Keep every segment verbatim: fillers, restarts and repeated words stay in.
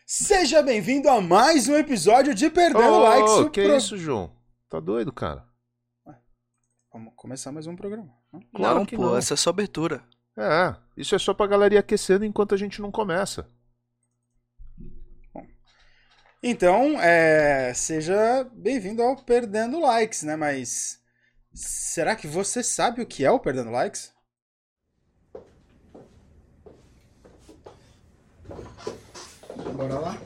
Seja bem-vindo a mais um episódio de Perdendo Ô, Likes. o que pro- isso, João? Tá doido, cara? Vamos começar mais um programa. né? Claro não, que pô, não. essa é só abertura. É, isso é só pra galera ir aquecendo enquanto a gente não começa. Então, é, seja bem-vindo ao Perdendo Likes, né? Mas será que você sabe o que é o Perdendo Likes? Bora lá?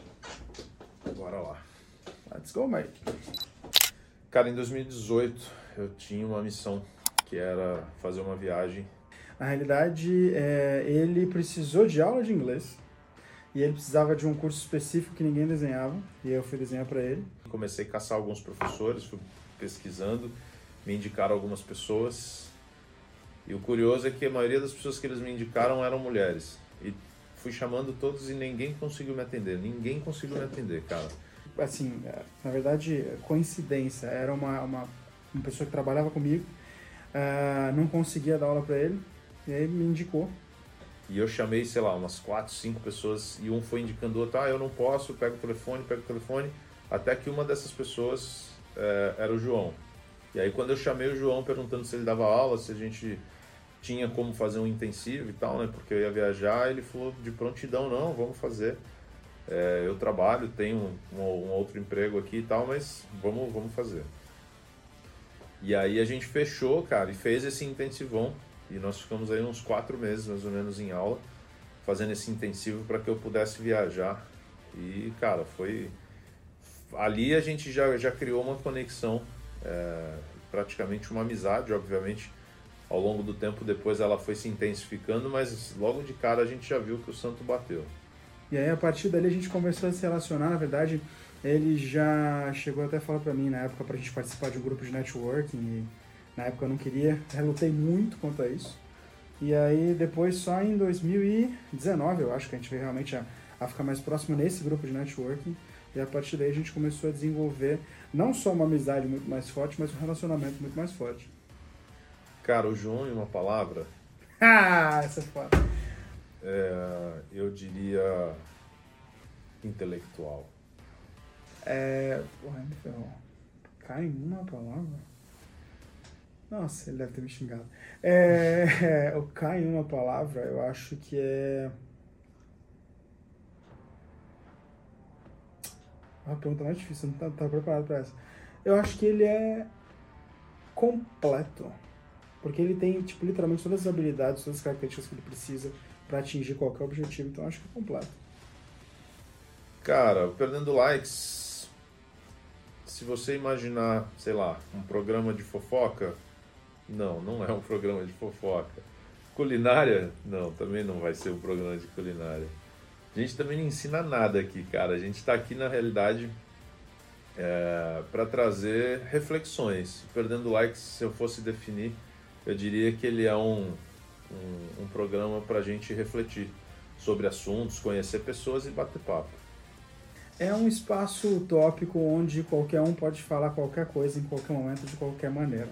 Bora lá. Let's go, mate. Cara, em dois mil e dezoito eu tinha uma missão que era fazer uma viagem. Na realidade, é, ele precisou de aula de inglês e ele precisava de um curso específico que ninguém desenhava e eu fui desenhar para ele. Comecei a caçar alguns professores, fui pesquisando, me indicaram algumas pessoas. E o curioso é que a maioria das pessoas que eles me indicaram eram mulheres. E fui chamando todos e ninguém conseguiu me atender. Ninguém conseguiu me atender, cara. Assim, na verdade, coincidência. Era uma, uma, uma pessoa que trabalhava comigo, uh, não conseguia dar aula para ele, e aí me indicou. E eu chamei, sei lá, umas quatro, cinco pessoas e um foi indicando o outro, ah, eu não posso, pega o telefone, pega o telefone, até que uma dessas pessoas é, era o João. E aí quando eu chamei o João perguntando se ele dava aula, se a gente tinha como fazer um intensivo e tal, né, porque eu ia viajar, ele falou de prontidão, não, vamos fazer. É, eu trabalho, tenho um, um outro emprego aqui e tal, mas vamos, vamos fazer. E aí a gente fechou, cara, e fez esse intensivão. E nós ficamos aí uns quatro meses, mais ou menos, em aula, fazendo esse intensivo para que eu pudesse viajar. E, cara, foi... Ali a gente já, já criou uma conexão, é, praticamente uma amizade, obviamente. Ao longo do tempo, depois ela foi se intensificando, mas logo de cara a gente já viu que o santo bateu. E aí, a partir dali, a gente começou a se relacionar. Na verdade, ele já chegou até a falar pra mim, na época, pra gente participar de um grupo de networking. E na época eu não queria, eu lutei muito contra isso. E aí, depois, só em dois mil e dezenove, eu acho que a gente veio realmente a, a ficar mais próximo nesse grupo de networking. E a partir daí, a gente começou a desenvolver não só uma amizade muito mais forte, mas um relacionamento muito mais forte. Cara, o João, em uma palavra... Ah, essa é foda. É, eu diria intelectual. É... Porra, me ferrou. Cai em uma palavra? Nossa, ele deve ter me xingado. É... O cai em uma palavra, eu acho que é... A pergunta mais difícil, eu não estava preparado para essa. Eu acho que ele é completo. Porque ele tem, tipo, literalmente todas as habilidades, todas as características que ele precisa para atingir qualquer objetivo, então eu acho que é completo. Cara, o Perdendo Likes, se você imaginar, sei lá, um programa de fofoca, não, não é um programa de fofoca. Culinária, não, também não vai ser um programa de culinária. A gente também não ensina nada aqui, cara. A gente está aqui, na realidade, é, para trazer reflexões. Perdendo Likes, se eu fosse definir, eu diria que ele é um, um, um programa para a gente refletir sobre assuntos, conhecer pessoas e bater papo. É um espaço utópico onde qualquer um pode falar qualquer coisa em qualquer momento, de qualquer maneira.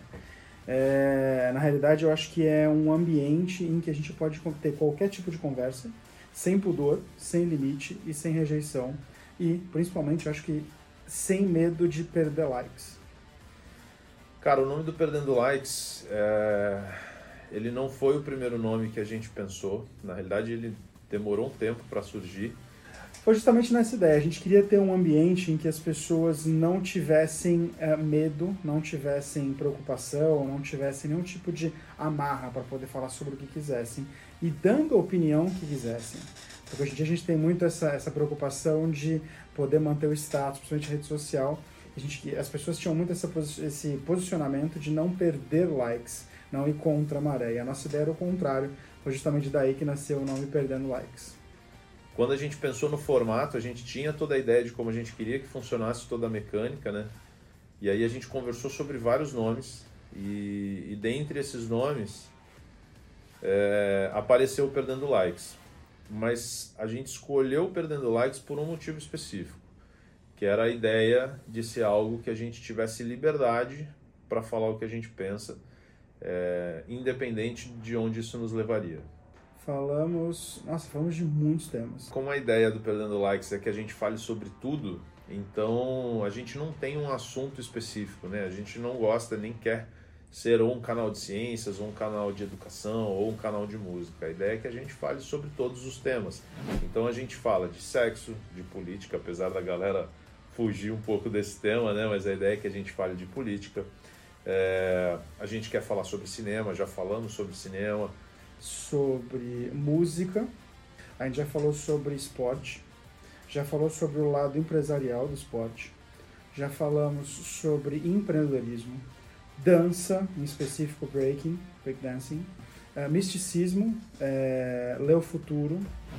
É, na realidade, eu acho que é um ambiente em que a gente pode ter qualquer tipo de conversa, sem pudor, sem limite e sem rejeição. E, principalmente, eu acho que sem medo de perder likes. Cara, o nome do Perdendo Likes, é... ele não foi o primeiro nome que a gente pensou. Na realidade, ele demorou um tempo para surgir. Foi justamente nessa ideia. A gente queria ter um ambiente em que as pessoas não tivessem é, medo, não tivessem preocupação, não tivessem nenhum tipo de amarra para poder falar sobre o que quisessem e dando a opinião que quisessem. Porque hoje em dia a gente tem muito essa, essa preocupação de poder manter o status, principalmente rede social. A gente, as pessoas tinham muito essa, esse posicionamento de não perder likes, não ir contra a maré. E a nossa ideia era o contrário. Foi justamente daí que nasceu o nome Perdendo Likes. Quando a gente pensou no formato, a gente tinha toda a ideia de como a gente queria que funcionasse toda a mecânica, né? E aí a gente conversou sobre vários nomes e, e dentre esses nomes é, apareceu o Perdendo Likes. Mas a gente escolheu o Perdendo Likes por um motivo específico, que era a ideia de ser algo que a gente tivesse liberdade para falar o que a gente pensa, é, independente de onde isso nos levaria. Falamos... Nossa, falamos de muitos temas. Como a ideia do Perdendo Likes é que a gente fale sobre tudo, então a gente não tem um assunto específico, né? A gente não gosta nem quer ser ou um canal de ciências, ou um canal de educação, ou um canal de música. A ideia é que a gente fale sobre todos os temas. Então a gente fala de sexo, de política, apesar da galera fugir um pouco desse tema, né? Mas a ideia é que a gente fale de política. É... A gente quer falar sobre cinema, já falamos sobre cinema. Sobre música, a gente já falou sobre esporte, já falou sobre o lado empresarial do esporte, já falamos sobre empreendedorismo, dança, em específico breaking, breakdancing, uh, misticismo, é, ler o futuro.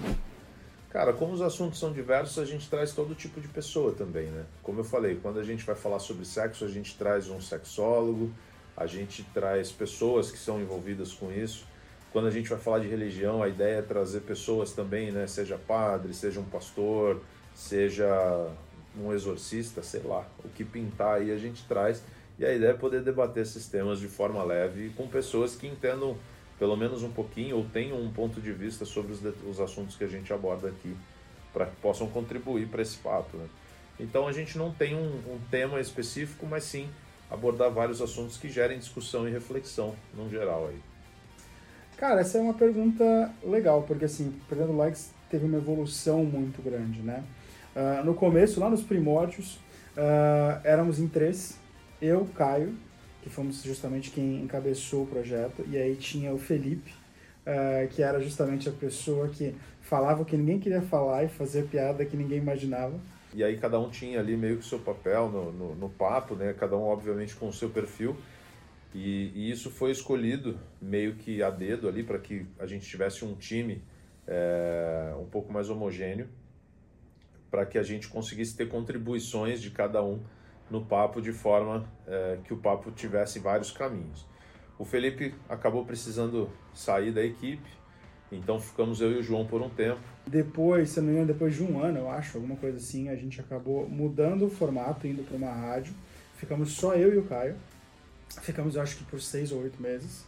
Cara, como os assuntos são diversos, a gente traz todo tipo de pessoa também, né? Como eu falei, quando a gente vai falar sobre sexo, a gente traz um sexólogo, a gente traz pessoas que são envolvidas com isso. Quando a gente vai falar de religião, a ideia é trazer pessoas também, né? Seja padre, seja um pastor, seja um exorcista, sei lá, o que pintar aí a gente traz. E a ideia é poder debater esses temas de forma leve com pessoas que entendam pelo menos um pouquinho ou tenham um ponto de vista sobre os, os assuntos que a gente aborda aqui, para que possam contribuir para esse papo, né? Então a gente não tem um, um tema específico, mas sim abordar vários assuntos que gerem discussão e reflexão no geral aí. Cara, essa é uma pergunta legal, porque assim, Perdendo Likes teve uma evolução muito grande, né? Uh, no começo, lá nos primórdios, uh, éramos em três, eu, Caio, que fomos justamente quem encabeçou o projeto, e aí tinha o Felipe, uh, que era justamente a pessoa que falava o que ninguém queria falar e fazia piada que ninguém imaginava. E aí cada um tinha ali meio que o seu papel no, no, no papo, né? Cada um obviamente com o seu perfil. E, e isso foi escolhido meio que a dedo ali para que a gente tivesse um time é, um pouco mais homogêneo, para que a gente conseguisse ter contribuições de cada um no papo de forma é, que o papo tivesse vários caminhos. O Felipe acabou precisando sair da equipe, então ficamos eu e o João por um tempo. Depois, se não me engano, depois de um ano, eu acho, alguma coisa assim, a gente acabou mudando o formato, indo para uma rádio. Ficamos só eu e o Caio. Ficamos, eu acho que por seis ou oito meses.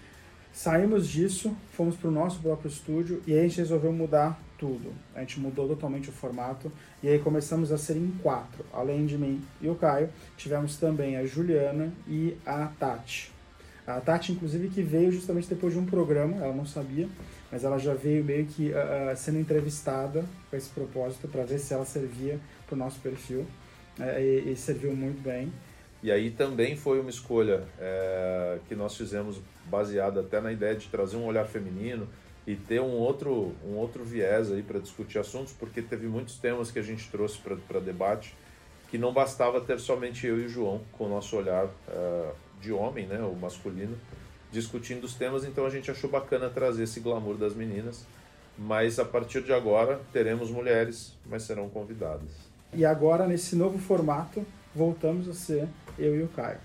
Saímos disso, fomos para o nosso próprio estúdio e aí a gente resolveu mudar tudo. A gente mudou totalmente o formato e aí começamos a ser em quatro. Além de mim e o Caio, tivemos também a Juliana e a Tati. A Tati, inclusive, que veio justamente depois de um programa, ela não sabia, mas ela já veio meio que uh, sendo entrevistada com esse propósito para ver se ela servia para o nosso perfil, uh, e, e serviu muito bem. E aí também foi uma escolha é, que nós fizemos baseada até na ideia de trazer um olhar feminino e ter um outro, um outro viés aí para discutir assuntos, porque teve muitos temas que a gente trouxe para debate que não bastava ter somente eu e o João com o nosso olhar é, de homem, né, o masculino, discutindo os temas. Então a gente achou bacana trazer esse glamour das meninas, mas a partir de agora teremos mulheres, mas serão convidadas. E agora, nesse novo formato, voltamos a ser eu e o Caio.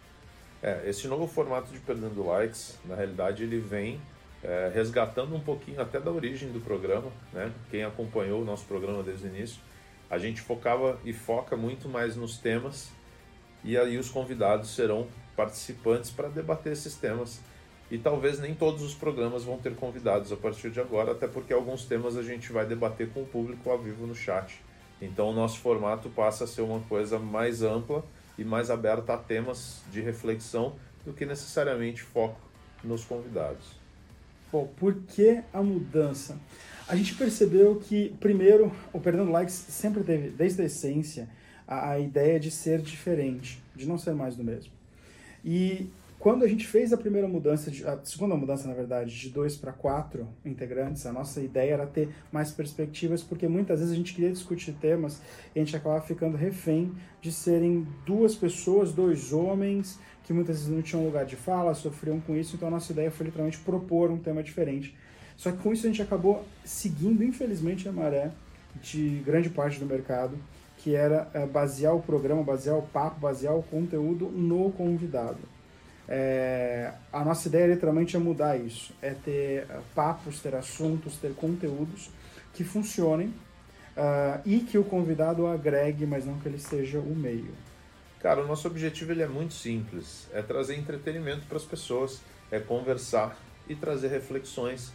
É, esse novo formato de Perdendo Likes, na realidade, ele vem é, resgatando um pouquinho até da origem do programa, né? Quem acompanhou o nosso programa desde o início, a gente focava e foca muito mais nos temas, e aí os convidados serão participantes para debater esses temas. E talvez nem todos os programas vão ter convidados a partir de agora, até porque alguns temas a gente vai debater com o público ao vivo no chat. Então o nosso formato passa a ser uma coisa mais ampla e mais aberta a temas de reflexão do que necessariamente foco nos convidados. Bom, por que a mudança? A gente percebeu que, primeiro, o Perdendo Likes sempre teve, desde a essência, a, a ideia de ser diferente, de não ser mais do mesmo. E quando a gente fez a primeira mudança, de, a segunda mudança, na verdade, de dois para quatro integrantes, a nossa ideia era ter mais perspectivas, porque muitas vezes a gente queria discutir temas e a gente acabava ficando refém de serem duas pessoas, dois homens, que muitas vezes não tinham lugar de fala, sofriam com isso, então a nossa ideia foi literalmente propor um tema diferente. Só que com isso a gente acabou seguindo, infelizmente, a maré de grande parte do mercado, que era uh, basear o programa, basear o papo, basear o conteúdo no convidado. É, a nossa ideia literalmente é mudar isso, é ter uh, papos, ter assuntos, ter conteúdos que funcionem uh, e que o convidado agregue, mas não que ele seja o meio. Cara, o nosso objetivo ele é muito simples, é trazer entretenimento para as pessoas, é conversar e trazer reflexões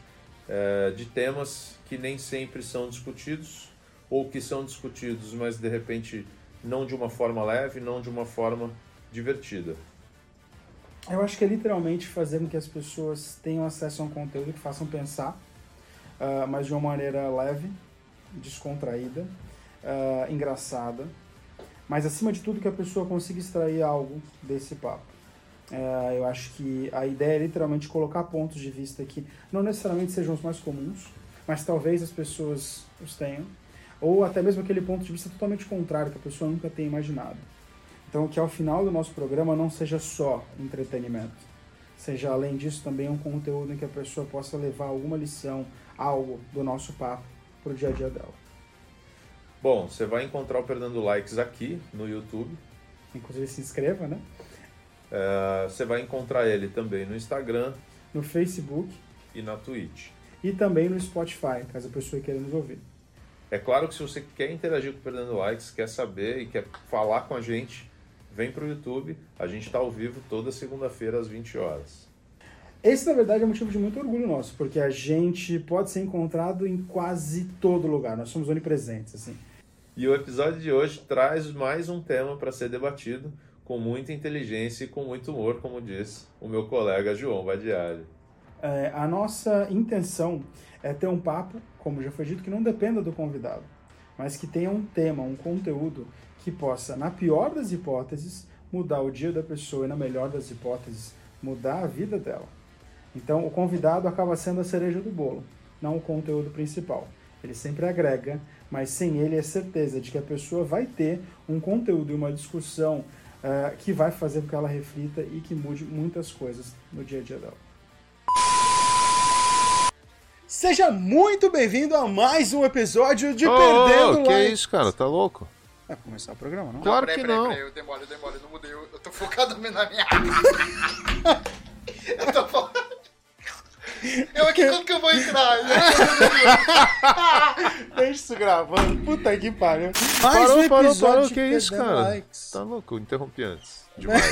é, de temas que nem sempre são discutidos, ou que são discutidos, mas de repente não de uma forma leve, não de uma forma divertida. Eu acho que é literalmente fazer com que as pessoas tenham acesso a um conteúdo que façam pensar, uh, mas de uma maneira leve, descontraída, uh, engraçada, mas acima de tudo que a pessoa consiga extrair algo desse papo. Uh, eu acho que a ideia é literalmente colocar pontos de vista que não necessariamente sejam os mais comuns, mas talvez as pessoas os tenham, ou até mesmo aquele ponto de vista totalmente contrário que a pessoa nunca tenha imaginado. Então, que ao final do nosso programa não seja só entretenimento, seja além disso também um conteúdo em que a pessoa possa levar alguma lição, algo do nosso papo para o dia a dia dela. Bom, você vai encontrar o Perdendo Likes aqui no YouTube. Inclusive se inscreva, né? É, você vai encontrar ele também no Instagram, no Facebook e na Twitch. E também no Spotify, caso a pessoa queira nos ouvir. É claro que se você quer interagir com o Perdendo Likes, quer saber e quer falar com a gente, vem para o YouTube, a gente está ao vivo toda segunda-feira às vinte horas. Esse, na verdade, é um motivo de muito orgulho nosso, porque a gente pode ser encontrado em quase todo lugar, nós somos onipresentes, assim. E o episódio de hoje traz mais um tema para ser debatido, com muita inteligência e com muito humor, como diz o meu colega João Badiali. É, a nossa intenção é ter um papo, como já foi dito, que não dependa do convidado, mas que tenha um tema, um conteúdo que possa, na pior das hipóteses, mudar o dia da pessoa e, na melhor das hipóteses, mudar a vida dela. Então, o convidado acaba sendo a cereja do bolo, não o conteúdo principal. Ele sempre agrega, mas sem ele é certeza de que a pessoa vai ter um conteúdo e uma discussão uh, que vai fazer com que ela reflita e que mude muitas coisas no dia a dia dela. Seja muito bem-vindo a mais um episódio de oh, Perdendo oh, que Likes. isso, cara? Tá louco? Vai começar o programa, não? Claro não, peraí, que peraí, não. Peraí, eu demoro, eu demoro, eu não mudei, eu, eu tô focado na minha... eu tô focado... Eu aqui, quando que eu vou entrar? Deixa isso gravando, puta que pariu. Mais Parou, um parou, episódio parou, de que isso, Perdendo cara? Likes. Tá louco, interrompi antes. Demais.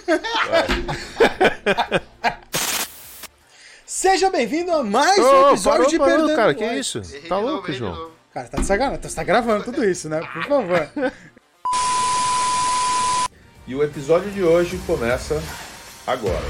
Seja bem-vindo a mais um oh, episódio parou, de parou, Perdendo cara, Likes. que isso? Errei Tá de louco, novo, errei de João? novo. Cara, tá de sacanagem, você tá gravando tudo isso, né? Por favor. E o episódio de hoje começa agora.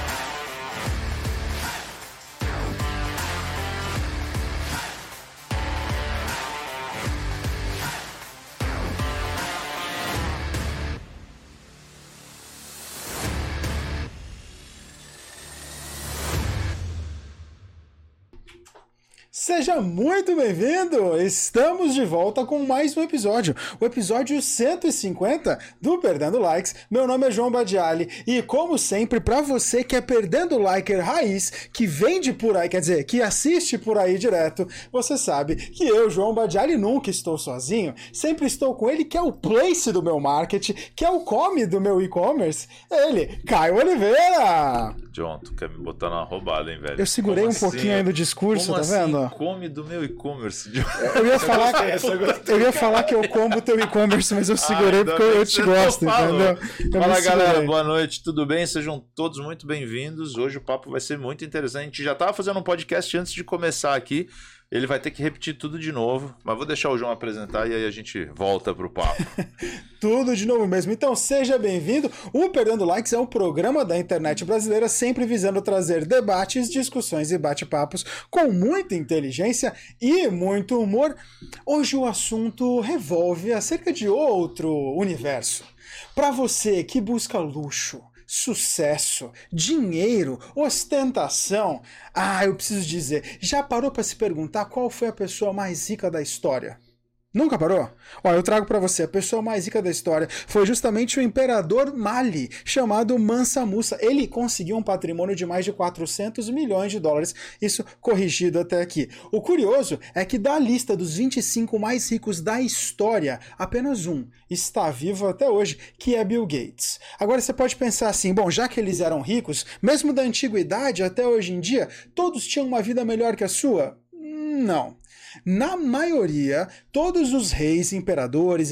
Seja muito bem-vindo! Estamos de volta com mais um episódio, o episódio cento e cinquenta do Perdendo Likes. Meu nome é João Badiali e, como sempre, para você que é Perdendo Liker raiz, que vende por aí, quer dizer, que assiste por aí direto, você sabe que eu, João Badiali, nunca estou sozinho, sempre estou com ele, que é o place do meu marketing, que é o come do meu e-commerce, ele, Caio Oliveira! John, tu quer me botar numa roubada, hein, velho? Eu segurei Como um pouquinho assim? aí do discurso, Como tá assim? vendo? Come do meu e-commerce, John. Eu ia, falar que, eu ia falar que eu combo o teu e-commerce, mas eu segurei ah, porque eu, eu te gosto, entendeu? Eu Fala, galera, boa noite, tudo bem? Sejam todos muito bem-vindos. Hoje o papo vai ser muito interessante. A gente já estava fazendo um podcast antes de começar aqui. Ele vai ter que repetir tudo de novo, mas vou deixar o João apresentar e aí a gente volta pro papo. Tudo de novo mesmo. Então seja bem-vindo. O Perdendo Likes é um programa da internet brasileira sempre visando trazer debates, discussões e bate-papos com muita inteligência e muito humor. Hoje o assunto revolve acerca de outro universo. Para você que busca luxo, sucesso, dinheiro, ostentação. Ah, eu preciso dizer, já parou para se perguntar qual foi a pessoa mais rica da história? Nunca parou? Ó, eu trago para você, a pessoa mais rica da história foi justamente o imperador Mali, chamado Mansa Musa. Ele conseguiu um patrimônio de mais de quatrocentos milhões de dólares, isso corrigido até aqui. O curioso é que da lista dos vinte e cinco mais ricos da história, apenas um está vivo até hoje, que é Bill Gates. Agora você pode pensar assim, bom, já que eles eram ricos, mesmo da antiguidade até hoje em dia, todos tinham uma vida melhor que a sua? Não. Na maioria, todos os reis, imperadores,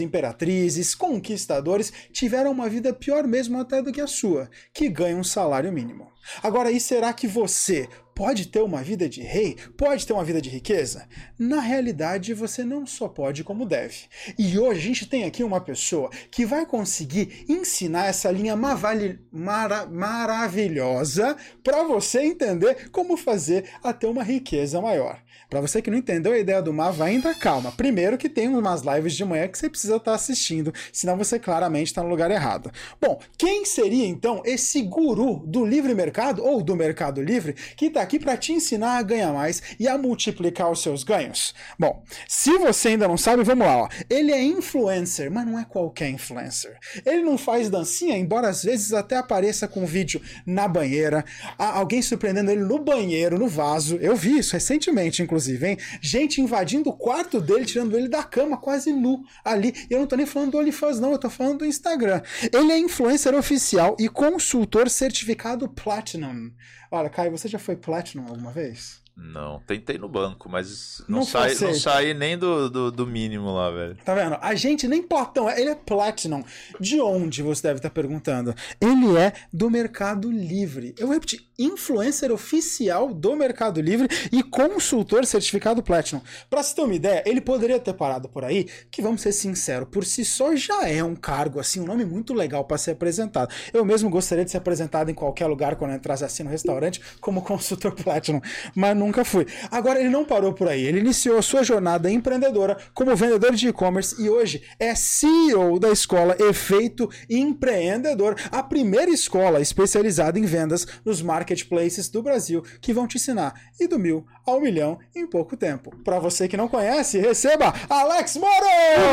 imperatrizes, conquistadores tiveram uma vida pior mesmo até do que a sua, que ganha um salário mínimo. Agora, e será que você pode ter uma vida de rei? Pode ter uma vida de riqueza? Na realidade, você não só pode como deve. E hoje a gente tem aqui uma pessoa que vai conseguir ensinar essa linha mavali- mara- maravilhosa para você entender como fazer a ter uma riqueza maior. Para você que não entendeu a ideia do Mava ainda, calma. Primeiro que tem umas lives de manhã que você precisa estar assistindo, senão você claramente está no lugar errado. Bom, quem seria então esse guru do livre mercado ou do mercado livre que está aqui para te ensinar a ganhar mais e a multiplicar os seus ganhos? Bom, se você ainda não sabe, vamos lá. Ó. Ele é influencer, mas não é qualquer influencer. Ele não faz dancinha, embora às vezes até apareça com vídeo na banheira, alguém surpreendendo ele no banheiro, no vaso. Eu vi isso recentemente, inclusive. Inclusive, hein? Gente invadindo o quarto dele, tirando ele da cama, quase nu ali. E eu não tô nem falando do OnlyFans, não, eu tô falando do Instagram. Ele é influencer oficial e consultor certificado Platinum. Olha, Caio, você já foi Platinum alguma vez? Não, tentei no banco, mas não, Não sai, foi não aceito. saí nem do, do, do mínimo lá, velho. Tá vendo? A gente nem Platão, ele é Platinum. De onde, você deve estar perguntando? Ele é do Mercado Livre. Eu vou repetir, influencer oficial do Mercado Livre e consultor certificado Platinum. Pra você ter uma ideia, ele poderia ter parado por aí, que vamos ser sinceros, por si só já é um cargo, assim, um nome muito legal para ser apresentado. Eu mesmo gostaria de ser apresentado em qualquer lugar quando eu entrasse assim no restaurante como consultor Platinum, mas não nunca fui. Agora, ele não parou por aí. Ele iniciou a sua jornada empreendedora como vendedor de e-commerce e hoje é C E O da escola Efeito Empreendedor, a primeira escola especializada em vendas nos marketplaces do Brasil, que vão te ensinar e do mil ao milhão em pouco tempo. Para você que não conhece, receba Alex Moro!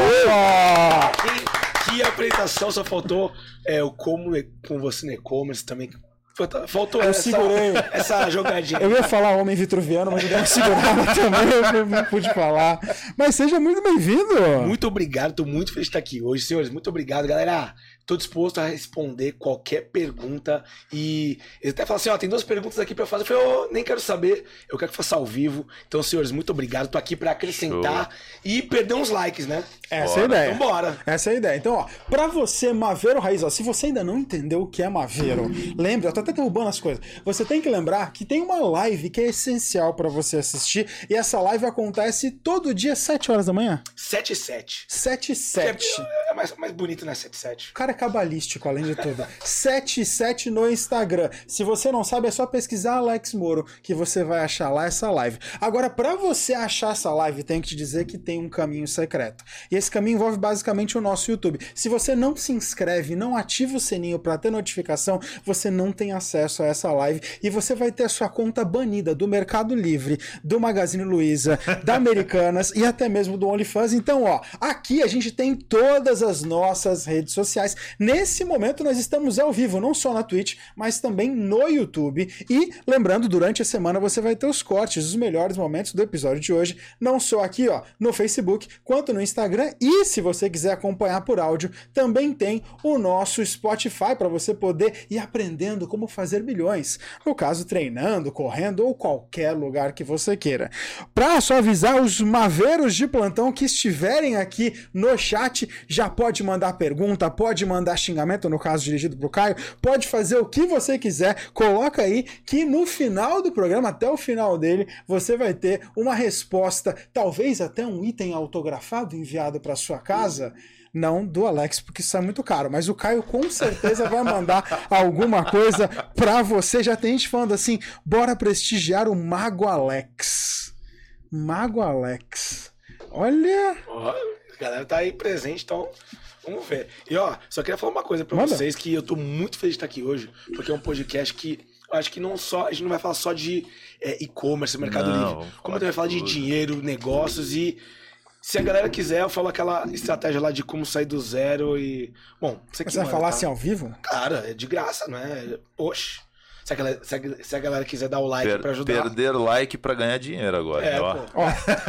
Que, que apresentação, só faltou é, o como é com você no e-commerce também. Faltou eu essa, segurei. essa jogadinha. Eu ia falar homem vitruviano, mas eu dei uma segurada também, eu não pude falar. Mas seja muito bem-vindo. Muito obrigado, tô muito feliz de estar aqui hoje, senhores. Muito obrigado, galera. Tô disposto a responder qualquer pergunta. E eles até falam assim, ó, tem duas perguntas aqui pra eu fazer. Eu falei, eu nem quero saber, eu quero que faça ao vivo. Então, senhores, muito obrigado. Tô aqui pra acrescentar Show. E perder uns likes, né? Essa é a ideia. Então, bora. Essa é a ideia. Então, ó, pra você, Maveiro Raiz, ó, se você ainda não entendeu o que é Maveiro, lembre, eu tô até derrubando as coisas. Você tem que lembrar que tem uma live que é essencial pra você assistir. E essa live acontece todo dia, sete horas da manhã? sete e sete. sete e sete. É mais, mais bonito, né? sete e sete. O cara é cabalístico, além de tudo. sete e sete no Instagram. Se você não sabe, é só pesquisar Alex Moro, que você vai achar lá essa live. Agora, pra você achar essa live, tenho que te dizer que tem um caminho secreto. E esse caminho envolve basicamente o nosso YouTube. Se você não se inscreve, não ativa o sininho pra ter notificação, você não tem acesso a essa live e você vai ter a sua conta banida do Mercado Livre, do Magazine Luiza, da Americanas e até mesmo do OnlyFans. Então, ó, aqui a gente tem todas as nossas redes sociais. Nesse momento nós estamos ao vivo, não só na Twitch, mas também no YouTube. E lembrando, durante a semana você vai ter os cortes, os melhores momentos do episódio de hoje, não só aqui, ó, no Facebook, quanto no Instagram. E se você quiser acompanhar por áudio, também tem o nosso Spotify para você poder ir aprendendo como fazer milhões. No caso, treinando, correndo ou qualquer lugar que você queira. Para só avisar os maveiros de plantão que estiverem aqui no chat, já pode mandar pergunta, pode mandar xingamento, no caso dirigido pro Caio, pode fazer o que você quiser, coloca aí que no final do programa, até o final dele, você vai ter uma resposta, talvez até um item autografado enviado para sua casa. Não do Alex, porque isso é muito caro, mas o Caio com certeza vai mandar alguma coisa pra você. Já tem gente falando assim, bora prestigiar o Mago Alex. Mago Alex. Olha... Ó, a galera tá aí presente, então vamos ver. E ó, só queria falar uma coisa pra Manda. vocês, que eu tô muito feliz de estar aqui hoje, porque é um podcast que eu acho que não só, a gente não vai falar só de é, e-commerce, Mercado Não, Livre, como também vai falar de tudo. dinheiro, negócios e... Se a galera quiser, eu falo aquela estratégia lá de como sair do zero e... Bom, você, Você vai falar assim ao vivo? Cara, é de graça, não é? Oxe. Se a galera, se a, se a galera quiser dar o like Per- pra ajudar... Perder like pra ganhar dinheiro agora. É, ó. pô. Ó,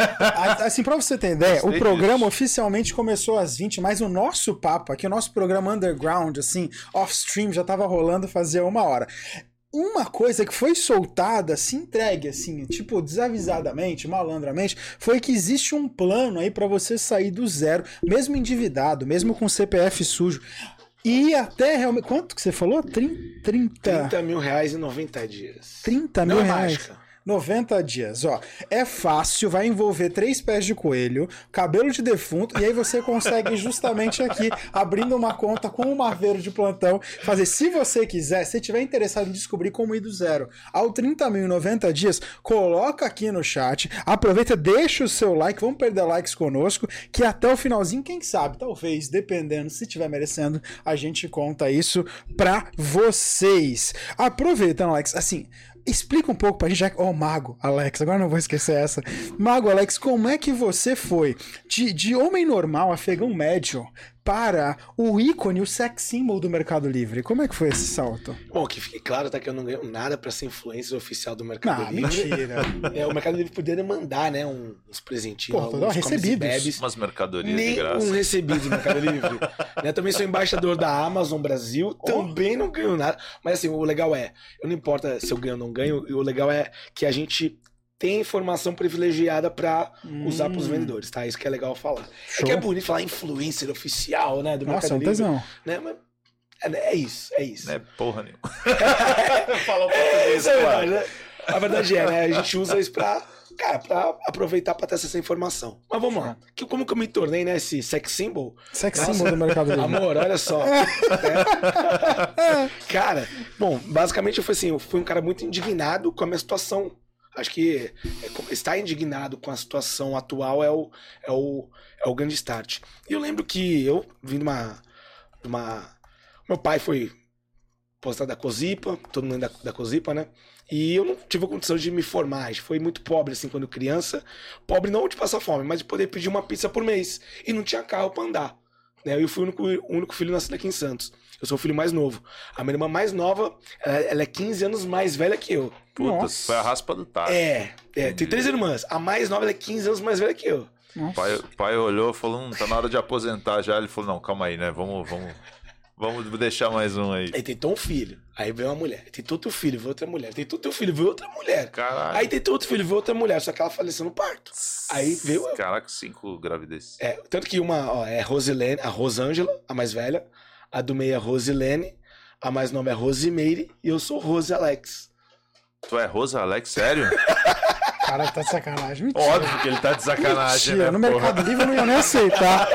assim, pra você ter ideia, Gostei o programa disso. oficialmente começou às vinte, mas o nosso papo aqui, o nosso programa underground, assim, off-stream, já tava rolando fazia uma hora. Uma coisa que foi soltada, se entregue, assim, tipo, desavisadamente, malandramente, foi que existe um plano aí pra você sair do zero, mesmo endividado, mesmo com C P F sujo. E até realmente. Quanto que você falou? trinta. trinta mil reais em noventa dias. trinta Não mil é reais. mágica. noventa dias, ó. É fácil, vai envolver três pés de coelho, cabelo de defunto, e aí você consegue justamente aqui, abrindo uma conta com o Marveiro de plantão, fazer. Se você quiser, se tiver interessado em descobrir como ir do zero ao trinta mil em noventa dias, coloca aqui no chat, aproveita, deixa o seu like, vamos perder likes conosco, que até o finalzinho, quem sabe, talvez, dependendo, se tiver merecendo, a gente conta isso pra vocês. Aproveitando, Alex, assim... Explica um pouco pra gente, já que... Ó, oh, Mago, Alex, agora não vou esquecer essa. Mago, Alex, como é que você foi de, de homem normal, afegão médio, para o ícone, o sex symbol do Mercado Livre? Como é que foi esse salto? Bom, que fique claro, tá, que eu não ganho nada pra ser influencer oficial do Mercado Ah, Livre. mentira. É, o Mercado Livre poderia mandar, né, um- uns presentinhos, Pô, alguns recebidos. comes e bebes. Umas mercadorias de Nem graça. um recebido do Mercado Livre. Né, também sou embaixador da Amazon Brasil, também não ganho nada. Mas assim, o legal é, eu não importa se eu ganho ou não ganho, o legal é que a gente tem informação privilegiada pra Hum. usar pros vendedores, tá? Isso que é legal falar. Show. É que é bonito falar influencer oficial, né, do Nossa, Mercado um Livre. tesão. Né, mas é, é isso, é isso. Não é porra nenhuma. Fala um português, isso é verdade, né? A verdade é, né? A gente usa isso pra, cara, pra aproveitar pra ter essa informação. Mas vamos lá. Que, como que eu me tornei, né, esse sex symbol? Sex Nossa. symbol do Mercado Livre. Amor, olha só. É. Cara, bom, basicamente eu fui assim, eu fui um cara muito indignado com a minha situação. Acho que é, estar indignado com a situação atual é o, é o, é o grande start. E eu lembro que eu vim de uma, de uma... Meu pai foi postado da Cozipa, todo mundo da, da Cozipa, né? E eu não tive a condição de me formar. A gente foi muito pobre, assim, quando criança. Pobre não de passar fome, mas de poder pedir uma pizza por mês. E não tinha carro pra andar. Né? Eu fui o único, o único filho nascido aqui em Santos. Eu sou o filho mais novo. A minha irmã mais nova, ela, ela é quinze anos mais velha que eu. Puta, Nossa. foi a raspa do tacho. É, é, tem três irmãs. A mais nova ela é quinze anos mais velha que eu. Nossa. Pai, pai olhou e falou, hum, tá na hora de aposentar já. Ele falou, não, calma aí, né? Vamos, vamos, vamos deixar mais um aí. Aí tentou um filho, aí veio uma mulher. Tentou outro filho, veio outra mulher. Tentou teu filho, veio outra mulher. Caralho. Aí tentou outro filho, veio outra mulher. Só que ela faleceu no parto. Aí veio eu. Caraca, cinco gravidez. É, tanto que uma ó, é Rosilene, a Rosângela, a mais velha. A do meio é Rosilene. A mais nova é Rosimeire. E eu sou Rose Alex. Tu é Rosa Alex, sério? Caraca, tá de sacanagem. Mentira. Óbvio que ele tá de sacanagem, Mentira, né, no porra? Mercado Livre eu não ia nem aceitar.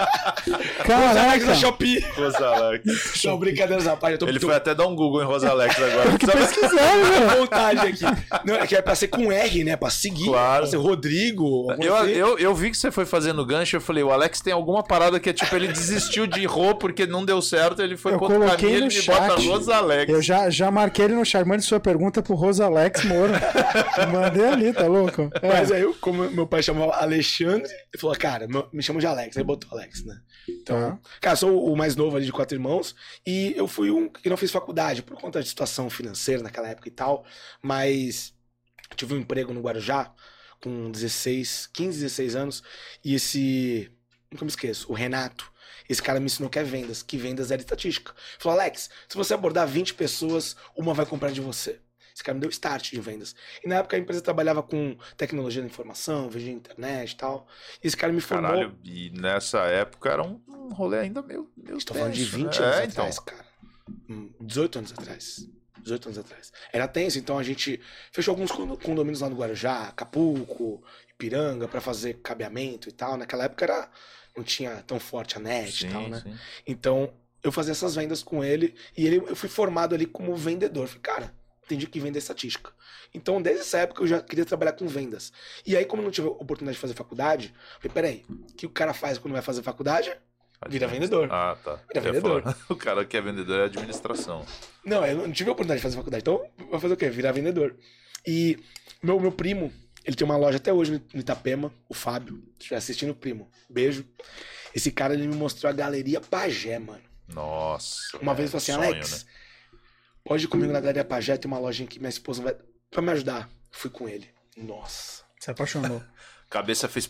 Rose Alex da Caraca. Shopee. Rosa Alex. Não, brincadeiras à parte. Eu tô, Ele tô foi até dar um Google em Rosa Alex agora. Que pesquisando, com né? vontade aqui. Não, é que é pra ser com R, né? Pra seguir. Claro. Pra ser Rodrigo. alguma Eu, coisa. eu, eu vi que você foi fazendo gancho, eu falei, o Alex tem alguma parada que é tipo, ele desistiu de Rô porque não deu certo, ele foi Eu contra o coloquei caminho, no ele me bota chat. Rosa Alex. Eu já, já marquei ele no chat. Mande sua pergunta pro Rosa Alex Moro. Mandei ali, tá louco? É. Mas aí, eu, como meu pai chamava Alexandre, ele falou, cara, meu- me chama de Alex. Aí botou Alex, né? Então, Tá. cara, sou o mais novo ali de quatro irmãos. E eu fui um que não fiz faculdade por conta de situação financeira naquela época e tal. Mas tive um emprego no Guarujá com dezesseis, quinze, dezesseis anos. E esse, nunca me esqueço, o Renato. Esse cara me ensinou que é vendas, que vendas era estatística. Ele falou, Alex, se você abordar vinte pessoas, uma vai comprar de você. Esse cara me deu start de vendas. E na época a empresa trabalhava com tecnologia da informação, vídeo de internet e tal. E esse cara me formou. Caralho, e nessa época era um, um rolê ainda meio, meio Estou falando de tenso, vinte né? anos É, então. atrás, cara. Hum, dezoito anos atrás. dezoito anos atrás. Era tenso, então a gente fechou alguns condo- condomínios lá no Guarujá, Acapulco, Ipiranga, pra fazer cabeamento e tal. Naquela época era, não tinha tão forte a net Sim, e tal, né? sim. Então eu fazia essas vendas com ele e ele, eu fui formado ali como vendedor. Falei, cara, entendi que venda é estatística. Então, desde essa época, eu já queria trabalhar com vendas. E aí, como eu não tive a oportunidade de fazer faculdade, eu falei, peraí, o que o cara faz quando vai fazer faculdade? Vira vendedor. Ah, tá. Vira Eu ia vendedor. falar, o cara que é vendedor é administração. Não, eu não tive a oportunidade de fazer faculdade. Então, vai fazer o quê? Virar vendedor. E meu, meu primo, ele tem uma loja até hoje no Itapema, o Fábio. Se estiver assistindo, primo, beijo. Esse cara, ele me mostrou a Galeria Pajé, mano. Nossa. Uma é vez eu falei assim, sonho, Alex, né? pode ir comigo na Galeria Pajé, tem uma lojinha que minha esposa vai... Pra me ajudar. Fui com ele. Nossa. Se apaixonou. Cabeça fez...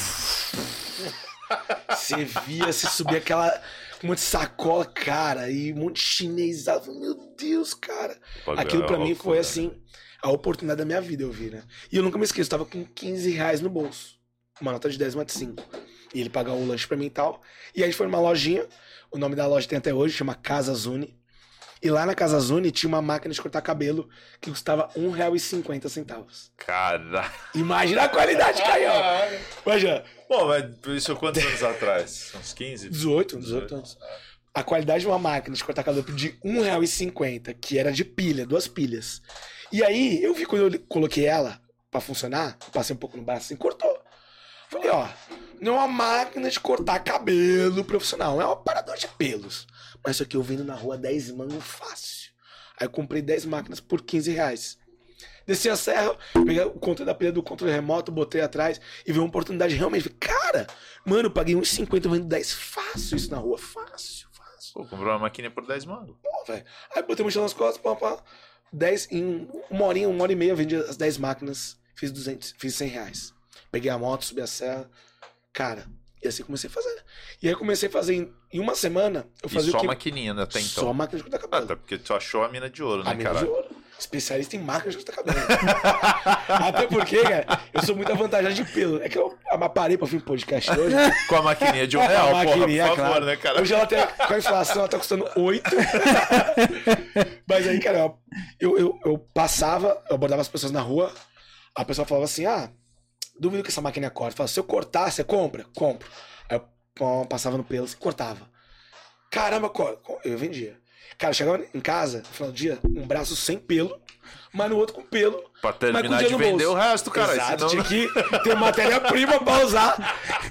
Você via, você subia aquela... Um monte de sacola, cara, e um monte de chinês. Eu falei, meu Deus, cara. Aquilo pra mim foi, assim, a oportunidade da minha vida, eu vi, né? E eu nunca me esqueço, eu tava com quinze reais no bolso. Uma nota de dez, uma de cinco. E ele pagava o lanche pra mim e tal. E aí a gente foi numa lojinha, o nome da loja tem até hoje, chama Casa Zuni. E lá na Casa Zuni tinha uma máquina de cortar cabelo que custava um real e cinquenta centavos. Cara. Imagina a qualidade, Caio. Imagina. Bom, mas isso quantos anos atrás? Uns quinze? dezoito, dezoito anos. A qualidade de uma máquina de cortar cabelo de um real e cinquenta, que era de pilha, duas pilhas. E aí, eu vi quando eu coloquei ela pra funcionar, passei um pouco no braço assim, cortou. Falei, ó, não é uma máquina de cortar cabelo profissional, é um aparador de pelos. Mas isso aqui eu vendo na rua dez mangos fácil. Aí eu comprei dez máquinas por quinze reais. Desci a serra, peguei o controle da pilha do controle remoto, botei atrás e vi uma oportunidade realmente. Falei, cara, mano, eu paguei um real e cinquenta, eu vendo dez fácil isso na rua, fácil, fácil. Pô, comprou uma maquininha por dez mangos. Pô, velho. Aí botei o mochila nas costas, pá, pá. dez, em uma horinha, uma hora e meia, eu vendi as dez máquinas, fiz duzentos, fiz cem reais. Peguei a moto, subi a serra. Cara, e assim comecei a fazer. E aí eu comecei a fazer em, em uma semana. Eu fazia e só o quê? maquininha, né, até então? Só máquina de cortar cabelo. Ah, tá, porque tu achou a mina de ouro, né, A mina de caralho? ouro. Especialista em máquina de cortar cabelo. Até porque, cara, eu sou muito avantajado de pelo. É que eu parei pra vir pro podcast hoje. Com a maquininha de um real, A porra, maquininha, por favor, claro. né, cara? Hoje ela tem, com a inflação, ela tá custando oito. Mas aí, cara, eu, eu, eu passava, eu abordava as pessoas na rua, a pessoa falava assim, ah, duvido que essa máquina corta. Eu falava, se eu cortar, você compra? Compro. Aí eu pô, passava no pelo, assim, cortava. Caramba, eu vendia. Cara, chegava em casa, no final do dia, um braço sem pelo, mas no outro com pelo. Pra mas terminar com de dinheiro no vender bolso. o resto, cara. Exato, senão... tinha que ter matéria-prima pra usar.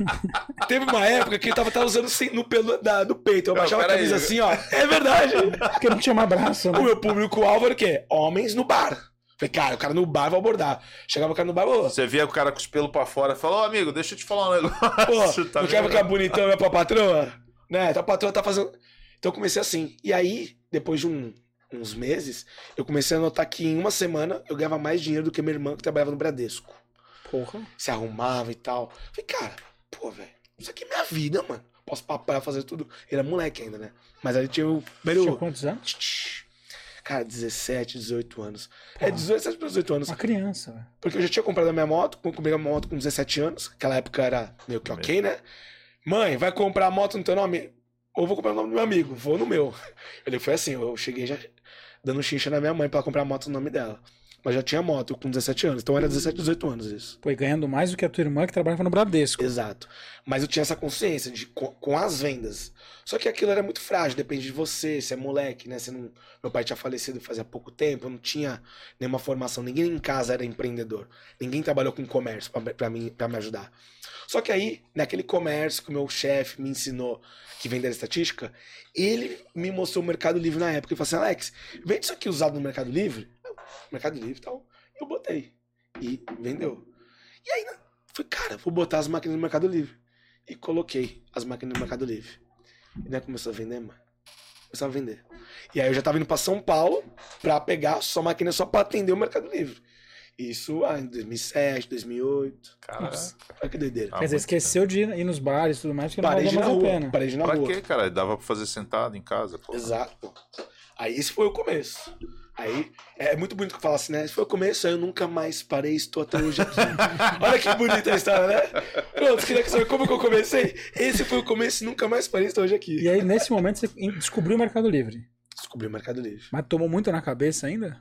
Teve uma época que ele tava, tava usando sem, no pelo da, do peito. Eu Não, baixava a pera camisa aí. assim, ó. É verdade. Porque não tinha mais braço, O né? meu público-alvo era o quê? Homens no bar. Falei, cara, o cara no bar vai abordar. Chegava o cara no bar, ô, Você via o cara com os pelos pra fora e falou, ô amigo, deixa eu te falar um negócio. pô, Tá não quer vendo? ficar bonitão é pra patroa? Né? Então a patroa tá fazendo... Então eu comecei assim. E aí, depois de um, uns meses, eu comecei a notar que em uma semana eu ganhava mais dinheiro do que minha irmã que trabalhava no Bradesco. Porra. Se arrumava e tal. Falei, cara, pô, velho, isso aqui é minha vida, mano. Posso papar, fazer tudo. Ele era moleque ainda, né? Mas aí tinha o... Tinha quantos anos? Cara, dezessete, dezoito anos. É, dezessete para dezoito anos. Uma criança, velho. Porque eu já tinha comprado a minha moto, comprei a moto com dezessete anos. Aquela época era meio que ok, né? Mãe, vai comprar a moto no teu nome? Ou vou comprar o nome do meu amigo? Vou no meu. Ele foi assim, eu cheguei já dando chincha na minha mãe pra ela comprar a moto no nome dela. Mas já tinha moto com dezessete anos. Então era dezessete, dezoito anos isso. Pô, e ganhando mais do que a tua irmã que trabalhava no Bradesco. Exato. Mas eu tinha essa consciência de, com, com as vendas. Só que aquilo era muito frágil, depende de você, se é moleque, né? Você não, meu pai tinha falecido fazia pouco tempo, eu não tinha nenhuma formação, ninguém em casa era empreendedor. Ninguém trabalhou com comércio pra, pra, mim, pra me ajudar. Só que aí, naquele comércio que o meu chefe me ensinou que vender estatística, ele me mostrou o Mercado Livre na época. Ele falou assim, Alex, vende isso aqui usado no Mercado Livre? Eu, Mercado Livre e tal. Eu botei. E vendeu. E aí, falei, cara, vou botar as máquinas no Mercado Livre. E coloquei as máquinas no Mercado Livre. E daí começou a vender, mano. Começou a vender. E aí eu já tava indo pra São Paulo pra pegar só máquina só pra atender o Mercado Livre. Isso ah, em dois mil e sete, dois mil e oito. Caraca. Olha que doideira. Ah, Quer dizer, muito esqueceu de ir nos bares e tudo mais, que não Parei valia de ir na mais a rua. pena. Parei de ir na Pra rua. quê, cara? Dava pra fazer sentado em casa, pô. Exato. Pô. Aí esse foi o começo. Aí é muito bonito que eu falo assim, né? Esse foi o começo, aí eu nunca mais parei, estou até hoje aqui. Olha que bonita a história, né? Pronto, você queria saber como que eu comecei? Esse foi o começo e nunca mais parei, estou hoje aqui. E aí, nesse momento, você descobriu o Mercado Livre. Descobri o Mercado Livre. Mas tomou muito na cabeça ainda?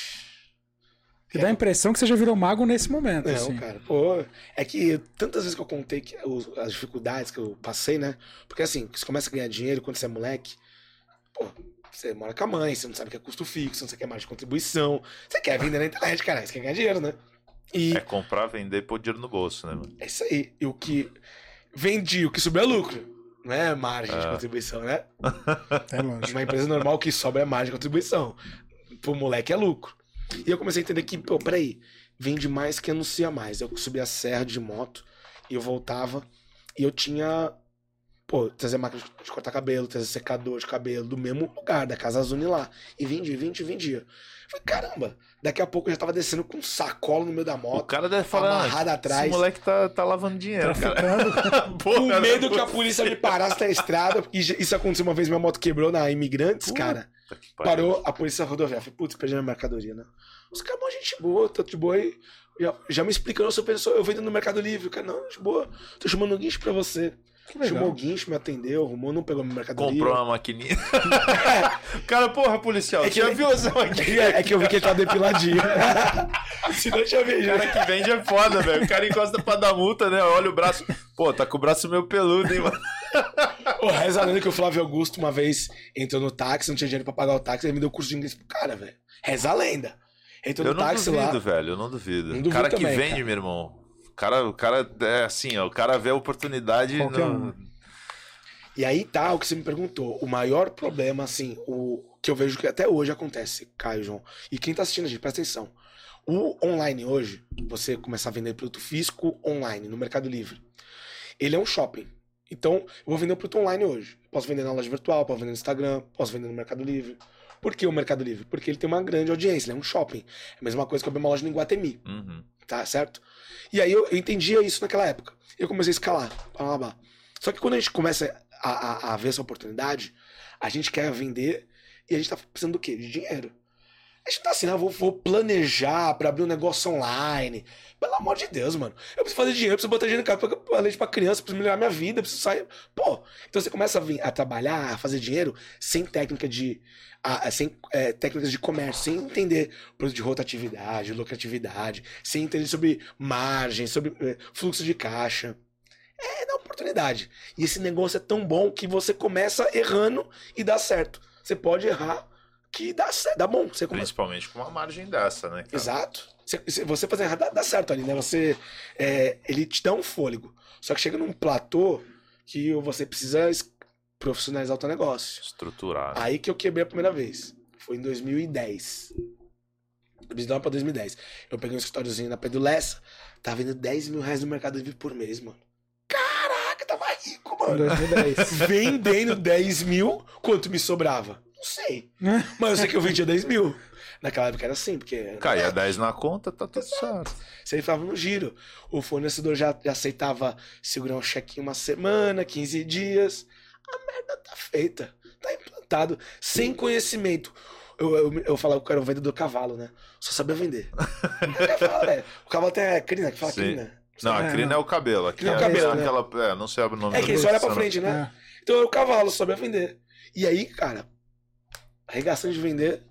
Que dá a impressão que você já virou mago nesse momento. Não, assim. cara. Pô, é que tantas vezes que eu contei que, os, as dificuldades que eu passei, né? Porque assim, você começa a ganhar dinheiro quando você é moleque, pô, você mora com a mãe, você não sabe o que é custo fixo, você quer mais de contribuição, você quer vender na internet, cara, você quer ganhar dinheiro, né? E É comprar, vender e pôr dinheiro no bolso, né, mano? é isso aí. E o que vendi, o que sobrou é lucro. Não é margem de Ah. contribuição, né? É lógico. Uma empresa normal, o que sobra é margem de contribuição. Pro moleque é lucro. E eu comecei a entender que, pô, peraí, vende mais que anuncia mais. Eu subi a serra de moto e eu voltava e eu tinha, pô, trazer máquina de cortar cabelo, trazer secador de cabelo do mesmo lugar, da Casa Zuni lá. E vendia, vendia, vendia. Falei, caramba, daqui a pouco eu já tava descendo com um sacola no meio da O moto. cara deve falar, amarrado "Ah, atrás." esse moleque tá, tá lavando dinheiro, cara. Traficando. Porra, Com medo né? que a polícia me parasse na estrada. E isso aconteceu uma vez, minha moto quebrou na Imigrantes, cara. Puta que pariu. Parou a polícia rodoviária. Falei, putz, perdi minha mercadoria, né? Os caras, bom, gente boa, tanto de boa aí. Já, já me explicando, eu sou pessoa, eu vendo no Mercado Livre. O cara, não, de boa, tô chamando o guincho pra você. Chamou o guincho, me atendeu, arrumou, não pegou meu Mercado Comprou Livre. uma maquininha. O cara, porra, policial, É que já ele- viu essa maquininha? É, é que eu vi que ele tá depiladinho. Senão eu tinha O visto. cara que vende é foda, velho. O cara encosta pra dar multa, né? Olha o braço. Pô, tá com o braço meio peludo, hein, mano? Ô, reza a lenda que o Flávio Augusto uma vez entrou no táxi, não tinha dinheiro pra pagar o táxi, ele me deu curso de inglês pro cara, velho. Reza a lenda. Entrou Eu no não táxi duvido, lá. velho. Eu não duvido. Não O duvido cara que também, vende, cara. meu irmão. O cara, o cara é assim, ó. O cara vê a oportunidade. Qualquer no- um. E aí tá o que você me perguntou. O maior problema, assim, o que eu vejo que até hoje acontece, Caio, João. E quem tá assistindo, gente, presta atenção. O online hoje, você começar a vender produto físico online, no Mercado Livre, ele é um shopping. Então, eu vou vender o produto online hoje. Posso vender na loja virtual, posso vender no Instagram, posso vender no Mercado Livre. Por que o Mercado Livre? Porque ele tem uma grande audiência, ele é um shopping. É a mesma coisa que eu abrir uma loja no Iguatemi, Uhum. tá certo? E aí eu, eu entendia isso naquela época. Eu comecei a escalar, blá, blá, blá. Só que quando a gente começa a, a, a ver essa oportunidade, a gente quer vender e a gente tá precisando do quê? De dinheiro. A gente tá assim, ah, vou, vou planejar pra abrir um negócio online. Pelo amor de Deus, mano. Eu preciso fazer dinheiro, eu preciso botar dinheiro no carro pra pagar leite pra criança, eu preciso melhorar minha vida, eu preciso sair. Pô, então você começa a, vir, a trabalhar, a fazer dinheiro sem técnica de. A, a- sem é, técnicas de comércio, sem entender produto de rotatividade, lucratividade, sem entender sobre margem, sobre é, fluxo de caixa. É da oportunidade. E esse negócio é tão bom que você começa errando e dá certo. Você pode errar que dá certo, dá bom. Você começa... Principalmente com uma margem dessa, né, cara? Exato. Você, se você fazer errado, dá, dá certo ali, né? Você, é, ele te dá um fôlego. Só que chega num platô que você precisa es- profissionalizar o teu negócio. Estruturar. né? Aí que eu quebrei a primeira vez. Foi em dois mil e dez. dois mil e nove pra dois mil e dez. Eu peguei um escritóriozinho na Pedro Lessa, tava vendo dez mil reais no Mercado Livre por mês, mano. Caraca, tava rico, Em mano. dois mil e dez. Vendendo dez mil, quanto me sobrava? Não sei. Mas eu sei que eu vendia dez mil. Naquela época era assim, porque... Caía dez na conta, tá tudo certo. Você estava no giro. O fornecedor já, já aceitava segurar um cheque uma semana, quinze dias. A merda tá feita. Tá implantado. Sem conhecimento. Eu, eu, eu falava que eu era o vendedor cavalo, né? Só sabia vender. É cavalo, velho. O cavalo tem a crina, que fala Sim. crina. Não, a É, crina não. é o cabelo. Aqui Crina é é o cabelo, né? aquela. É, não sei o nome É do que ele só olha pra produto, frente, né? É. Então eu era o cavalo, só sabia vender. E aí, cara, arregaçando de vender.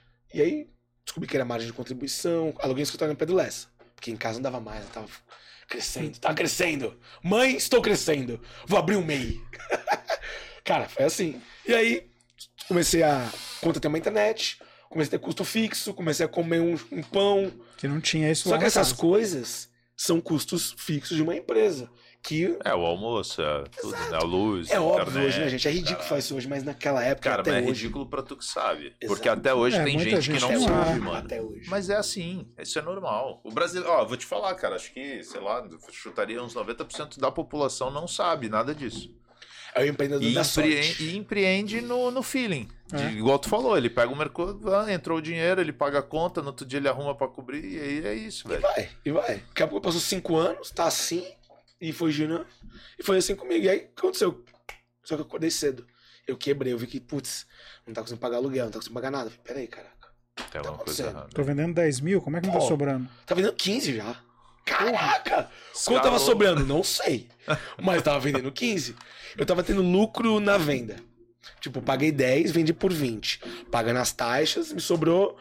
E aí, descobri que era margem de contribuição. Aluguei um escritório no Pedro Lessa. Porque em casa não dava mais, eu tava crescendo. Tava crescendo. Mãe, estou crescendo. Vou abrir um M E I. Cara, foi assim. E aí, comecei a contratar uma internet. Comecei a ter custo fixo. Comecei a comer um, um pão. Que não tinha isso Só lá que na essas casa. coisas são custos fixos de uma empresa. Que É, o almoço, é tudo, né? A luz, é a óbvio internet, hoje, né, gente? É ridículo cara. fazer isso hoje, mas naquela época, Cara, até mas é hoje... ridículo pra tu que sabe. Exato. Porque até hoje É, tem muita gente, gente que não não sabe, sabe. mano. Até hoje. Mas é assim, isso é normal. O brasileiro, ó, vou te falar, cara, acho que, sei lá, chutaria uns noventa por cento da população não sabe nada disso. É o empreendedor E, da empreende, sorte. e empreende no, no feeling. De- É. igual tu falou, ele pega o mercado, ah, entrou o dinheiro, ele paga a conta, no outro dia ele arruma pra cobrir, e aí é isso, E velho. vai, e vai. Daqui a pouco passou cinco anos, tá assim, e foi girando. E foi assim comigo. E aí, o que aconteceu? Só que eu acordei cedo. Eu quebrei, eu vi que, putz, não tá conseguindo pagar aluguel, não tá conseguindo pagar nada. Eu falei, peraí, caraca. Tem alguma coisa acontecendo? errada. Tô vendendo dez mil, como é que não tá Pô. sobrando? Tá vendendo quinze já. Caraca! Quanto Escalou. tava sobrando? Não sei. Mas tava vendendo quinze. Eu tava tendo lucro na venda. Tipo, paguei dez, vendi por vinte. Pagando as taxas, me sobrou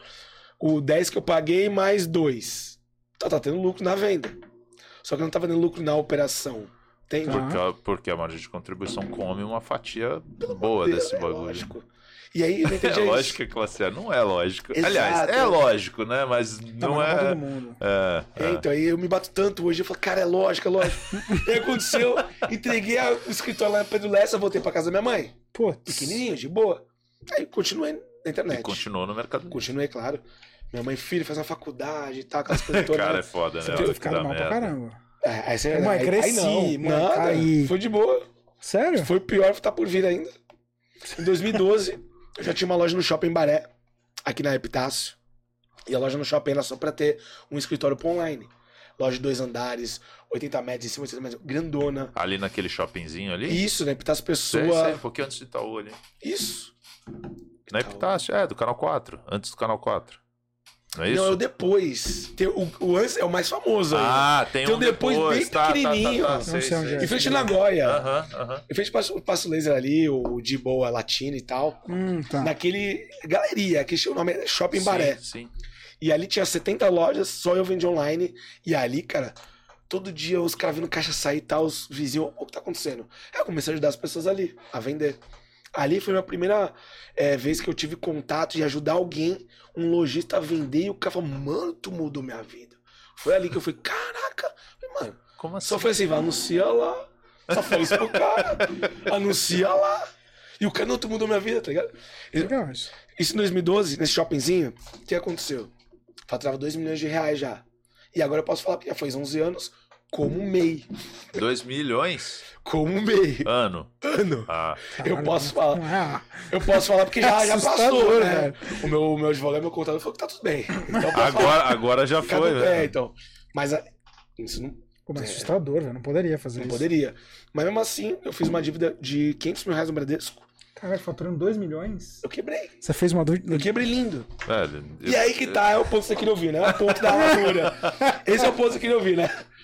o dez que eu paguei mais dois. Então tá tendo lucro na venda. Só que eu não tava tendo lucro na operação. Entende? Tá. Porque, a- porque a margem de contribuição come uma fatia boa desse É bagulho. lógico. E aí eu não É entendi isso. lógico que classe A não é lógico. Exato. Aliás, é lógico, né? Mas Tá, não mas é. pra todo mundo. É, É, é. então aí eu me bato tanto hoje, eu falo, cara, é lógico, é lógico. E aí aconteceu, entreguei a- o escritório lá na Pedro Lessa, voltei pra casa da minha mãe. Putz. Pequenininho, de boa. Aí continuei na internet. E continuou no mercado. Continuei, claro. Minha mãe, filho, faz uma faculdade e tal, aquelas coisas todas. Cara, né? é foda, né? Você Olha deve que ficar dá mal pra merda. caramba. É, aí você, Mãe, aí, cresci, aí não, mãe, nada, caí. foi de boa. Sério? Foi pior, tá por vir ainda. Em dois mil e doze, eu já tinha uma loja no Shopping Baré, aqui na Epitácio. E a loja no shopping era só pra ter um escritório pro online. Loja de dois andares, oitenta metros em cima, oitenta metros, grandona. Ali naquele shoppingzinho ali? Isso, na Epitácio Sei, Pessoa. sei, um pouquinho antes de Itaú ali. Isso. Na Epitácio, é, do Canal quatro. Antes do Canal quatro. Não é isso? Não, é o depois. Tem o, o antes é o mais famoso aí. Ah, tem, Tem um um depois, bem tá, pequenininho. Tá, tá, tá, Não sei, sei onde sei. é. Em frente à Nagoya. Aham, aham. Em frente ao Passo Laser ali, o de boa Latina e tal. Hum, tá. Naquele galeria, que o nome é Shopping Baré. Sim, sim. E ali tinha setenta lojas, só eu vendia online. E ali, cara, todo dia os caras vindo caixa sair e tal, os vizinhos, o que tá acontecendo? Aí eu comecei a ajudar as pessoas ali, a vender. Ali foi a minha primeira é, vez que eu tive contato de ajudar alguém, um lojista a vender, e o cara falou, mano, tu mudou minha vida. Foi ali que eu falei, caraca, falei, mano, Como assim? só foi assim, vai, anuncia lá. Só falei isso pro cara, anuncia lá. E o cara, não, tu mudou minha vida, tá ligado? Legal isso. Isso em dois mil e doze, nesse shoppingzinho, o que aconteceu? Faturava dois milhões de reais já. E agora eu posso falar que já faz onze anos, como um M E I. dois milhões? Como um M E I. Ano. Ano. Ah, Eu posso falar. Ah, Eu posso falar porque já, já Assustador, passou, né? velho. O meu, meu advogado, meu contador falou que tá tudo bem. Então eu posso agora, falar. agora já Fica foi, tudo bem, velho. então. Mas a- isso não, pô, mas É. assustador, velho. Não poderia fazer não isso. poderia. Mas mesmo assim, eu fiz uma dívida de quinhentos mil reais no Bradesco. Caralho, faturando dois milhões? Eu quebrei. Você fez uma dúvida. Eu quebrei lindo. Velho, E aí que tá, é o ponto que você queria ouvir, né? É o ponto da armadura. Esse é o ponto que você queria ouvir, né?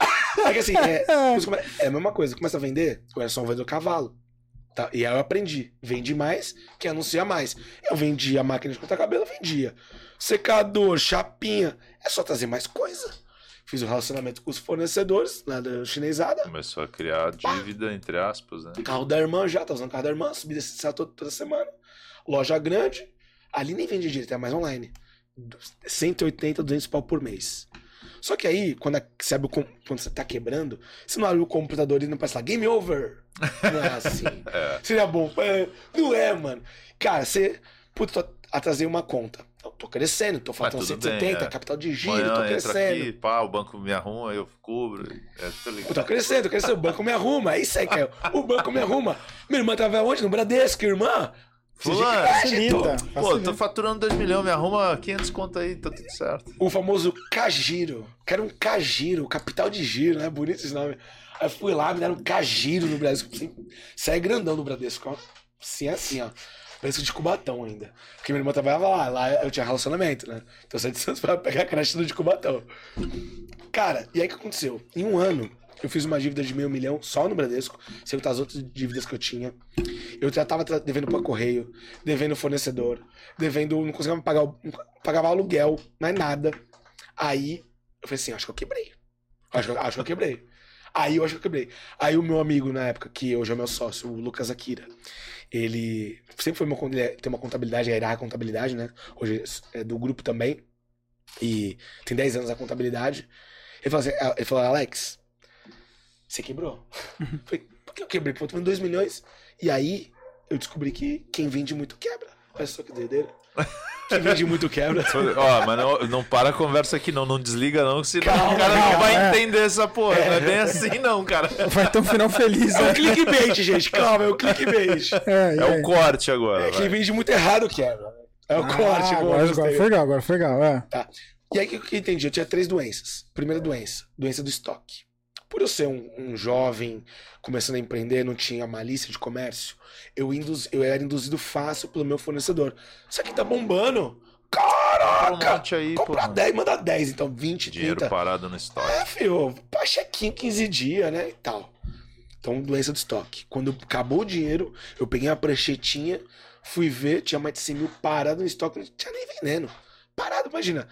É que assim, é, é a mesma coisa. Começa a vender, eu era só um vendedor cavalo. Tá? E aí eu aprendi. Vende mais, que anuncia mais. Eu vendia máquina de cortar cabelo, eu vendia. Secador, chapinha. É só trazer mais coisa. Fiz um relacionamento com os fornecedores, nada chinesada. começou a criar dívida, entre aspas, né? Carro da irmã já, tá usando o carro da irmã, subi desse toda, toda semana. Loja grande. Ali nem vende direito, é mais online. cento e oitenta, duzentos pau por mês. Só que aí, quando, a- você abre o com- quando você tá quebrando, você não abre o computador e não parece lá, game over. Não é assim. Seria bom. É, não é, mano. Cara, você. Putz, tô, atrasei uma conta. Eu tô crescendo, tô faltando tudo cento e setenta, bem, é. capital de giro, Amanhã tô entra crescendo. aqui, pá, o banco me arruma, eu cubro. É, tô Eu ligado. tô crescendo, tô crescendo. O banco me arruma. É isso aí, Caio. O banco me arruma. Minha irmã tava onde? No Bradesco, irmã. Fulano, Facilita. Pô, facilita. tô faturando dois milhões, me arruma quinhentos conto aí, tá tudo certo. O famoso Cagiro. Quero um Cagiro, capital de giro, né? Bonito esse nome. Aí eu fui lá, me deram um Cagiro no Bradesco. Sai grandão no Bradesco, ó. Sim, assim, ó. Bradesco de Cubatão ainda. Porque minha irmã trabalhava lá, lá eu tinha relacionamento, né? Então eu saí de Santos pra pegar crédito de Cubatão. Cara, e aí o que aconteceu? Em um ano, eu fiz uma dívida de meio milhão só no Bradesco, sem contar as outras dívidas que eu tinha. Eu já tava tra- devendo pra correio, devendo fornecedor, devendo, não conseguia pagar, o- não pagava aluguel, mais nada. Aí, eu falei assim, acho que eu quebrei. Acho, que eu- acho que eu quebrei. Aí eu acho que eu quebrei. Aí o meu amigo na época, que hoje é meu sócio, o Lucas Akira, ele sempre foi meu, con- ele tem uma contabilidade, a Iraha Contabilidade, né? Hoje é do grupo também. E tem dez anos a contabilidade. Ele falou assim, ele falou, Alex, você quebrou. Eu falei, por que eu quebrei? Porque eu tô vendo dois milhões. E aí eu descobri que quem vende muito quebra. Olha só que doideira. Quem vende muito quebra. Ó, mas não, não para a conversa aqui não, não desliga não, senão Calma, o cara não calma, vai é. entender essa porra. Não é bem assim não, cara. Vai ter um final feliz, É o né? clickbait, gente. Calma, é o clickbait. É, e É aí? o corte agora. É, quem vai. vende muito errado quebra. É o Ah, corte. bom, agora, gostei. agora foi legal, agora foi legal, é. Tá. E aí o que que eu entendi? Eu tinha três doenças. Primeira doença, doença do estoque. Por eu ser um, um jovem começando a empreender, não tinha malícia de comércio, eu, induz, eu era induzido fácil pelo meu fornecedor. Isso aqui tá bombando. Compra um Caraca! monte aí, Compra pô. dez, manda dez, então vinte, Dinheiro trinta. parado no estoque. É, filho, pá, chequinho quinze dias, né, e tal. Então, doença do estoque. Quando acabou o dinheiro, eu peguei uma pranchetinha, fui ver, tinha mais de cem mil parado no estoque, não tinha nem veneno. Parado, imagina.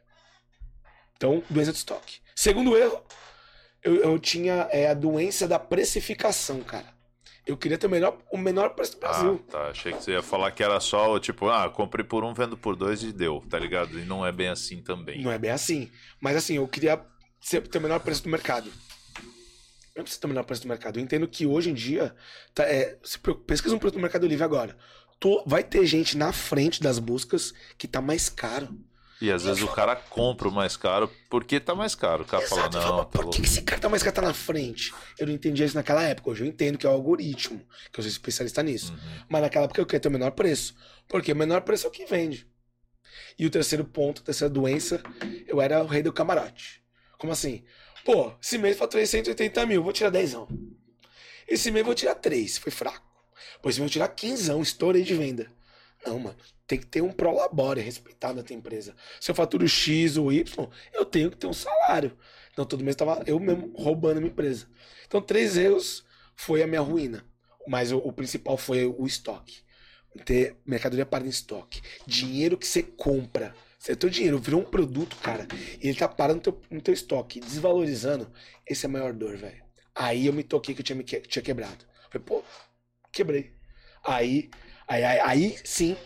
Então, doença do estoque. Segundo erro, eu, eu tinha é, a doença da precificação, cara. Eu queria ter o, melhor, o menor preço do Ah, Brasil. tá. Achei que você ia falar que era só, tipo, ah, comprei por um, vendo por dois e deu, tá ligado? E não é bem assim também. Não é bem assim. Mas assim, eu queria sempre ter o menor preço do mercado. Eu não preciso ter o menor preço do mercado. Eu entendo que hoje em dia, tá, é, se pesquisa um produto no Mercado Livre agora. Tô, vai ter gente na frente das buscas que tá mais caro. E às vezes o cara compra o mais caro porque tá mais caro. O cara fala, Exato, eu não, falo, tá por louco. que que esse cara tá mais caro tá na frente? Eu não entendia isso naquela época. Hoje eu entendo que é o algoritmo, que eu sou especialista nisso. Uhum. Mas naquela época eu queria ter o menor preço. Porque o menor preço é o que vende. E o terceiro ponto, a terceira doença, eu era o rei do camarote. Como assim? Pô, esse mês eu faturei cento e oitenta mil, vou tirar dezão. Esse mês eu vou tirar três, foi fraco. Pô, esse mês eu vou tirar quinzão, estourei de venda. Não, mano. Tem que ter um prolabore respeitado da tua empresa. Se eu faturo X ou Y, eu tenho que ter um salário. Então todo mês tava eu mesmo roubando a minha empresa. Então três erros foi a minha ruína. Mas o, o principal foi o estoque. Ter mercadoria parada em estoque. Dinheiro que você compra. Se teu dinheiro virou um produto, cara, e ele tá parado no teu, no teu estoque, desvalorizando, esse é a maior dor, velho. Aí eu me toquei que eu tinha, me que, tinha quebrado. Falei, pô, quebrei. Aí, aí, aí, aí sim,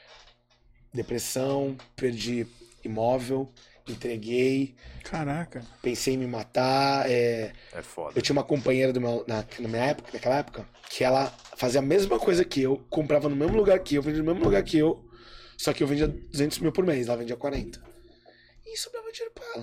depressão, perdi imóvel, entreguei. Caraca. Pensei em me matar. É, É foda. eu tinha uma companheira do meu, na, na minha época, naquela época, que ela fazia a mesma coisa que eu, comprava no mesmo lugar que eu, vendia no mesmo lugar que eu, só que eu vendia duzentos mil por mês, ela vendia quarenta. E sobrava dinheiro pra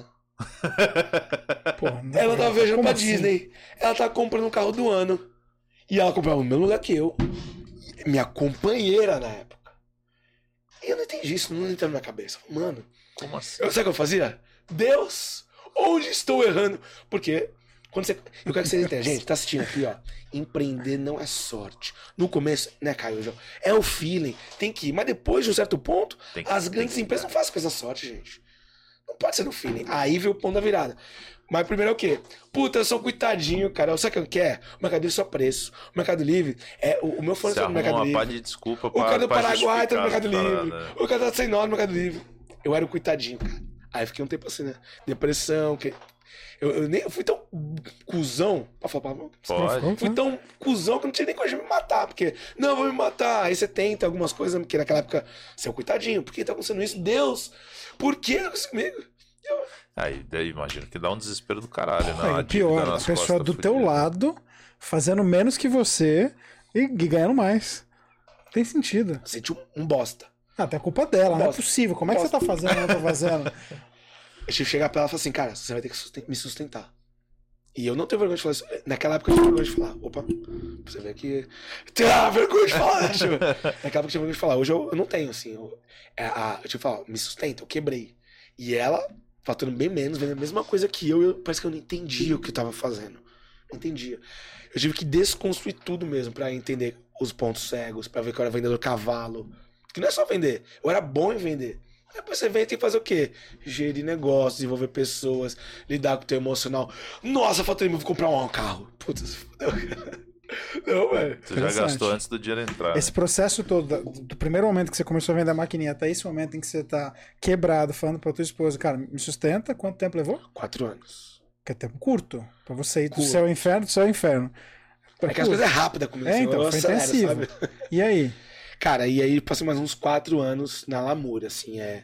ela. Porra, não- Ela tava viajando como pra assim? Disney. Ela tava comprando o carro do ano. E ela comprava no mesmo lugar que eu. Minha companheira na época. E eu não entendi isso, não entrou na minha cabeça. Mano, Como assim? eu, sabe o que eu fazia? Deus, onde estou errando? Porque quando você. Eu quero que vocês entendam, gente, tá assistindo aqui, ó. Empreender não é sorte. No começo, né, Caio? É o feeling, tem que ir. Mas depois de um certo ponto, Tem que- as tem grandes que- empresas não fazem coisa sorte, gente. Não pode ser no feeling. Aí veio o ponto da virada. Mas primeiro é o quê? Puta, eu sou um coitadinho, cara. Sabe o que eu quero? O Mercado Livre só preço. O Mercado Livre é. O, o meu Você fornecedor no arruma Mercado uma pá Livre. de desculpa O pra, cara do pra Paraguai tá no Mercado justificar Livre. as paradas. O cara tá sem nó no Mercado Livre. Eu era o coitadinho, cara. Aí fiquei um tempo assim, né? Depressão. Que... Eu, eu, nem, eu fui tão cuzão. Pra falar palavrão? Pode. Fui tão cuzão que eu não tinha nem coragem de me matar. Porque, não, eu vou me matar. Aí você tenta algumas coisas, porque naquela época você é um coitadinho. Por que tá acontecendo isso? Deus, por que isso comigo? Eu... Aí, daí imagino que dá um desespero do caralho, Aí, não? o pior, a pessoa do teu lado fazendo menos que você e ganhando mais. Tem sentido. Senti um, um bosta. Ah, tem a culpa dela, não é Bosta. possível. Como é que você tá fazendo e eu não tô fazendo? Eu tive que chegar pra ela e falar assim, cara, você vai ter que susten- me sustentar. E eu não tenho vergonha de falar isso. Naquela época eu tinha vergonha de falar. Opa, pra você ver que. Tem ah, vergonha de falar, né, tio? Naquela época eu tinha vergonha de falar. Hoje eu, eu não tenho, assim. Eu, é, a, eu tive que falar, me sustenta, eu quebrei. E ela, faturando bem menos, vendo a mesma coisa que eu, eu, parece que eu não entendia o que eu tava fazendo. Não entendia. Eu tive que desconstruir tudo mesmo pra entender os pontos cegos, pra ver que eu era vendedor cavalo. Que não é só vender, eu era bom em vender. Depois você vem e tem que fazer o quê? Gerir negócios, desenvolver pessoas, lidar com o teu emocional. Nossa, faturei, vou comprar um carro. Puta, se fudeu. Não, velho. Você já Interessante. gastou antes do dinheiro entrar. Esse né? processo todo, da- do primeiro momento que você começou a vender a maquininha até esse momento em que você tá quebrado, falando pra tua esposa, cara, me sustenta, quanto tempo levou? Quatro anos. Que é tempo curto. Pra você ir do Curto. céu ao inferno, do céu ao inferno. É que as coisas é rápida comigo. É, assim, então, eu foi acelero, intensivo. sabe? E aí? Cara, e aí passei mais uns quatro anos na lamúria, assim, é.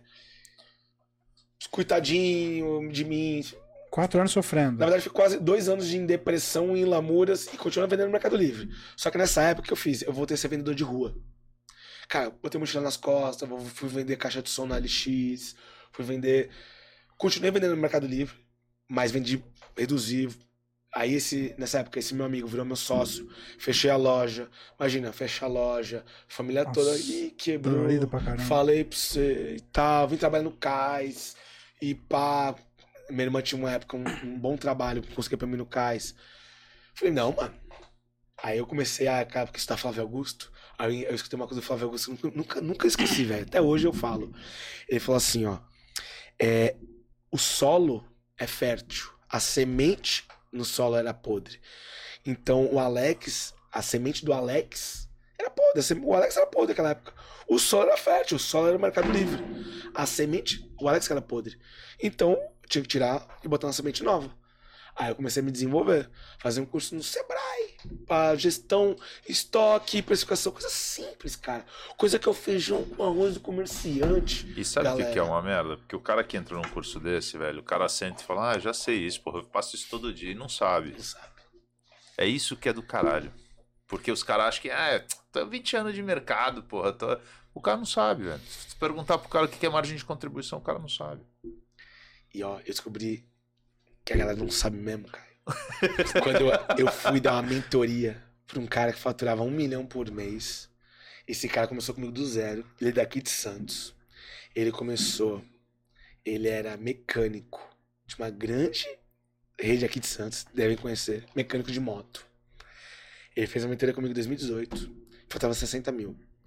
Coitadinho de mim. Quatro anos sofrendo. Na verdade, fui quase dois anos de depressão em lamúrias e continuando vendendo no Mercado Livre. Só que nessa época que eu fiz, eu voltei a ser vendedor de rua. Cara, botei mochila nas costas, vou- fui vender caixa de som na L X, fui vender. Continuei vendendo no Mercado Livre, mas vendi, reduzi. Aí esse, nessa época, esse meu amigo virou meu sócio, fechei a loja. Imagina, fecha a loja, família Nossa, toda, ih, quebrou. dolorido pra caramba. Falei pra você e tal, vim trabalhar no Cais e pá. Minha irmã tinha uma época um, um bom trabalho, conseguia pra mim no Cais. Falei, não, mano. Aí eu comecei a, cara, porque estudar Flávio Augusto. Aí eu escutei uma coisa do Flávio Augusto, que eu nunca, nunca, nunca esqueci, velho. Até hoje eu falo. Ele falou assim, ó. É, o solo é fértil. A semente no solo era podre. Então o Alex, a semente do Alex era podre. A seme- O Alex era podre naquela época. O solo era fértil, o solo era o Mercado Livre. A semente, o Alex que era podre. Então eu tinha que tirar e botar uma semente nova. Aí eu comecei a me desenvolver, fazer um curso no Sebrae, pra gestão, estoque, precificação, coisa simples, cara. Coisa que é o feijão com arroz do comerciante. E sabe o que, galera. que é uma merda? Porque o cara que entra num curso desse, velho, o cara senta e fala, ah, já sei isso, porra, eu faço isso todo dia e não sabe. Não sabe. É isso que é do caralho. Porque os caras acham que, ah, tô vinte anos de mercado, porra. Tô... O cara não sabe, velho. Se tu perguntar pro cara o que é margem de contribuição, o cara não sabe. E ó, eu descobri que a galera não sabe mesmo, cara. Quando eu, eu fui dar uma mentoria pra um cara que faturava um milhão por mês. Esse cara começou comigo do zero. Ele é daqui de Santos. Ele começou. Ele era mecânico de uma grande rede aqui de Santos. Devem conhecer. Mecânico de moto. Ele fez a mentoria comigo em dois mil e dezoito. Faltava sessenta mil.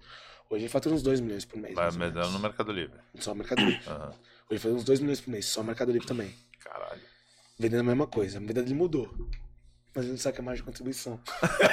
Hoje ele fatura uns dois milhões por mês. Vai mais ou menos. medando no Mercado Livre. Só Mercado Livre. Aham. Hoje ele faz uns dois milhões por mês, só Mercado Livre também. Caralho. Vendendo a mesma coisa. A venda dele mudou. Mas ele não sabe que é mais de contribuição.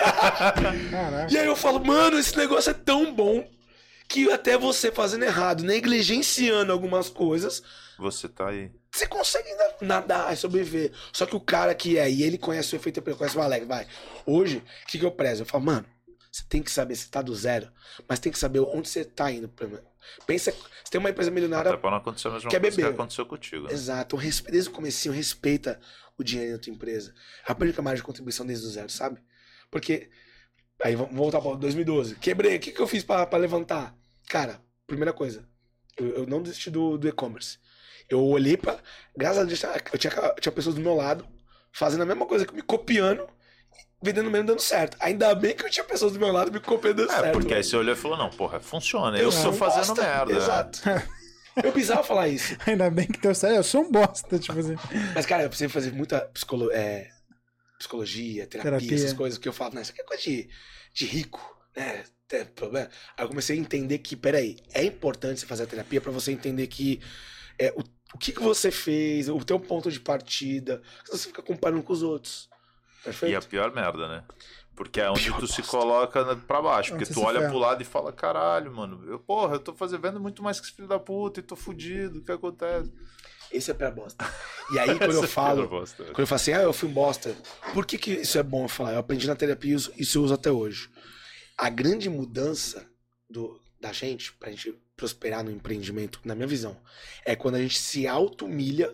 Caraca. E aí eu falo, mano, esse negócio é tão bom que até você fazendo errado, negligenciando algumas coisas, Você tá aí. você consegue ainda nadar e sobreviver. Só que o cara que é, e ele conhece o efeito, ele conhece o Alex, vai. Hoje, o que, que eu prezo? Eu falo, mano, você tem que saber, você tá do zero, mas tem que saber onde você tá indo. Pensa, você tem uma empresa milionária. Até pra não acontecer a mesma quer coisa que beber. aconteceu contigo. Né? Exato, respe- desde o comecinho, respeita o dinheiro da tua empresa. Aprende com a margem de contribuição desde o zero, sabe? Porque, aí vamos voltar para dois mil e doze. Quebrei, o que, que eu fiz pra pra levantar? Cara, primeira coisa, eu, eu não desisti do, do e-commerce. Eu olhei pra. Graças a Deus, eu tinha, eu tinha pessoas do meu lado fazendo a mesma coisa que me copiando, vendendo mesmo dando certo. Ainda bem que eu tinha pessoas do meu lado me copiando dando É, certo. porque aí velho. você olhou e falou, não, porra, funciona. Eu, Eu tô sou um fazendo bosta. merda. Exato. Eu precisava falar isso. Ainda bem que deu certo. Eu sou um bosta, tipo assim. Mas, cara, eu precisei fazer muita psicolo é, psicologia, terapia, Terapia. essas coisas que eu falo, né? Isso aqui é coisa de, de rico, né? Tem problema. Aí eu comecei a entender que, peraí, é importante você fazer a terapia pra você entender que é, o, o que, que você fez, o teu ponto de partida, você fica comparando com os outros. Perfeito? E a pior merda, né? Porque é onde Pior tu se bosta. coloca na- pra baixo. Onde Porque você tu se olha ferra. pro lado e fala, caralho, mano, eu, porra, eu tô fazendo vendo muito mais que esse filho da puta e tô fudido, o que acontece? Esse é pra bosta. E aí, quando eu Essa falo, filha da bosta. quando eu falo assim, ah, eu fui um bosta, por que, que isso é bom eu falar? Eu aprendi na terapia e uso- isso eu uso até hoje. A grande mudança do, da gente, pra gente prosperar no empreendimento, na minha visão, é quando a gente se auto-humilha,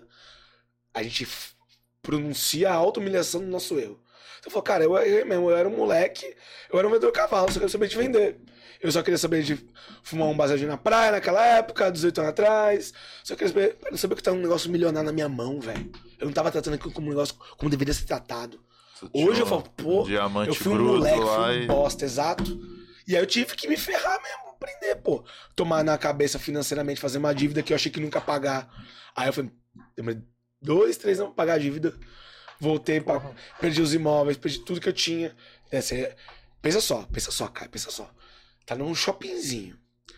a gente f- pronuncia a auto-humilhação do nosso erro. Então eu falo, cara, eu errei mesmo, eu era um moleque, eu era um vendedor de cavalo, só queria saber de vender. Eu só queria saber de fumar um baseadinho na praia naquela época, dezoito anos atrás. Só queria saber, eu não sabia que tava um negócio milionário na minha mão, velho. Eu não tava tratando aquilo como um negócio como deveria ser tratado. Tu tinha Hoje eu um falo, pô, diamante eu fui um bruto moleque, lá fui um e... bosta, exato. E aí eu tive que me ferrar mesmo, aprender, pô. Tomar na cabeça financeiramente, fazer uma dívida que eu achei que nunca ia pagar. Aí eu falei, demorei dois, três anos pra pagar a dívida. Voltei, pra, perdi os imóveis, perdi tudo que eu tinha. É, cê- pensa só, pensa só, cara, pensa só. Tá num shoppingzinho.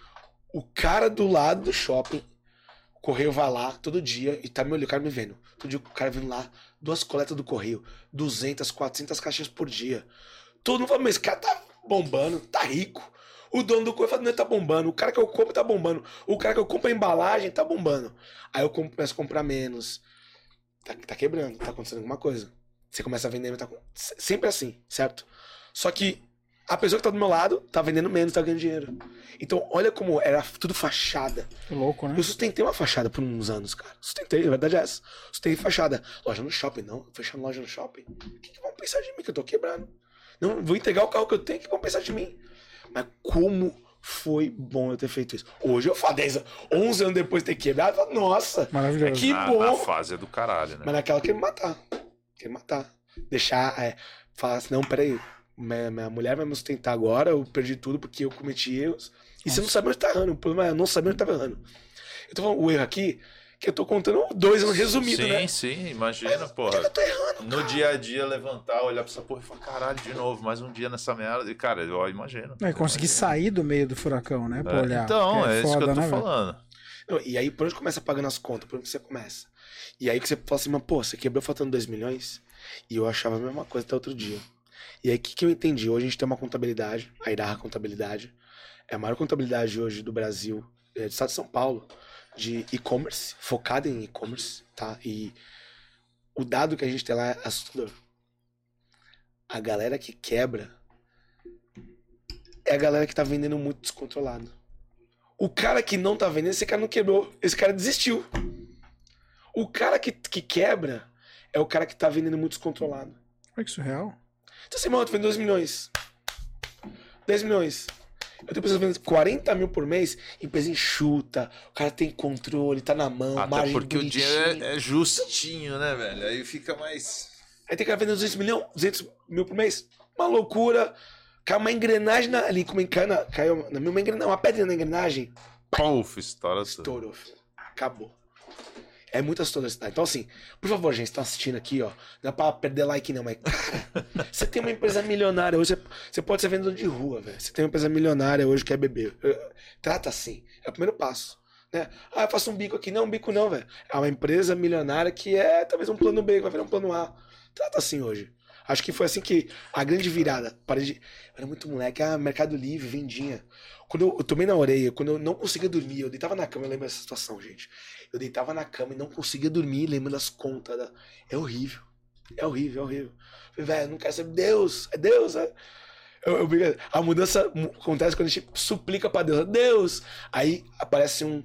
O cara do lado do shopping, o correio vai lá todo dia e tá me olhando, o cara me vendo. Todo dia o cara vindo lá, duas coletas do correio, duzentas, quatrocentas caixinhas por dia. Todo mundo fala, mas esse cara tá bombando, tá rico. O dono do correio fala, não, ele tá bombando. O cara que eu compro tá bombando. O cara que eu compro a embalagem tá bombando. Aí eu compro- começo a comprar menos. Tá, tá quebrando, tá acontecendo alguma coisa. Você começa a vender, tá, sempre assim, certo? Só que a pessoa que tá do meu lado tá vendendo menos, tá ganhando dinheiro. Então, olha como era tudo fachada. Que louco, né? Eu sustentei uma fachada por uns anos, cara. Sustentei, a verdade é essa. Sustentei fachada. Loja no shopping, não. Fechando loja no shopping. O que, que vão pensar de mim que eu tô quebrando? Não, vou entregar o carro que eu tenho, o que vão pensar de mim? Mas como foi bom eu ter feito isso? Hoje eu falo, dez, onze anos depois de ter quebrado, eu falo, nossa, Maravilhoso. que na, bom. na fase é do caralho, né? Mas naquela que ele me matar. Quer me matar. Deixar, é, falar assim, não, peraí, minha, minha mulher vai me sustentar agora, eu perdi tudo porque eu cometi erros. E você não sabe onde tá errando. O problema é eu não saber onde tava errando. Eu tô falando, o erro aqui, que eu tô contando dois anos resumido, sim, né? sim, imagina, Por que porra. eu tô errando, No cara? dia a dia, levantar, olhar pra essa porra e falar, caralho, de novo, mais um dia nessa merda. E, cara, eu imagino. É, conseguir sair do meio do furacão, né? Pra É, olhar. então, porque é, isso que eu tô né, velho? falando. Não, e aí, por onde começa pagando as contas? Por onde você começa? E aí que você fala assim, mas pô, você quebrou faltando dois milhões? E eu achava a mesma coisa até outro dia. E aí, o que, que eu entendi? Hoje a gente tem uma contabilidade, a Iraha Contabilidade. É a maior contabilidade hoje do Brasil, é, do estado de São Paulo, de e-commerce, focada em e-commerce, tá? E o dado que a gente tem lá é assustador. A galera que quebra é a galera que tá vendendo muito descontrolado. O cara que não tá vendendo, esse cara não quebrou, esse cara desistiu. O cara que, que quebra é o cara que tá vendendo muito descontrolado. Olha que surreal. Então assim, mano, eu tô vendendo dois milhões. dez milhões. Eu tenho pessoas vendendo quarenta mil por mês, empresa enxuta, o cara tem controle, tá na mão, Até margem porque o bonitinha. dinheiro é, é justinho, né, velho? Aí fica mais... Aí tem cara vendendo duzentos milhões, duzentos mil por mês. Uma loucura. Caiu uma engrenagem na, ali, como encana, caiu na uma engrenagem, uma pedra na engrenagem. Puf, estoura tudo. Estourou, filho. Acabou. É muito assustador esse dado. Então, assim, por favor, gente, estão assistindo aqui, ó. Não é pra perder like, não, mas, cara, você tem uma empresa milionária hoje, você, você pode ser vendedor de rua, velho. Você tem uma empresa milionária hoje que é beber. Trata assim. É o primeiro passo. Né? Ah, eu faço um bico aqui. Não, um bico não, velho. É uma empresa milionária que é talvez um plano B, que vai virar um plano A. Trata assim hoje. Acho que foi assim que a grande virada. Parei de... Eu era muito moleque. Ah, Mercado Livre, vendinha. Quando eu, eu tomei na orelha, quando eu não conseguia dormir, eu deitava na cama, eu lembro dessa situação, gente. Eu deitava na cama e não conseguia dormir, lembrando das contas. Da... É horrível. É horrível, é horrível. Falei, velho, não quero saber. Deus, é Deus, é. Eu, eu, a mudança acontece quando a gente suplica pra Deus. Deus! Aí aparece um,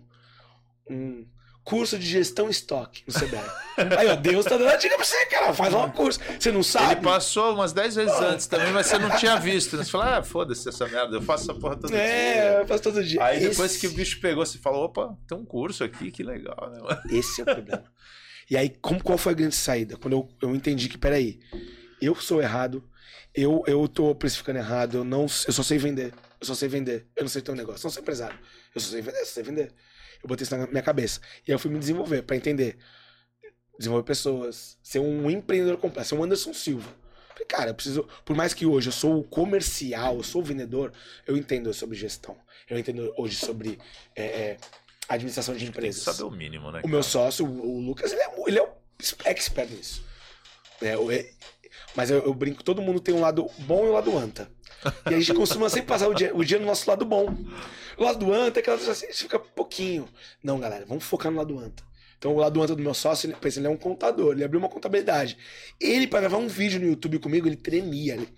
um curso de gestão em estoque no C B R. Aí, ó, Deus tá dando a dica pra você, cara. Faz um curso. Você não sabe? Ele passou umas dez vezes oh. antes também, mas você não tinha visto. Você falou, ah, foda-se essa merda, eu faço essa porra todo é, dia. É, eu faço todo dia. Aí depois Esse... que o bicho pegou, você falou, opa, tem um curso aqui, que legal, né, mano? Esse é o problema. E aí, como, qual foi a grande saída? Quando eu, eu entendi que, peraí, eu sou errado, eu, eu tô precificando errado, eu, não, eu só sei vender. Eu só sei vender. Eu não sei ter um negócio, eu não sou empresário. Eu só sei vender, eu só sei vender. Eu botei isso na minha cabeça. E aí eu fui me desenvolver pra entender. Desenvolver pessoas. Ser um empreendedor completo. Ser um Anderson Silva. Falei, cara, eu preciso... Por mais que hoje eu sou o comercial, eu sou o vendedor, eu entendo sobre gestão. Eu entendo hoje sobre é, é, administração de empresas. Tem que saber o mínimo, né? O cara? meu sócio, o Lucas, ele é, ele é o expert nisso. É, é, mas eu, eu brinco, todo mundo tem um lado bom e um lado anta. E a gente costuma sempre passar o dia, o dia no nosso lado bom. O lado do anta é aquela coisa assim, a gente fica pouquinho. Não, galera, vamos focar no lado anta. Então o lado anta do meu sócio, ele, pensa, ele é um contador, ele abriu uma contabilidade. Ele, para gravar um vídeo no YouTube comigo, ele tremia. Ele...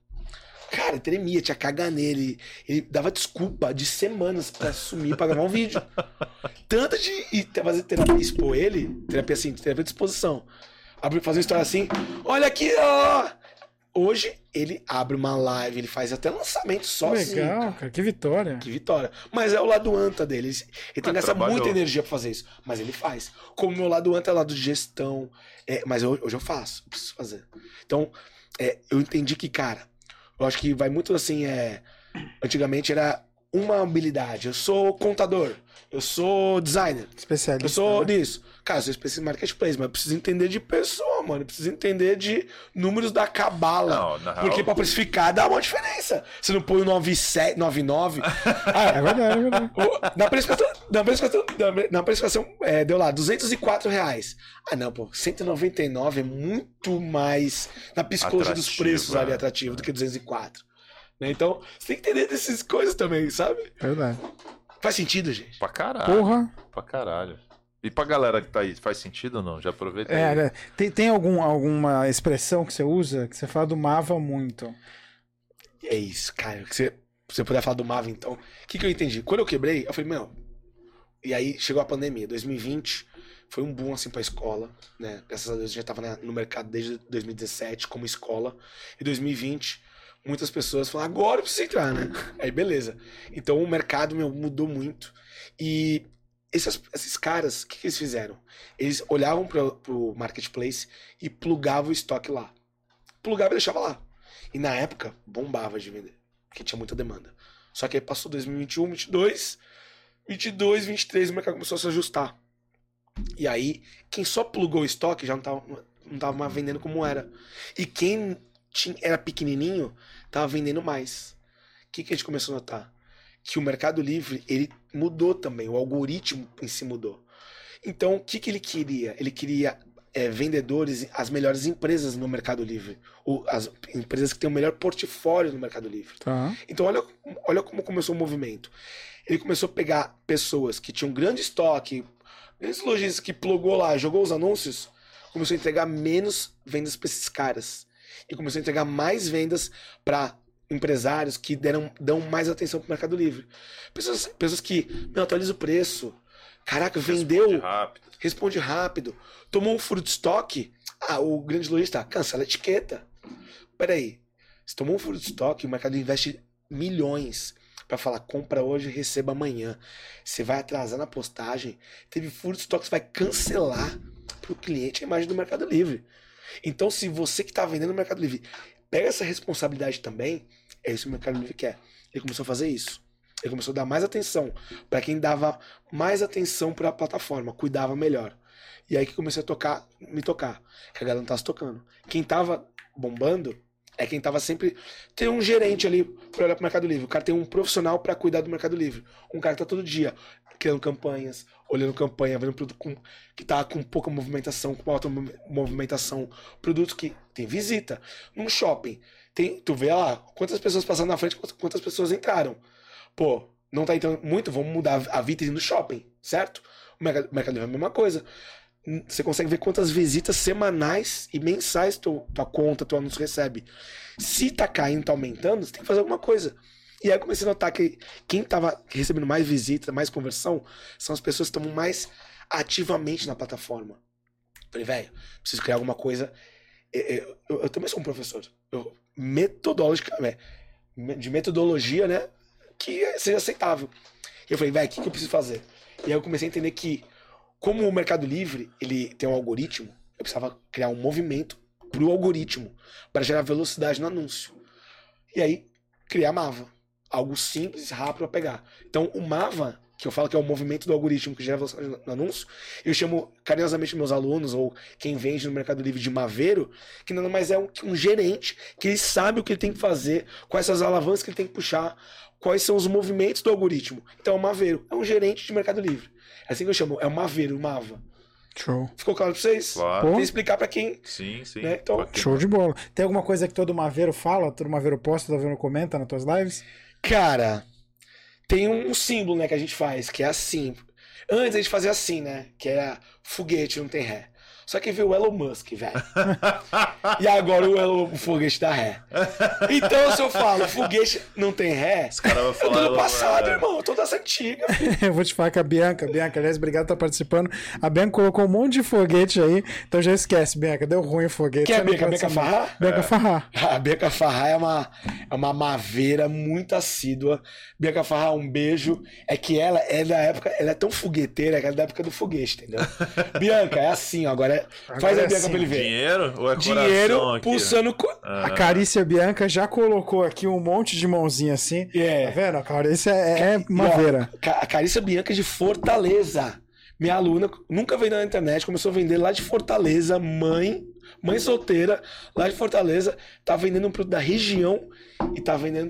Cara, ele tremia, tinha caganeira. Ele, ele dava desculpa de semanas pra sumir pra gravar um vídeo. Tanto de ir fazer terapia, expor ele, terapia assim, terapia de exposição. Fazer uma história assim, olha aqui, ó. Hoje ele abre uma live, ele faz até lançamento sozinho. Legal, cara. cara, que vitória. Que vitória. Mas é o lado anta dele. Ele, ele tem que gastar muita energia pra fazer isso. Mas ele faz. Como o meu lado anta é o lado de gestão. É, mas eu, hoje eu faço, eu preciso fazer. Então, é, eu entendi que, cara, eu acho que vai muito assim, é... Antigamente era uma habilidade. Eu sou contador. Eu sou designer. Especialista. Eu sou né? disso. Cara, eu sou especialista em marketplace, mas eu preciso entender de pessoa, mano. Eu preciso entender de números da cabala. Não, na porque real... pra precificar dá uma diferença. Você não põe o nove sete, nove nove. Ah, é verdade, é verdade. Na precificação, na precificação, na precificação é, deu lá duzentos e quatro reais. Ah, não, pô. cento e noventa e nove é muito mais na psicologia atrativo, dos preços é. ali atrativo do que duzentos e quatro. Né? Então, você tem que entender dessas coisas também, sabe? Verdade. Faz sentido, gente? Pra caralho. Porra. Pra caralho. E pra galera que tá aí, faz sentido ou não? Já aproveita é, aí. É, tem, tem algum, alguma expressão que você usa que você fala do Mava muito? É isso, cara. Se você, você puder falar do Mava, então. O que, que eu entendi? Quando eu quebrei, eu falei, meu... E aí chegou a pandemia. dois mil e vinte foi um boom, assim, pra escola, né? Graças a Deus, eu já tava no mercado desde dois mil e dezessete como escola. E dois mil e vinte... Muitas pessoas falam, agora eu preciso entrar, né? Aí, beleza. Então, o mercado meu, mudou muito. E esses, esses caras, o que, que eles fizeram? Eles olhavam para o marketplace e plugavam o estoque lá. Plugava e deixava lá. E, na época, bombava de vender. Porque tinha muita demanda. Só que aí passou dois mil e vinte e um, vinte e dois, vinte e dois, vinte e três, o mercado começou a se ajustar. E aí, quem só plugou o estoque já não estava não tava mais vendendo como era. E quem... era pequenininho, tava vendendo mais. O que, que a gente começou a notar? Que o Mercado Livre, ele mudou também, o algoritmo em si mudou. Então, o que, que ele queria? Ele queria é, vendedores, as melhores empresas no Mercado Livre, ou as empresas que têm o melhor portfólio no Mercado Livre. Tá. Então, olha, olha como começou o movimento. Ele começou a pegar pessoas que tinham grande estoque, grandes lojistas que plugou lá, jogou os anúncios, começou a entregar menos vendas para esses caras. E começou a entregar mais vendas para empresários que deram, dão mais atenção para o Mercado Livre. Pessoas, pessoas que, meu, atualiza o preço. Caraca, vendeu. Responde rápido. Responde rápido. Tomou um furo de estoque. Ah, o grande lojista, cancela a etiqueta. Peraí. Se tomou um furo de estoque, o mercado investe milhões para falar, compra hoje e receba amanhã. Você vai atrasar na postagem. Teve furo de estoque, você vai cancelar para o cliente a imagem do Mercado Livre. Então, se você que está vendendo no Mercado Livre pega essa responsabilidade também, é isso que o Mercado Livre quer. Ele começou a fazer isso. Ele começou a dar mais atenção para quem dava mais atenção para a plataforma, cuidava melhor. E aí que comecei a tocar, me tocar. Que a galera não tava se tocando. Quem tava bombando é quem tava sempre... Tem um gerente ali pra olhar pro Mercado Livre. O cara tem um profissional pra cuidar do Mercado Livre. Um cara que tá todo dia criando campanhas, olhando campanha, vendo produto com, que tá com pouca movimentação, com alta movimentação. Produtos que tem visita. Num shopping, tem, tu vê lá quantas pessoas passaram na frente, quantas pessoas entraram. Pô, não tá entrando muito, vamos mudar a vitrine do shopping, certo? O Mercado, o Mercado Livre é a mesma coisa. Você consegue ver quantas visitas semanais e mensais tu, tua conta, teu anúncio recebe. Se tá caindo, tá aumentando, você tem que fazer alguma coisa. E aí eu comecei a notar que quem tava recebendo mais visita, mais conversão, são as pessoas que estão mais ativamente na plataforma. Falei, velho, preciso criar alguma coisa. Eu, eu, eu, eu também sou um professor. Eu, metodológica, de metodologia, né? Que seja aceitável. E eu falei, velho, o que, que eu preciso fazer? E aí eu comecei a entender que, como o Mercado Livre ele tem um algoritmo, eu precisava criar um movimento pro algoritmo para gerar velocidade no anúncio. E aí, criar Mava. Algo simples, rápido a pegar. Então, o Mava, que eu falo que é o movimento do algoritmo que gera velocidade no anúncio, eu chamo carinhosamente meus alunos, ou quem vende no Mercado Livre de Maveiro, que nada mais é um, um gerente, que ele sabe o que ele tem que fazer, quais são as alavancas que ele tem que puxar, quais são os movimentos do algoritmo. Então, é o Maveiro, é um gerente de Mercado Livre. É assim que eu chamo, é o Maveiro, o Mava. Show. Ficou claro pra vocês? Claro. Tem que explicar pra quem. Sim, sim. Né? Então, Pra quem- Show de bola. Tem alguma coisa que todo Maveiro fala, todo Maveiro posta, todo Maveiro comenta nas tuas lives? cara, tem um símbolo, né, que a gente faz, que é assim. Antes a gente fazia assim, né? Que era foguete, não tem ré. Só que veio o Elon Musk, velho. E agora o, Elon, o foguete dá ré. Então, se eu falo foguete não tem ré, Os caras vão eu tô falar. no passado, é, irmão. Eu tô dessa antiga. Eu vou te falar que a Bianca, Bianca, aliás, obrigado por estar participando. A Bianca colocou um monte de foguete aí, então já esquece, Bianca, deu ruim o foguete. Quem é Você a não Bianca? pode Bianca saber. Farrar? Bianca Farrar. A Bianca Farrar é uma, é uma maveira muito assídua. Bianca Farrar, um beijo. É que ela é da época, ela é tão fogueteira que ela é da época do foguete, entendeu? Bianca, é assim, ó. Agora é, Agora faz é a Bianca assim. pra ele ver. Dinheiro ou é Dinheiro coração aqui? pulsando. Co... Ah, A Carícia Bianca já colocou aqui um monte de mãozinha assim. É. Tá vendo? A Carícia é, é maveira. E, ó, a Carícia Bianca de Fortaleza. Minha aluna nunca vendeu na internet, começou a vender lá de Fortaleza, mãe, mãe solteira, lá de Fortaleza, tá vendendo um produto da região e tá vendendo.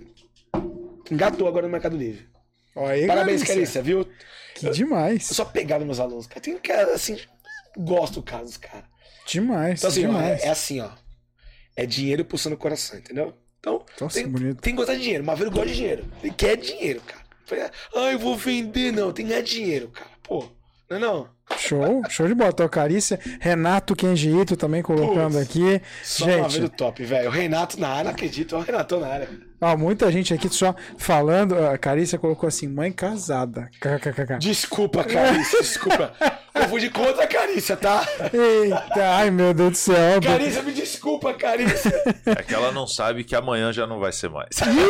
Engatou agora no Mercado Livre. Ó, aí, Parabéns, Carícia, viu? Que demais. Eu sou apegado nos meus alunos. Cara, tem cara assim, gosto do caso dos caras. Demais. Então, assim, ó, demais. é, é assim, ó. É dinheiro pulsando o coração, entendeu? Então, Nossa, tem, bonito. tem que gostar de dinheiro. Maveiro gosta de dinheiro. Ele quer dinheiro, cara. Ah, eu vou vender, não. Tem que ganhar dinheiro, cara. Pô, não é não? Show, show de bola. Então, Carícia, Renato Kenjiito também colocando Putz, aqui. Só Gente, Maveiro top, velho. O Renato na área, não acredito. O Renato na área. ó, muita gente aqui só falando. A Carícia colocou assim: mãe casada. KKKK. Desculpa, Carícia, desculpa. Eu fui de contra a Carícia, tá? Eita, ai meu Deus do céu. Carícia, me desculpa, Carícia. É que ela não sabe que amanhã já não vai ser mais.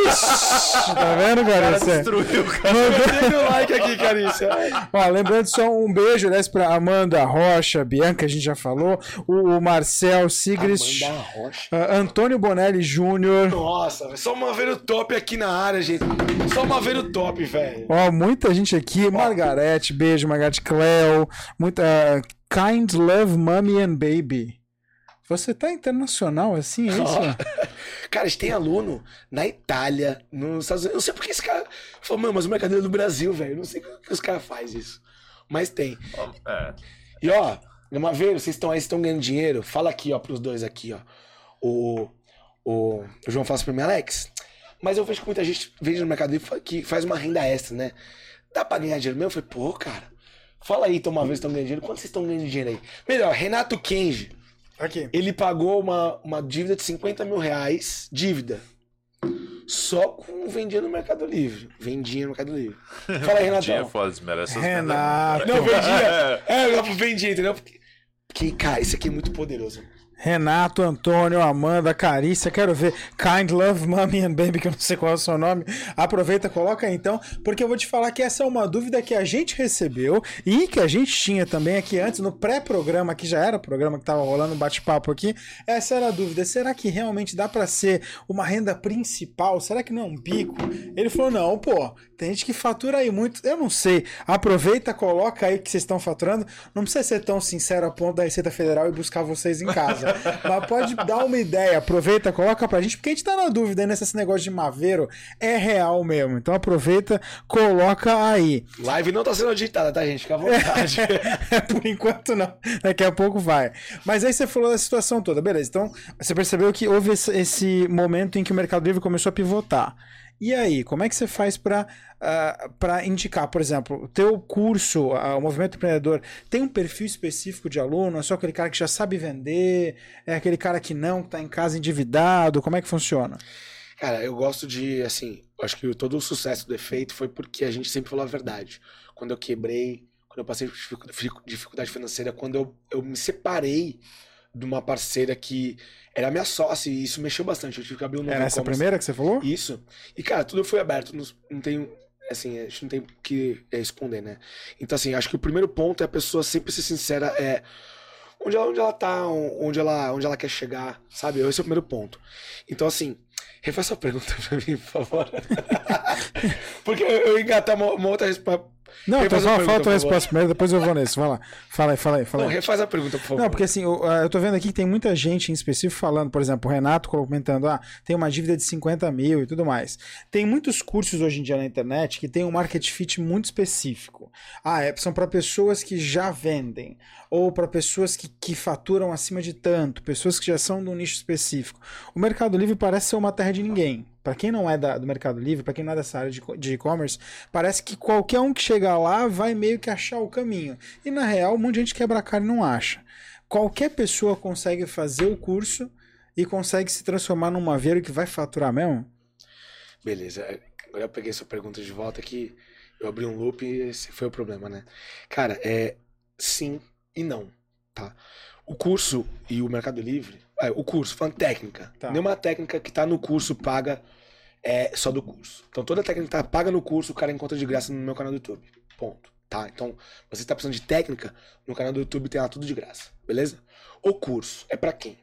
Ixi, tá vendo, Carícia? Destruiu, cara. Mandei meu like aqui, Carícia. Ó, lembrando só um beijo, aliás, pra Amanda Rocha, Bianca, a gente já falou, o, o Marcel Sigris, Amanda Rocha. uh, Antônio Bonelli Júnior. Nossa, velho. Só um Maveiro top aqui na área, gente. Só um Maveiro top, velho. Ó, muita gente aqui, Margarete, beijo, Margarete Cleo, muita Kind Love Mommy and Baby. Você tá internacional assim, é isso? Cara, a gente tem aluno na Itália, nos Estados Unidos. Eu não sei porque esse cara falou, mano, mas o mercado é do Brasil, velho. Eu não sei como que os caras fazem isso. Mas tem. É. E ó, uma vez, vocês estão aí, estão ganhando dinheiro. Fala aqui, ó, pros dois aqui, ó. O, o, o João fala assim pra mim, Alex, mas eu vejo que muita gente vende no Mercado Livre que faz uma renda extra, né? Dá pra ganhar dinheiro mesmo? Eu falei, pô, cara, fala aí, então, uma vez estão ganhando dinheiro. Quanto vocês estão ganhando dinheiro aí? Melhor, Renato Kenji. Aqui. Ele pagou uma, uma dívida de cinquenta mil reais, dívida. Só com vendia no Mercado Livre. Vendia no Mercado Livre. Fala aí, Dinheiro Renatão. foda, merece essas Renato. Não, vendia. É, eu vendia, entendeu? Porque, porque, cara, isso aqui é muito poderoso. Renato, Antônio, Amanda, Carícia, quero ver Kind Love, Mommy and Baby, que eu não sei qual é o seu nome. Aproveita, coloca aí então, porque eu vou te falar que essa é uma dúvida que a gente recebeu e que a gente tinha também aqui antes, no pré-programa, que já era o programa que tava rolando um bate-papo aqui. Essa era a dúvida, será que realmente dá pra ser uma renda principal? Será que não é um bico? Ele falou, não, pô, tem gente que fatura aí muito, eu não sei. Aproveita, coloca aí que vocês estão faturando. Não precisa ser tão sincero a ponto da Receita Federal e buscar vocês em casa. Mas pode dar uma ideia, aproveita, coloca pra gente, porque a gente tá na dúvida aí nesse negócio de Maveiro, é real mesmo. Então aproveita, coloca aí. Live não tá sendo editada, tá, gente? Fica à vontade. É, por enquanto não, daqui a pouco vai. Mas aí você falou da situação toda, beleza. Então você percebeu que houve esse, esse momento em que o Mercado Livre começou a pivotar. E aí, como é que você faz para uh, para indicar, por exemplo, o teu curso, uh, o Movimento Empreendedor, tem um perfil específico de aluno? É só aquele cara que já sabe vender? É aquele cara que não, que tá em casa endividado? Como é que funciona? Cara, eu gosto de, assim, acho que todo o sucesso do Efeito foi porque a gente sempre falou a verdade. Quando eu quebrei, quando eu passei por dificuldade financeira, quando eu, eu me separei de uma parceira que era minha sócia, e isso mexeu bastante. Eu tive que abrir um novo Era essa primeira que você falou? Isso. E, cara, tudo foi aberto. Não, não tem, assim, a gente não tem que é, esconder, né? Então, assim, acho que o primeiro ponto é a pessoa sempre ser sincera, é onde ela, onde ela tá, onde ela, onde ela quer chegar, sabe? Esse é o primeiro ponto. Então, assim, refaz sua pergunta pra mim, por favor. Porque eu, eu engatar uma, uma outra resposta. Não, então fala, fala a tua resposta primeiro, depois eu vou nesse. Vai lá. Fala aí, fala aí, fala aí. Não, refaz a pergunta, por favor. Não, porque assim, eu, eu tô vendo aqui que tem muita gente em específico falando, por exemplo, o Renato comentando, ah, tem uma dívida de cinquenta mil e tudo mais. Tem muitos cursos hoje em dia na internet que tem um market fit muito específico. Ah, é, são para pessoas que já vendem, ou para pessoas que, que faturam acima de tanto, pessoas que já são de um nicho específico. O Mercado Livre parece ser uma terra de ninguém. Para quem não é da, do Mercado Livre, para quem não é dessa área de, de e-commerce, parece que qualquer um que chegar lá vai meio que achar o caminho. E na real, um monte de gente quebra a cara e não acha. Qualquer pessoa consegue fazer o curso e consegue se transformar num maveiro que vai faturar mesmo? Beleza. Agora eu peguei sua pergunta de volta aqui, eu abri um loop e esse foi o problema, né? Cara, é sim e não, tá? O curso e o Mercado Livre, é, o curso, falando técnica, Tá. Nenhuma técnica que tá no curso paga é só do curso. Então toda técnica que tá paga no curso, o cara encontra de graça no meu canal do YouTube. Ponto. Tá? Então, você tá precisando de técnica, no canal do YouTube tem lá tudo de graça. Beleza? O curso é pra quem?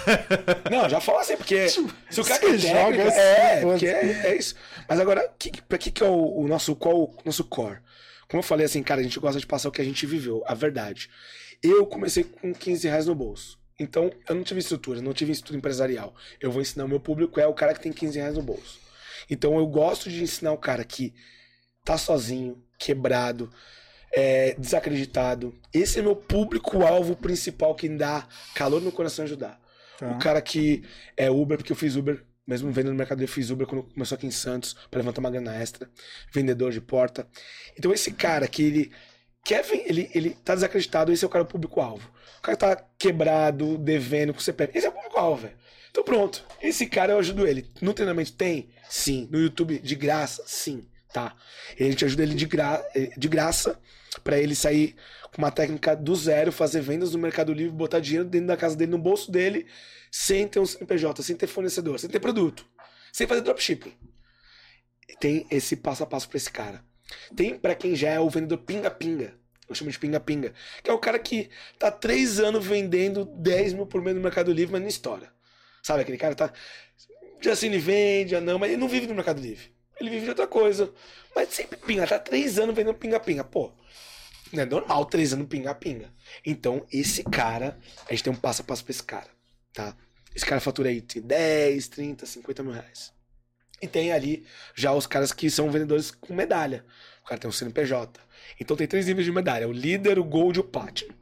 Não, já falo assim, porque se o cara quer técnica, assim, é, porque é, é isso. Mas agora, que, pra que que é o, o nosso, qual o nosso core? Como eu falei assim, cara, a gente gosta de passar o que a gente viveu, a verdade. Eu comecei com quinze reais no bolso. Então, eu não tive estrutura, não tive estudo empresarial. Eu vou ensinar o meu público, é o cara que tem quinze reais no bolso. Então, eu gosto de ensinar o cara que tá sozinho, quebrado, é, desacreditado. Esse é meu público-alvo principal, que dá calor no coração ajudar. Tá. O cara que é Uber, porque eu fiz Uber, mesmo vendendo no Mercado, eu fiz Uber quando começou aqui em Santos, para levantar uma grana extra, vendedor de porta. Então, esse cara que ele quer, ele, ele tá desacreditado, esse é o cara público-alvo. O cara tá quebrado, devendo, com C P F. Esse é o público-alvo, velho. Então pronto, esse cara eu ajudo ele. No treinamento tem? Sim. No YouTube, de graça? Sim. Tá? E a gente ajuda ele de, gra... de graça pra ele sair com uma técnica do zero, fazer vendas no Mercado Livre, botar dinheiro dentro da casa dele, no bolso dele, sem ter um C N P J, sem ter fornecedor, sem ter produto, sem fazer dropshipping. Tem esse passo a passo pra esse cara. Tem pra quem já é o vendedor pinga-pinga. Eu chamo de pinga-pinga. Que é o cara que tá três anos vendendo dez mil por mês no Mercado Livre, mas não estoura. Sabe aquele cara que tá... Já assim ele vende, já não, mas ele não vive no Mercado Livre. Ele vive de outra coisa. Mas sempre pinga. Tá três anos vendendo pinga-pinga. Pô, não é normal três anos pinga-pinga. Então, esse cara... A gente tem um passo a passo pra esse cara, tá? Esse cara fatura aí dez, trinta, cinquenta mil reais. E tem ali já os caras que são vendedores com medalha. O cara tem um C N P J. Então tem três níveis de medalha. O líder, o gold e o platinum.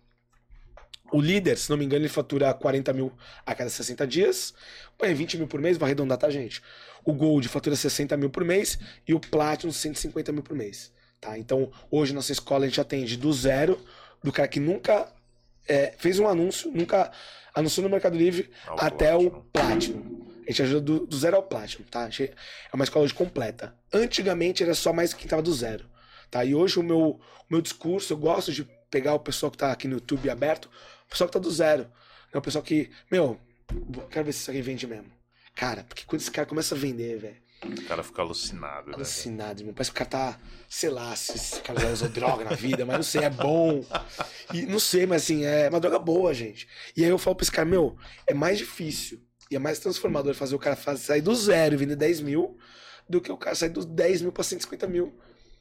O líder, se não me engano, ele fatura quarenta mil a cada sessenta dias. É vinte mil por mês, vai arredondar, tá, gente? O gold fatura sessenta mil por mês e o platinum cento e cinquenta mil por mês. Tá? Então, hoje nossa escola a gente atende do zero, do cara que nunca é, fez um anúncio, nunca anunciou no Mercado Livre, Ao até platinum. o platinum. A gente ajuda do, do zero ao platinum, tá? A gente, é uma escola hoje completa. Antigamente era só mais quem tava do zero. Tá? E hoje o meu, o meu discurso, eu gosto de pegar o pessoal que tá aqui no YouTube aberto, o pessoal que tá do zero. É o pessoal que, meu, quero ver se isso aqui vende mesmo. Cara, porque quando esse cara começa a vender, velho. O cara fica alucinado, né? Alucinado, irmão. Parece que o cara tá, sei lá, se esse cara já usou droga na vida, mas não sei, é bom. E não sei, mas assim, é uma droga boa, gente. E aí eu falo pra esse cara, meu, é mais difícil e é mais transformador fazer o cara fazer, sair do zero e vender dez mil do que o cara sair dos dez mil pra cento e cinquenta mil.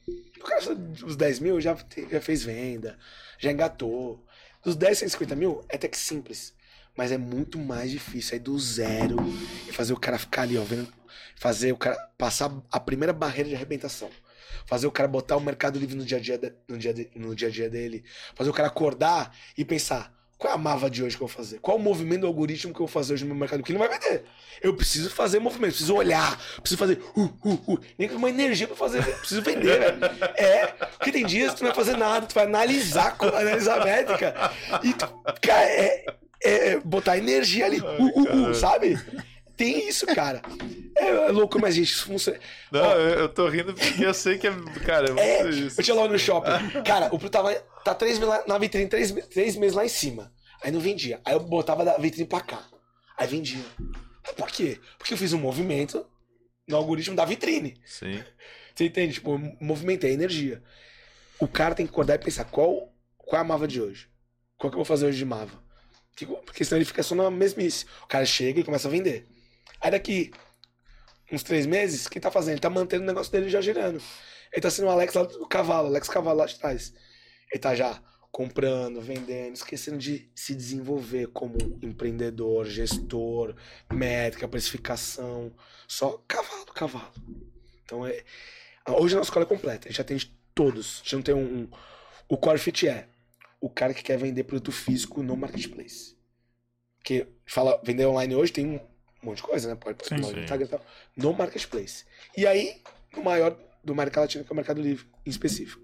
O cara sai dos dez mil já, já fez venda, já engatou. Dos dez, cento e cinquenta mil é até que simples. Mas é muito mais difícil sair do zero e fazer o cara ficar ali, ó, vendo. Fazer o cara passar a primeira barreira de arrebentação. Fazer o cara botar o Mercado Livre no dia a dia, de, no dia, de, no dia, a dia dele. Fazer o cara acordar e pensar, qual é a mava de hoje que eu vou fazer? Qual é o movimento do algoritmo que eu vou fazer hoje no meu mercado? Que ele não vai vender. Eu preciso fazer movimento, preciso olhar, preciso fazer uh, uh, uh. Nem com uma energia pra fazer, preciso vender, velho. É, porque tem dias que tu não vai fazer nada, tu vai analisar, analisar a métrica. E tu, cara, é, é botar energia ali, uh, uh, uh, sabe? Tem isso, cara. É louco, mas gente, isso funciona. Não, ó, eu tô rindo porque eu sei que é. Cara, é, é isso. Eu tinha lá no shopping. Cara, o produto tava tá três meses lá na vitrine, três, três meses lá em cima. Aí não vendia. Aí eu botava da vitrine pra cá. Aí vendia. Por quê? Porque eu fiz um movimento no algoritmo da vitrine. Sim. Você entende? Tipo, movimentei a energia. O cara tem que acordar e pensar qual, qual é a mava de hoje? Qual que eu vou fazer hoje de mava? Porque senão ele fica só na mesmice. O cara chega e começa a vender. Aí daqui uns três meses, o que tá fazendo? Ele tá mantendo o negócio dele já girando. Ele tá sendo o Alex lá do cavalo, Alex Cavalo lá de trás. Ele tá já comprando, vendendo, esquecendo de se desenvolver como empreendedor, gestor, métrica, precificação. Só cavalo, cavalo. Então é. Hoje a nossa escola é completa, a gente atende todos. A gente não tem um. um... O Core Fit é o cara que quer vender produto físico no marketplace. Porque fala, vender online hoje tem um monte de coisa, né? Pode sim, sim. Instagram e tal. No marketplace. E aí, no maior do América Latina, que é o Mercado Livre, em específico.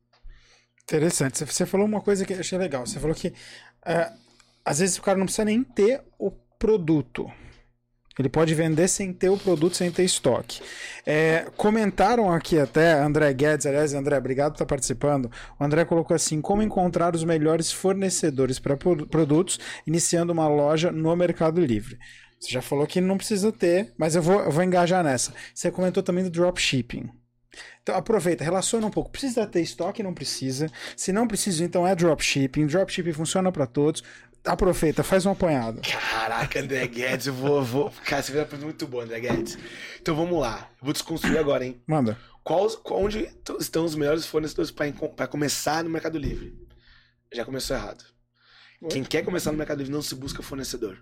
Interessante. Você falou uma coisa que eu achei legal. Você falou que uh, às vezes o cara não precisa nem ter o produto. Ele pode vender sem ter o produto, sem ter estoque. É, comentaram aqui até, André Guedes, aliás, André, obrigado por estar participando. O André colocou assim, como encontrar os melhores fornecedores para produtos, iniciando uma loja no Mercado Livre. Você já falou que não precisa ter, mas eu vou, eu vou engajar nessa. Você comentou também do dropshipping. Então aproveita, relaciona um pouco. Precisa ter estoque? Não precisa. Se não precisa, então é dropshipping. Dropshipping funciona para todos. Aproveita, faz um apanhado. Caraca, André Guedes, eu vou... vou... Cara, você fez uma pergunta muito boa, André Guedes. Então vamos lá. Eu vou desconstruir agora, hein? Manda. Quais, onde estão os melhores fornecedores para começar no Mercado Livre? Já começou errado. Oi? Quem quer começar no Mercado Livre não se busca fornecedor.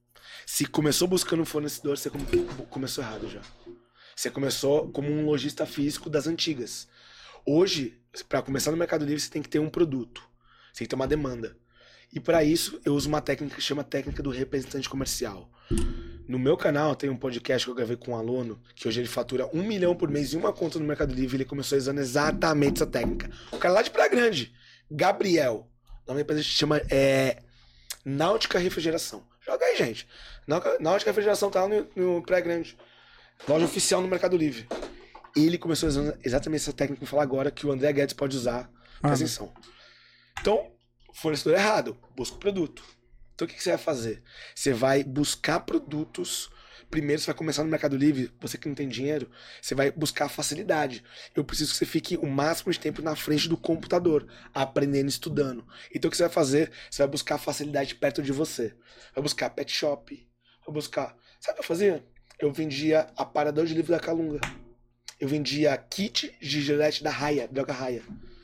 Se começou buscando um fornecedor, você começou errado já. Você começou como um lojista físico das antigas. Hoje, para começar no Mercado Livre, você tem que ter um produto. Você tem que ter uma demanda. E para isso, eu uso uma técnica que chama técnica do representante comercial. No meu canal, tem um podcast que eu gravei com um aluno, que hoje ele fatura um milhão por mês em uma conta no Mercado Livre, e ele começou usando exatamente essa técnica. O cara lá de Praia Grande, Gabriel. O nome da empresa se chama é, Náutica Refrigeração. Joga aí, gente. Náutica Refrigeração tá lá no, no Praia Grande. Loja oficial no Mercado Livre. Ele começou usando exatamente essa técnica que eu vou falar agora, que o André Guedes pode usar. Presta atenção. Então, fornecedor errado, busca o produto. Então o que você vai fazer? Você vai buscar produtos. Primeiro você vai começar no Mercado Livre. Você que não tem dinheiro, você vai buscar facilidade. Eu preciso que você fique o máximo de tempo na frente do computador, aprendendo, estudando. Então o que você vai fazer? Você vai buscar facilidade perto de você. Vai buscar pet shop. Vai buscar... Sabe o que eu fazia? Eu vendia aparador de livro da Calunga. Eu vendia kit de gilete da Raia, droga Raia.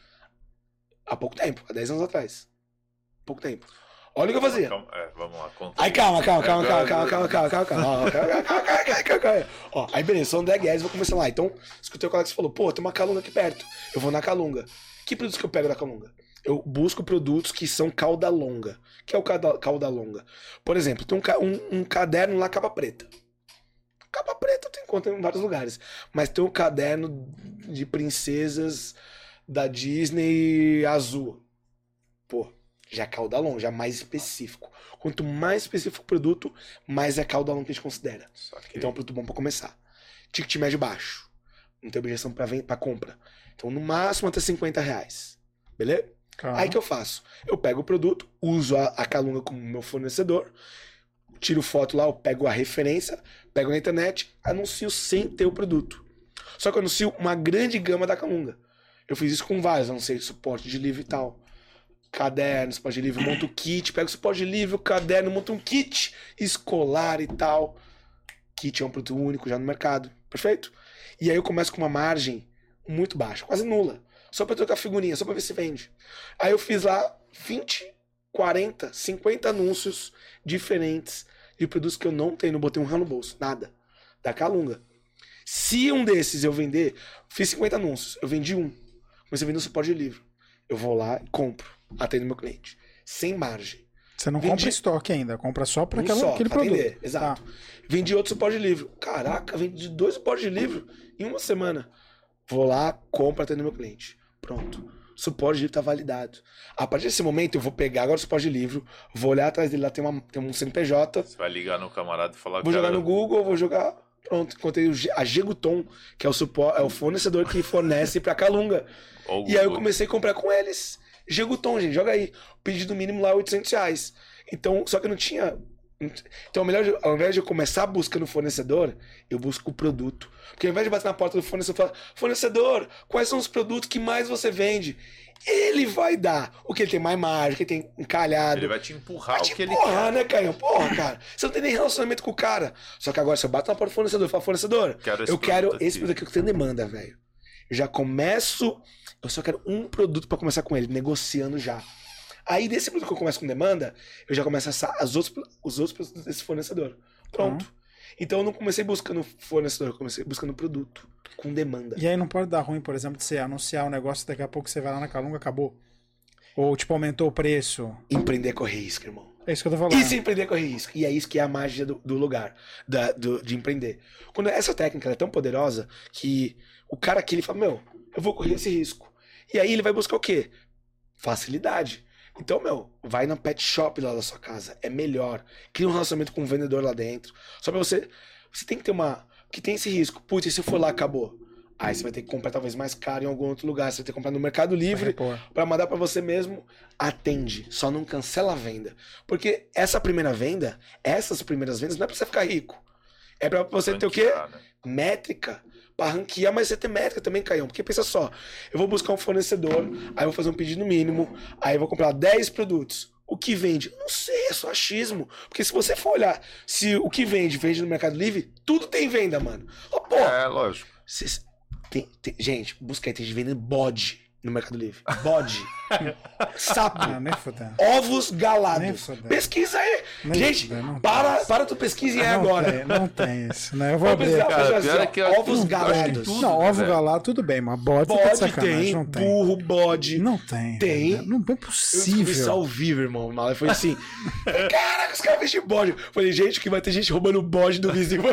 Há pouco tempo, há dez anos atrás. Pouco tempo. Olha o que eu fazia. Calma, é, vamos lá, conta. Aí calma, calma, calma, calma, calma, calma, calma, calma, calma, calma, calma, calma. Ó, aí beleza, sou o André Guedes, vou começar lá. Então, escutei o colega que falou, pô, tem uma Calunga aqui perto. Eu vou na Calunga. Que produtos que eu pego da Calunga? Eu busco produtos que são cauda longa. O que é o cauda, cauda longa? Por exemplo, tem um, um, um caderno lá, capa preta. Capa preta eu encontro em vários lugares. Mas tem um caderno de princesas da Disney azul. Pô, já é cauda longa, já é mais específico. Quanto mais específico o produto, mais é cauda longa que a gente considera. Saquei. Então é um produto bom pra começar. Ticket médio baixo. Não tem objeção pra, pra compra. Então no máximo até cinquenta reais. Beleza? Claro. Aí que eu faço? Eu pego o produto, uso a, a Calunga como meu fornecedor, tiro foto lá, eu pego a referência, pego na internet, anuncio sem ter o produto. Só que eu anuncio uma grande gama da Calunga. Eu fiz isso com vários, anunciei suporte de livro e tal. Caderno, suporte de livro, monto o kit, pego o suporte de livro, caderno, monto um kit escolar e tal. Kit é um produto único já no mercado, perfeito? E aí eu começo com uma margem muito baixa, quase nula. Só pra trocar figurinha, só pra ver se vende. Aí eu fiz lá vinte, quarenta, cinquenta anúncios diferentes de produtos que eu não tenho, não botei um real no bolso, nada. Da Calunga. Se um desses eu vender, fiz cinquenta anúncios, eu vendi um. Comecei a vender um suporte de livro. Eu vou lá e compro, atendo meu cliente. Sem margem. Você não Vendi... compra estoque ainda, compra só para um aquela, só, aquele pra produto. atender, exato. Tá. Vendi outro suporte de livro. Caraca, vendi dois suportes de livro em uma semana. Vou lá, compro, atendo meu cliente. Pronto. O suporte de livro tá validado. A partir desse momento eu vou pegar agora o suporte de livro, vou olhar atrás dele, lá tem, uma, tem um C N P J. Você vai ligar no camarada e falar... Vou cara... jogar no Google, vou jogar... Pronto, encontrei o G- a Geguton, que é o, supor, é o fornecedor que fornece pra Calunga. Ou E aí eu Google. comecei a comprar com eles. Geguton, gente, joga aí. O pedido mínimo lá é oitocentos reais. Então, só que eu não tinha... Então, ao, melhor de, ao invés de eu começar buscando o fornecedor, eu busco o produto. Porque ao invés de bater na porta do fornecedor e falar, fornecedor, quais são os produtos que mais você vende? Ele vai dar o que ele tem mais margem, o que ele tem encalhado. Ele vai te empurrar Vai o te que ele empurrar, quer. né, Caio? Porra, cara. Você não tem nem relacionamento com o cara. Só que agora, se eu bato na porta do fornecedor e falo, fornecedor, Quero esse eu quero produto esse aqui. produto aqui que tem demanda, velho. Eu já começo... Eu só quero um produto pra começar com ele, negociando já. Aí, desse produto que eu começo com demanda, eu já começo a acessar as outros, os outros produtos desse fornecedor. Pronto. Uhum. Então, eu não comecei buscando fornecedor, eu comecei buscando produto com demanda. E aí não pode dar ruim, por exemplo, de você anunciar um negócio, daqui a pouco você vai lá na Calunga, acabou. Ou, tipo, aumentou o preço. Empreender é correr risco, irmão. É isso que eu tô falando. Isso é empreender é correr risco. E é isso que é a magia do, do lugar, da, do, de empreender. Quando essa técnica ela é tão poderosa que o cara aqui ele fala, meu, eu vou correr esse risco. E aí ele vai buscar o quê? Facilidade. Então, meu, vai no pet shop lá da sua casa. É melhor. Cria um relacionamento com o vendedor lá dentro. Só pra você... Você tem que ter uma... Que tem esse risco. Putz, e se eu for lá, acabou. Aí você vai ter que comprar talvez mais caro em algum outro lugar. Você vai ter que comprar no Mercado Livre repor. pra mandar pra você mesmo. Atende. Só não cancela a venda. Porque essa primeira venda, essas primeiras vendas, não é pra você ficar rico. É pra você ter o quê? Ranquear, né? Métrica. Pra ranquear, mas você tem métrica também, Caião. Porque pensa só, eu vou buscar um fornecedor, aí eu vou fazer um pedido mínimo, aí eu vou comprar dez produtos. O que vende? Eu não sei, é só achismo. Porque se você for olhar, se o que vende, vende no Mercado Livre, tudo tem venda, mano. Ô, pô, É, lógico. cês- tem- tem- gente, busca aí, tem gente vendendo bode no Mercado Livre. Bode. Sapo. Ah, nem fudendo. Ovos Nem galados. fudendo. Pesquisa aí. Nem gente, fudendo, não para, tem. para tu pesquisa aí Não agora. tem, não tem isso, né? Eu vou Vamos abrir. pesquisar, Cara, fazer pior assim, é que eu ó, acho que- ovos acho que galados. tudo, Não, né, ovo velho? galado, tudo bem, mas bode, você tá de Bode sacanagem. tem, Não tem. burro, bode. Não tem. Tem. velho. Não é Eu descobri isso possível. ao vivo, irmão. Mas foi assim. Caraca, os caras vestem bode. Falei, gente, que vai ter gente roubando o bode do vizinho.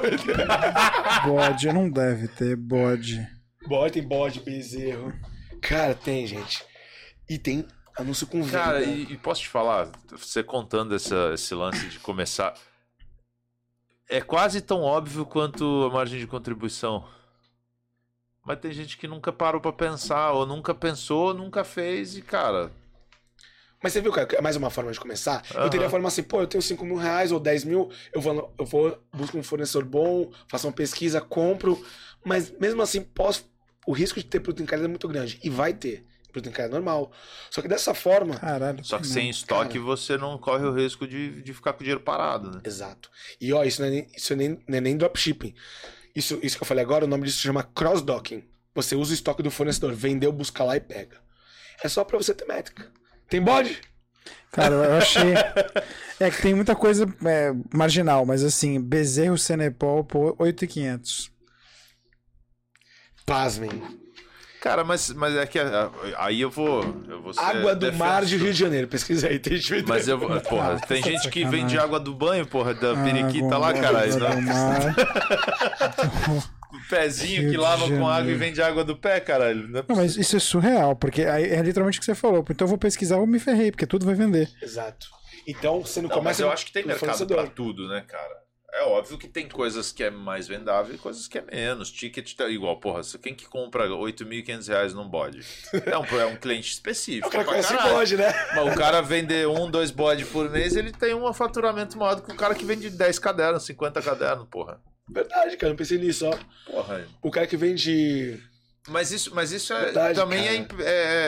Bode, não deve ter bode. Bode, tem bode, bezerro. Cara, tem, gente. E tem anúncio com venda. Cara, e, e posso te falar, você contando essa, esse lance de começar, é quase tão óbvio quanto a margem de contribuição. Mas tem gente que nunca parou pra pensar, ou nunca pensou, ou nunca fez, e cara... Mas você viu, cara, que é mais uma forma de começar? Eu Aham. teria a forma assim, pô, eu tenho cinco mil reais ou dez mil, eu vou, no- eu vou, busco um fornecedor bom, faço uma pesquisa, compro, mas mesmo assim, posso, o risco de ter produto encalhado é muito grande. E vai ter. Produto encalhado é normal. Só que dessa forma... Caralho. Só que tem sem não. estoque cara. você não corre o risco de, de ficar com o dinheiro parado, né? Exato. E ó, isso não é nem, isso nem, não é nem dropshipping. Isso, isso que eu falei agora, o nome disso se chama cross-docking. Você usa o estoque do fornecedor, vendeu, busca lá e pega. É só pra você ter métrica. Tem bode? Cara, eu achei. É que tem muita coisa é, marginal, mas assim, Bezerro Cenepol por oito mil e quinhentos. Pasmem. Cara, mas, mas é que a- aí eu vou... Eu vou ser Água do Mar de defensor. Rio de Janeiro. Pesquisa aí, tem gente Mas eu vou... Porra, Ah, tem tá de gente que sacanagem. vende água do banho, porra, da periquita Água lá, caralho. do né? mar. O pezinho Rio que de lava com água e Janeiro. vende água do pé, caralho. Não é Não, mas isso é surreal, porque aí é literalmente o que você falou. Então eu vou pesquisar, eu me ferrei, porque tudo vai vender. Exato. Então, você não, Não, começa... mas eu acho que tem no mercado fornecedor. pra tudo, né, cara? É óbvio que tem coisas que é mais vendável e coisas que é menos. Ticket tá igual, porra, quem que compra oito mil e quinhentos reais num bode? É um, é um cliente específico. O cara pra conhece caralho. bode, né? Mas o cara vender um, dois bodes por mês, ele tem um faturamento maior do que o cara que vende dez cadernos, cinquenta cadernos, porra. Verdade, cara, não pensei nisso, ó. Porra. O cara que vende... Mas isso, mas isso é, Verdade, também é, cara. é,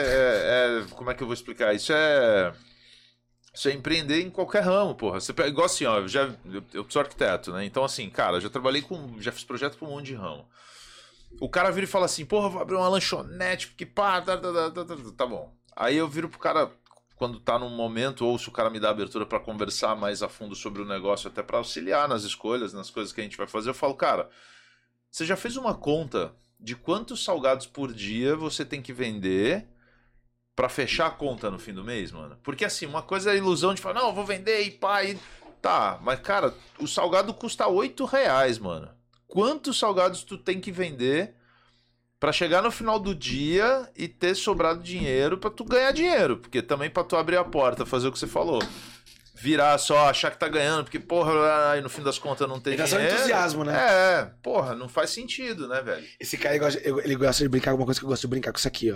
é, é... Como é que eu vou explicar? Isso é... Isso é empreender em qualquer ramo, porra. Você pega, igual assim, ó, eu, já, eu, eu sou arquiteto, né? Então, assim, cara, já trabalhei com... Já fiz projeto pra um monte de ramo. O cara vira e fala assim, porra, vou abrir uma lanchonete, porque pá, tá, tá, tá, tá, tá, tá bom. Aí eu viro pro cara, quando tá num momento, ou se o cara me dá abertura pra conversar mais a fundo sobre o negócio, até pra auxiliar nas escolhas, nas coisas que a gente vai fazer, eu falo, cara, você já fez uma conta de quantos salgados por dia você tem que vender pra fechar a conta no fim do mês, mano? Porque assim, uma coisa é a ilusão de falar, não, eu vou vender e pá, e... Tá, mas cara, o salgado custa oito reais, mano. Quantos salgados tu tem que vender pra chegar no final do dia e ter sobrado dinheiro pra tu ganhar dinheiro? Porque também pra tu abrir a porta, fazer o que você falou, virar só, achar que tá ganhando, porque porra, aí no fim das contas não tem Ele tá só dinheiro. entusiasmo, né? É, porra, não faz sentido, né, velho? Esse cara, ele gosta, ele gosta de brincar com uma coisa que eu gosto de brincar com isso aqui, ó.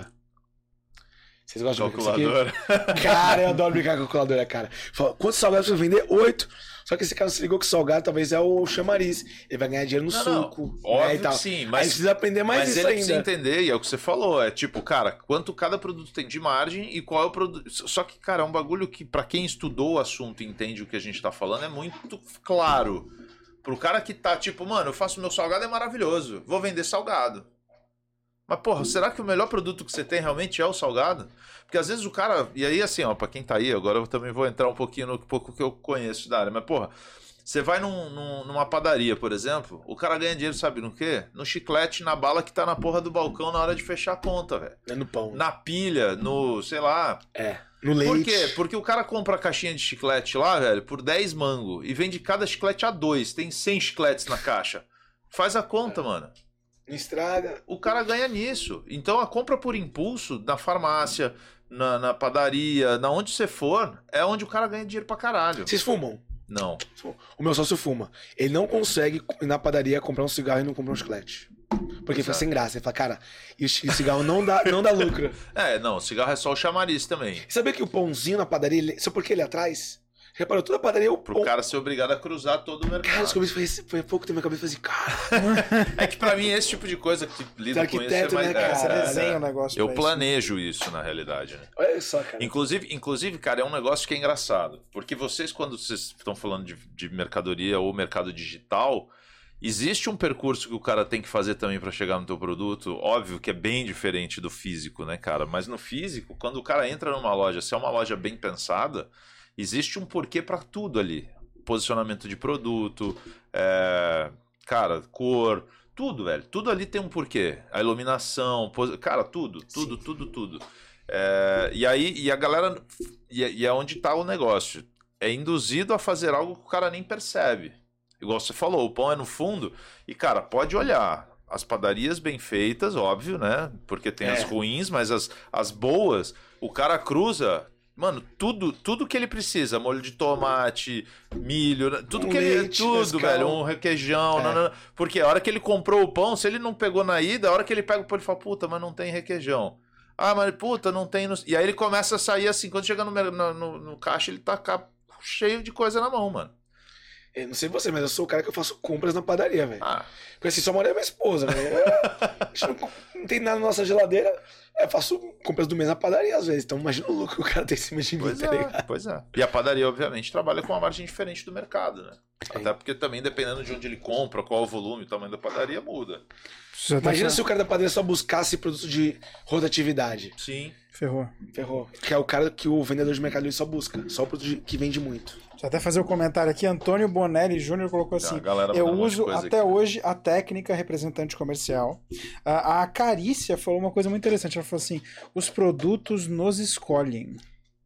Vocês gostam de brincar com isso Calculadora. aqui? Cara, eu adoro brincar com calculadora, cara. Fala, quantos salgados você vai vender? Oito. Só que esse cara se ligou que o salgado talvez é o chamariz. Ele vai ganhar dinheiro no Não, suco. não. Óbvio né, e tal. que sim, Aí mas, precisa aprender mais mas isso ele ainda. precisa entender, e é o que você falou, é tipo, cara, quanto cada produto tem de margem e qual é o produto. Só que, cara, é um bagulho que pra quem estudou o assunto e entende o que a gente tá falando é muito claro. Pro cara que tá tipo, mano, eu faço meu salgado, é maravilhoso, vou vender salgado. Mas, porra, será que o melhor produto que você tem realmente é o salgado? Porque às vezes o cara... E aí, assim, ó, pra quem tá aí, agora eu também vou entrar um pouquinho no pouco que eu conheço da área. Mas, porra, você vai num, num, numa padaria, por exemplo, o cara ganha dinheiro, sabe no quê? No chiclete, na bala que tá na porra do balcão na hora de fechar a conta, velho. É no pão. Na pilha, no, sei lá... É, no leite. Por quê? Porque o cara compra a caixinha de chiclete lá, velho, por dez mango e vende cada chiclete a dois. Tem cem chicletes na caixa. Faz a conta, é. mano. Não estraga. O cara ganha nisso. Então a compra por impulso na farmácia, na, na padaria, na onde você for, é onde o cara ganha dinheiro pra caralho. Vocês fumam? Não. O meu sócio fuma. Ele não consegue ir na padaria comprar um cigarro e não comprar um chiclete. Porque fica sem graça. Ele fala, cara, e o cigarro não dá, não dá lucro. É, não, o cigarro é só o chamariz também. Sabia que o pãozinho na padaria, ele... sabe por que ele é atrás? Reparou, toda a padaria é o Pro pão. cara ser obrigado a cruzar todo o mercado. Cara, descobri isso foi, foi pouco tempo na cabeça e falei assim, cara. É que pra mim esse tipo de coisa que lida com isso é mais... né, cara? É, Você é, desenha é. o negócio Eu pra planejo isso. isso na realidade, né? Olha só, cara. Inclusive, inclusive, cara, é um negócio que é engraçado. Porque vocês, quando vocês estão falando de, de mercadoria ou mercado digital, existe um percurso que o cara tem que fazer também para chegar no teu produto. Óbvio que é bem diferente do físico, né, cara? Mas no físico, quando o cara entra numa loja, se é uma loja bem pensada, existe um porquê para tudo ali. Posicionamento de produto, é... cara, cor, tudo, velho. Tudo ali tem um porquê. A iluminação, pos... cara, tudo, tudo, Sim. tudo, tudo. É... E aí, e a galera... E é onde tá o negócio. É induzido a fazer algo que o cara nem percebe. Igual você falou, o pão é no fundo. E, cara, pode olhar. As padarias bem feitas, óbvio, né? Porque tem é. as ruins, mas as, as boas, o cara cruza... Mano, tudo, tudo que ele precisa, molho de tomate, milho, tudo um que ele, leite, tudo, Nescau. velho, um requeijão, é. não, não, porque a hora que ele comprou o pão, se ele não pegou na ida, a hora que ele pega o pão, ele fala, puta, mas não tem requeijão. Ah, mas puta, não tem... No... E aí ele começa a sair assim, quando chega no, no, no, no caixa, ele tá cheio de coisa na mão, mano. Eu não sei você, mas eu sou o cara que eu faço compras na padaria, velho. Ah. Porque assim, só mora minha esposa, velho. A gente não, não tem nada na nossa geladeira. Eu faço compras do mês na padaria às vezes. Então imagina o lucro que o cara tem em cima de mim, pois tá é, ligado? Pois é. E a padaria, obviamente, trabalha com uma margem diferente do mercado, né? É. Até porque também, dependendo de onde ele compra, qual o volume, o tamanho da padaria, muda. Imagina se o cara da padaria só buscasse produto de rotatividade. Sim. Ferrou. Ferrou. Que é o cara que o vendedor de mercado só busca. Só o produto que vende muito. Deixa eu até fazer o um comentário aqui. Antônio Bonelli Júnior colocou assim: eu uso até aqui. hoje a técnica representante comercial. A, a Carícia falou uma coisa muito interessante. Ela falou assim: os produtos nos escolhem.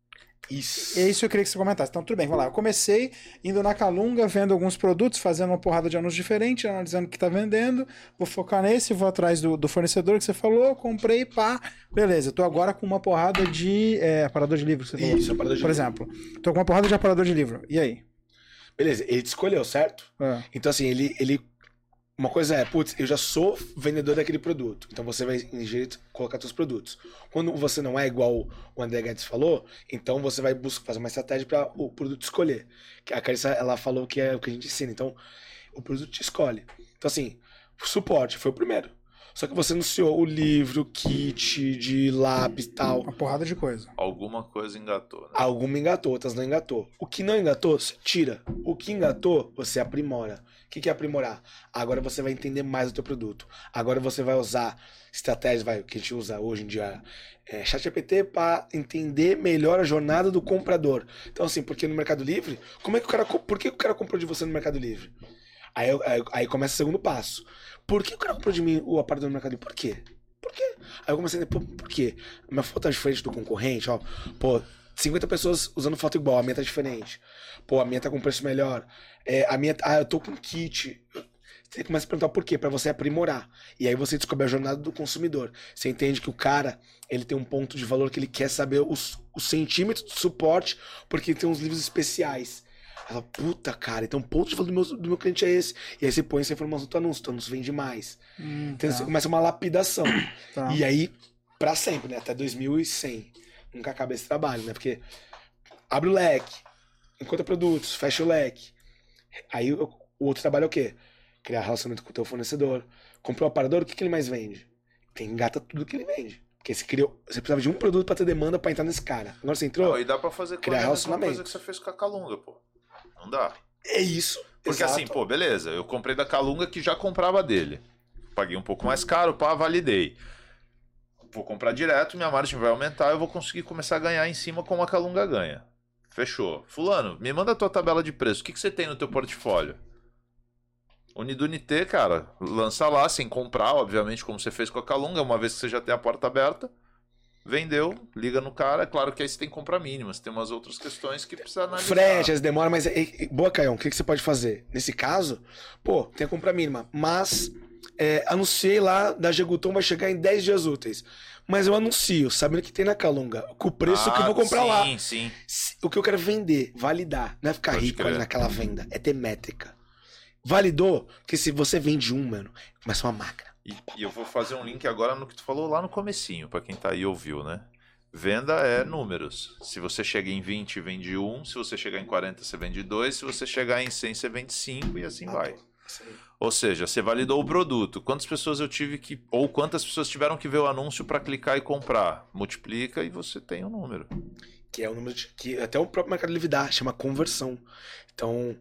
Isso. É isso que eu queria que você comentasse. Então, tudo bem, vamos lá. Eu comecei indo na Calunga, vendo alguns produtos, fazendo uma porrada de anúncios diferentes, analisando o que está vendendo. Vou focar nesse, vou atrás do, do fornecedor que você falou, comprei, pá. Beleza, tô agora com uma porrada de é, aparador de livro. Que você falou. Isso, aparador de Por livro. exemplo, tô com uma porrada de aparador de livro. E aí? Beleza, ele te escolheu, certo? É. Então, assim, ele, ele. Uma coisa é, putz, eu já sou vendedor daquele produto. Então você vai em jeito colocar seus produtos. Quando você não é igual o André Guedes falou, então você vai buscar fazer uma estratégia para o produto escolher. Que a Carissa, ela falou que é o que a gente ensina. Então, o produto te escolhe. Então, assim, o suporte foi o primeiro. Só que você anunciou o livro, kit de lápis e tal. Uma porrada de coisa. Alguma coisa engatou, né? Alguma engatou, outras não engatou. O que não engatou, você tira. O que engatou, você aprimora. O que que é aprimorar? Agora você vai entender mais o teu produto. Agora você vai usar estratégias, vai, que a gente usa hoje em dia, é, ChatGPT para entender melhor a jornada do comprador. Então, assim, porque no Mercado Livre, como é que o cara, por que o cara comprou de você no Mercado Livre? Aí, aí, aí começa o segundo passo. Por que o cara comprou de mim o aparelho do Mercado Livre? Por quê? Por quê? Aí eu comecei a entender, por, por quê? A minha foto tá diferente do concorrente, ó. Pô, cinquenta pessoas usando foto igual, a minha tá diferente. Pô, a minha tá com preço melhor. É, a minha, ah, eu tô com kit. Você começa a perguntar por quê? Pra você aprimorar. E aí você descobre a jornada do consumidor. Você entende que o cara, ele tem um ponto de valor que ele quer saber os, os centímetros de suporte, porque tem uns livros especiais. Ela, puta, cara, então o ponto de valor do meu, do meu cliente é esse. E aí você põe essa informação no teu anúncio, teu anúncio vende mais. Hum, Então tá. você começa uma lapidação. Tá. E aí, pra sempre, né? Até dois mil e cem. Nunca acaba esse trabalho, né? Porque abre o leque, encontra produtos, fecha o leque. Aí o, o outro trabalho é o quê? Criar relacionamento com o teu fornecedor. Comprou o aparador, o que, que ele mais vende? Tem engata tudo que ele vende. Porque você criou, você precisava de um produto pra ter demanda pra entrar nesse cara. Agora você entrou, Não, e dá pra fazer com criar a mesma relacionamento. coisa que você fez com a Calunga, pô. Não dá. É isso. Porque exato. assim, pô, beleza, eu comprei da Calunga que já comprava dele. Paguei um pouco mais caro, pá, validei. Vou comprar direto, minha margem vai aumentar, eu vou conseguir começar a ganhar em cima como a Calunga ganha. Fechou. Fulano, me manda a tua tabela de preço. O que, que você tem no teu portfólio? Unidunité, cara, lança lá sem comprar, obviamente, como você fez com a Calunga, uma vez que você já tem a porta aberta. Vendeu, liga no cara. É claro que aí você tem compra mínima, você tem umas outras questões que precisa analisar. Frete, as demora, mas... é- é- boa, Caião, o que, que você pode fazer? Nesse caso, pô, tem a compra mínima, mas é, anunciei lá da Geguton vai chegar em dez dias úteis. Mas eu anuncio, sabendo que tem na Calunga, com o preço Ah, que eu vou comprar sim, lá. Sim, sim. Se- O que eu quero é vender, validar. Não é ficar Pode rico crer. ali naquela venda, é ter métrica. Validou, porque se você vende um, mano, começa uma máquina. E, e eu vou fazer um link agora no que tu falou lá no comecinho, pra quem tá aí e ouviu, né? Venda é números. Se você chega em vinte, vende um. Se você chegar em quarenta, você vende dois. Se você chegar em cem, você vende cinco e assim vai. Isso aí. Ou seja, você validou o produto. Quantas pessoas eu tive que... Ou quantas pessoas tiveram que ver o anúncio para clicar e comprar. Multiplica e você tem um número. Que é o número de, que até o próprio Mercado Livre dá, chama conversão. Então,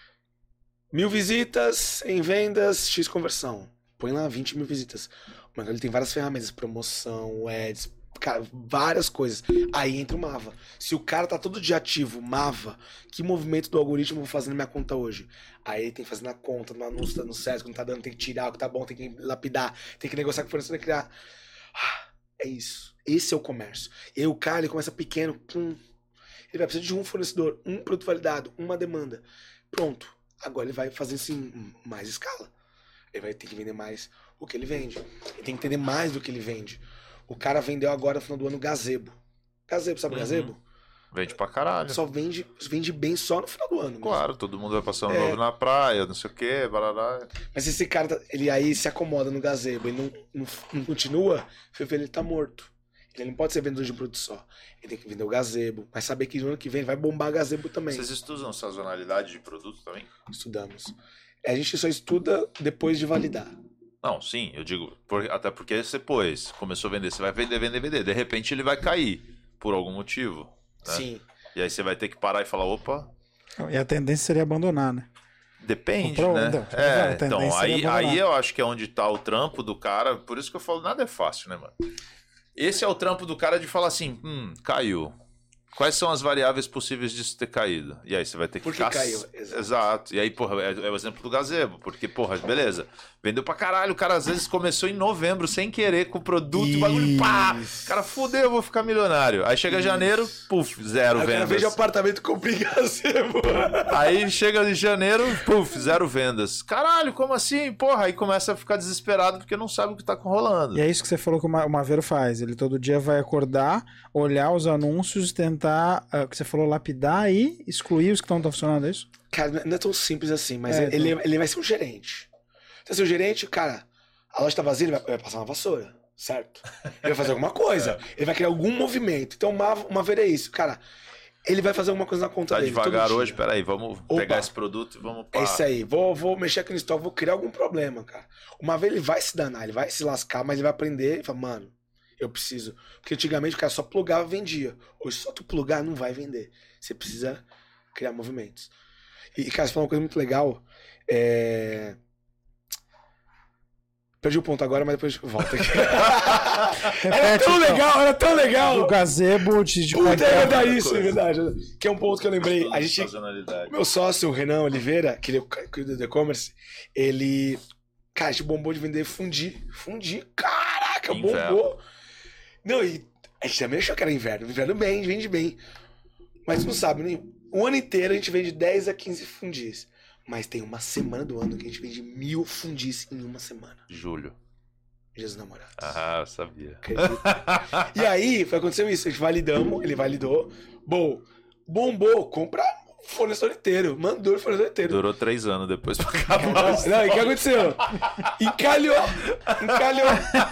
mil visitas em vendas, X conversão. Põe lá vinte mil visitas. O Mercado Livre tem várias ferramentas, promoção, ads, cara, várias coisas. Aí entra o Mava. Se o cara tá todo dia ativo, Mava, que movimento do algoritmo eu vou fazer na minha conta hoje? Aí tem que fazer na conta, no anúncio, tá no certo, quando tá dando, tem que tirar o que tá bom, tem que lapidar, tem que negociar com o fornecedor, tem que criar. Ah, é isso. Esse é o comércio. E aí o cara, ele começa pequeno, pum. Ele vai precisar de um fornecedor, um produto validado, uma demanda. Pronto. Agora ele vai fazer assim, mais escala. Ele vai ter que vender mais o que ele vende. Ele tem que entender mais do que ele vende. O cara vendeu agora no final do ano gazebo. Gazebo, sabe o Uhum. gazebo? Vende pra caralho. Só vende, vende bem só no final do ano. mesmo. Claro, todo mundo vai passando É. novo na praia, não sei o que, barará. Mas esse cara, tá- ele aí se acomoda no gazebo, ele não, não, não continua, fevereiro ele tá morto. Ele não pode ser vendedor de um produto só. Ele tem que vender o gazebo, mas saber que no ano que vem vai bombar gazebo também. Vocês estudam sazonalidade de produto também? Estudamos. A gente só estuda depois de validar. Não, sim, eu digo, por- até porque você pôs, começou a vender, você vai vender, vender, vender. De repente ele vai cair, por algum motivo. Né? Sim. E aí você vai ter que parar e falar, opa, E a tendência seria abandonar, né? depende, Comprou, né? então, É, a tendência então, seria aí, abandonar. aí eu acho que é onde tá o trampo do cara, por isso que eu falo, nada é fácil, né, mano? Esse é o trampo do cara de falar assim, hum, caiu. Quais são as variáveis possíveis disso ter caído? E aí você vai ter que Por que ficar... caiu? Exato. Exato. E aí, porra, é, é o exemplo do gazebo. Porque, porra, beleza. Vendeu pra caralho. O cara às vezes começou em novembro sem querer com o produto e o bagulho, pá! O cara, fudeu, eu vou ficar milionário. Aí chega janeiro, puf, zero Aí o cara vendas. vende apartamento e compra em gazebo. Aí chega em janeiro, puf, zero vendas. Caralho, como assim? Porra, aí começa a ficar desesperado porque não sabe o que tá rolando. E é isso que você falou que o Ma- o Maveiro faz. Ele todo dia vai acordar, olhar os anúncios, tentar, ah, o que você falou, lapidar e excluir os que não estão funcionando, é isso? Cara, não é tão simples assim, mas É, ele, então. ele vai ser um gerente. Então, assim, o gerente, cara, a loja tá vazia, ele vai, vai passar uma vassoura, certo? Ele vai fazer alguma coisa, ele vai criar algum movimento. Então, uma, uma vez é isso, cara. Ele vai fazer alguma coisa na conta Tá dele. devagar todo hoje, dia. peraí, vamos Opa. pegar esse produto e vamos... É isso aí, vou, vou mexer aqui no estoque, vou criar algum problema, cara. Uma vez ele vai se danar, ele vai se lascar, mas ele vai aprender e falar, mano, eu preciso. Porque antigamente o cara só plugava e vendia. Hoje só tu plugar não vai vender. Você precisa criar movimentos. E, cara, você falou uma coisa muito legal. É... Perdi o ponto agora, mas depois volta aqui. Era Repete, tão então. legal, era tão legal. O gazebo de, de Puta, é verdade, outra isso, é coisa. verdade. Que é um ponto que eu lembrei. A gente, Sazonalidade. meu sócio, o Renan Oliveira, que ele cuida do e-commerce, ele. Cara, a gente bombou de vender fundi. Fundi, caraca, Inverno. bombou. Não, e a gente também achou que era inverno. Inverno bem, vende bem. Mas você não sabe, né? O ano inteiro a gente vende dez a quinze fundis. Mas tem uma semana do ano que a gente vende mil fundis em uma semana. Julho. Dia dos namorados. Ah, eu sabia. Acredita? E aí, foi aconteceu isso. A gente validamos, ele validou. Bom, bombou, compra o fornecedor inteiro. Mandou o fornecedor inteiro. Durou três anos depois pra acabar. Não, não, e o que aconteceu? Encalhou! Encalhou!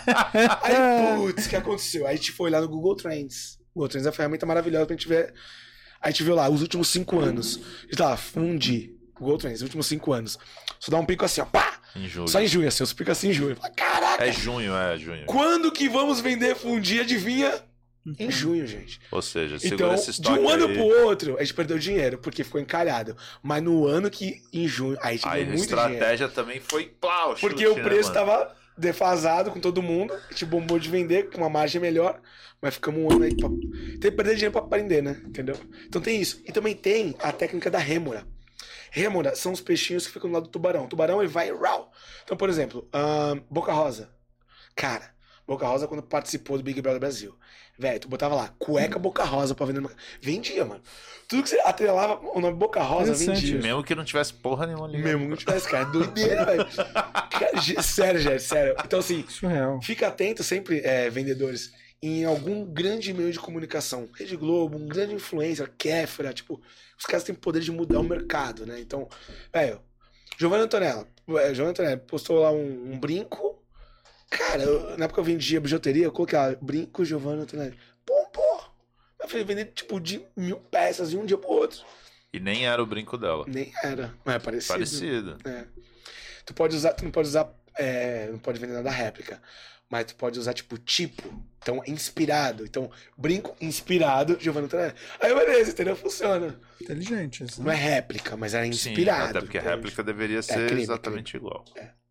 Aí, putz, o que aconteceu? Aí a gente foi lá no Google Trends. O Google Trends é uma ferramenta maravilhosa pra gente ver. Aí a gente viu lá, os últimos cinco anos. A gente tá lá, fundi. Google Trends, os últimos cinco anos. Só dá um pico assim, ó, pá! Em julho. Só em junho, assim, os picos assim em junho. Fala, caraca! É junho, é junho. Quando que vamos vender fundi? Adivinha? Em junho, gente. Ou seja, segura Então, esse de estoque um ano aí. pro outro, a gente perdeu dinheiro, porque ficou encalhado. Mas no ano que, em junho, aí a gente Aí ganhou a muito dinheiro. estratégia também foi plau, Porque chute, o preço né, mano? tava defasado com todo mundo, a gente bombou de vender com uma margem melhor, mas ficamos um ano aí pra... Tem que perder dinheiro pra aprender, né? Entendeu? Então tem isso. E também tem a técnica da rêmora. Rêmora são os peixinhos que ficam do lado do tubarão. O tubarão, ele vai... Rau. Então, por exemplo, ahn, Boca Rosa. Cara, Boca Rosa quando participou do Big Brother Brasil. Velho, tu botava lá, cueca Boca Rosa pra vender. no- Vendia, mano. Tudo que você atrelava o nome Boca Rosa, Interessante vendia. isso. Mesmo que não tivesse porra nenhuma ali. Mesmo que não tivesse, cara. Doideira, velho. Cara, ge- Sério, gente, sério. Então, assim, Surreal. fica atento sempre, é, vendedores, em algum grande meio de comunicação. Rede Globo, um grande influencer, Kéfera, tipo, os caras têm poder de mudar o mercado, né? Então, velho, Giovanna Antonella, é, Giovanna Antonella postou lá um, um brinco. Cara, eu- na época eu vendia bijuteria, eu coloquei lá, brinco Giovanna Antonella. Pô, pô. Eu falei, vender tipo de mil peças de um dia pro outro. E nem era o brinco dela. Nem era, mas é parecido. Parecido. É. Tu pode usar, tu não pode usar, é, não pode vender nada réplica, mas tu pode usar tipo tipo, então inspirado, então brinco inspirado, Giovanna Antonella. Aí beleza, entendeu? Funciona. Inteligente. Isso, Não né? é réplica, mas era Sim, inspirado. até porque a entende? réplica deveria ser crime, exatamente igual.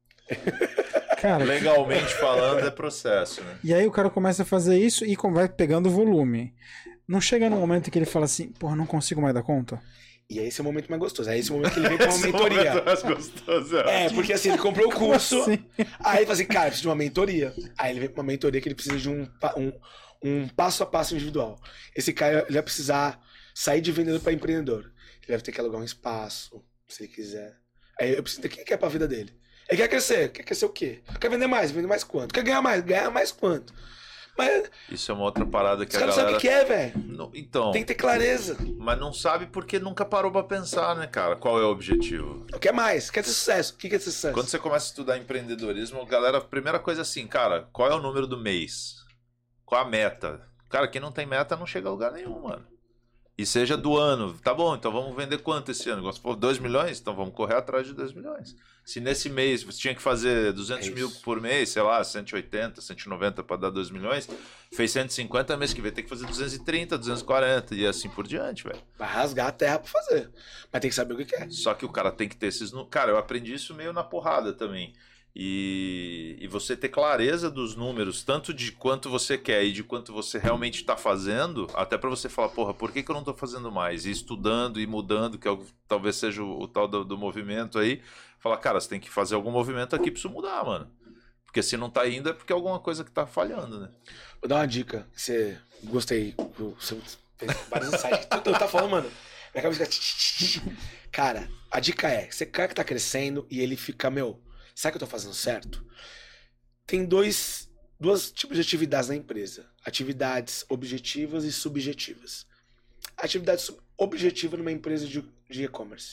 Cara, Legalmente falando, é processo, né? e aí o cara começa a fazer isso e com- vai pegando volume. Não chega num momento que ele fala assim, porra, não consigo mais dar conta? E aí esse é o momento mais gostoso. Aí esse é o momento que ele vem com uma mentoria. mais gostoso, É, porque assim, ele comprou o curso, Sim. aí ele fala assim, cara, eu preciso de uma mentoria. Aí ele vem com uma mentoria que ele precisa de um, pa- um, um passo a passo individual. Esse cara ele vai precisar sair de vendedor para empreendedor. Ele vai ter que alugar um espaço, se ele quiser. Aí eu preciso entender o que ele quer pra vida dele. Ele quer crescer. Quer crescer o quê? Quer vender mais? Vender mais quanto? Quer ganhar mais? Ganhar mais quanto? Mas Isso é uma outra parada que os a caras não sabem galera... o que é, velho. Não, então, Tem que ter clareza. mas não sabe porque nunca parou pra pensar, né, cara? Qual é o objetivo? Quer mais? Quer ter sucesso. O que quer ter sucesso? Quando você começa a estudar empreendedorismo, galera, a primeira coisa é assim, cara, qual é o número do mês? Qual a meta? Cara, quem não tem meta não chega a lugar nenhum, mano. E seja do ano. Tá bom, então vamos vender quanto esse ano? Se for dois milhões, então vamos correr atrás de dois milhões. Se nesse mês você tinha que fazer duzentos É mil isso. por mês, sei lá, cento e oitenta, cento e noventa para dar dois milhões, fez cento e cinquenta, mês que vem tem que fazer duzentos e trinta, duzentos e quarenta e assim por diante, velho. Vai rasgar a terra pra fazer. Mas tem que saber o que quer. Só que o cara tem que ter esses. nu- Cara, eu aprendi isso meio na porrada também. E, e você ter clareza dos números, tanto de quanto você quer e de quanto você realmente está fazendo, até para você falar, porra, por que, que eu não estou fazendo mais? E estudando e mudando, que é o- talvez seja o, o tal do, do movimento aí. Falar, cara, você tem que fazer algum movimento aqui pra isso mudar, mano. Porque se não tá indo é porque é alguma coisa que tá falhando, né? Vou dar uma dica. Você gostei. Você fez vários insights. Tudo tá falando, mano. Minha cabeça fica... Cara, a dica é: você quer que tá crescendo e ele fica, meu, será que eu tô fazendo certo? Tem dois, duas tipos de atividades na empresa: atividades objetivas e subjetivas. Atividade sub- objetiva numa empresa de de e-commerce.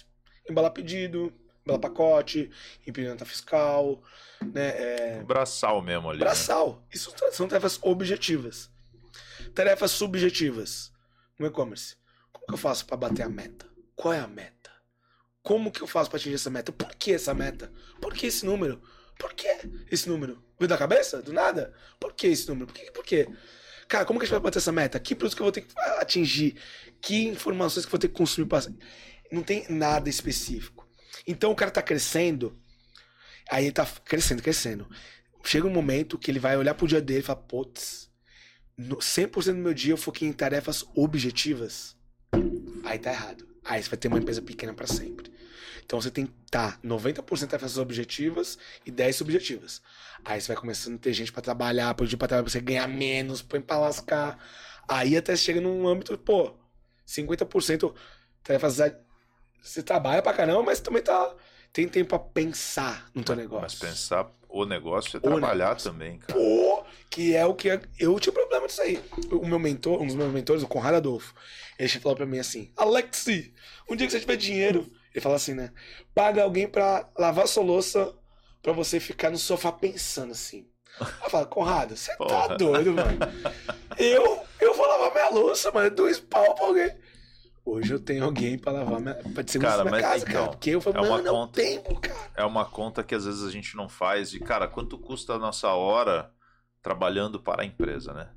embalar pedido, embalar pacote, imprimir nota fiscal, né? É... Braçal mesmo ali. Braçal. Né? Isso são tarefas objetivas. Tarefas subjetivas no e-commerce. Como que eu faço para bater a meta? Qual é a meta? Como que eu faço para atingir essa meta? Por que essa meta? Por que esse número? Por que esse número? Veio da cabeça? Do nada? Por que esse número? Por que? Por quê? Cara, como que a gente vai bater essa meta? Que produtos que eu vou ter que atingir? Que informações que eu vou ter que consumir? Pra... Não tem nada específico. Então o cara tá crescendo, aí ele tá crescendo, crescendo. Chega um momento que ele vai olhar pro dia dele e falar, putz, cem por cento do meu dia eu foquei em tarefas objetivas. Aí tá errado. Aí você vai ter uma empresa pequena pra sempre. Então você tem que estar noventa por cento tarefas objetivas e dez subjetivas. Aí você vai começando a ter gente pra trabalhar, pedir pra trabalhar pra você ganhar menos, põe pra lascar. Aí até chega num âmbito, pô, cinquenta por cento tarefas. Você trabalha pra caramba, mas também tá, tem tempo pra pensar no teu negócio. Mas pensar o negócio é trabalhar negócio. também, cara. Pô, que é o que eu tinha problema disso aí. O meu mentor, um dos meus mentores, o Conrado Adolfo, ele falou pra mim assim: Alexi, um dia que você tiver dinheiro, ele fala assim, né? Paga alguém pra lavar sua louça pra você ficar no sofá pensando assim. Eu falo, Conrado, você tá doido, mano. Eu, eu vou lavar minha louça, mano. Dois pau pra alguém. Hoje eu tenho alguém pra lavar minha, pra dizer cara, minha mas, casa, então, cara. Porque eu falo, é mano, não conta, tempo, cara. É uma conta que às vezes a gente não faz. E, cara, quanto custa a nossa hora trabalhando para a empresa, né?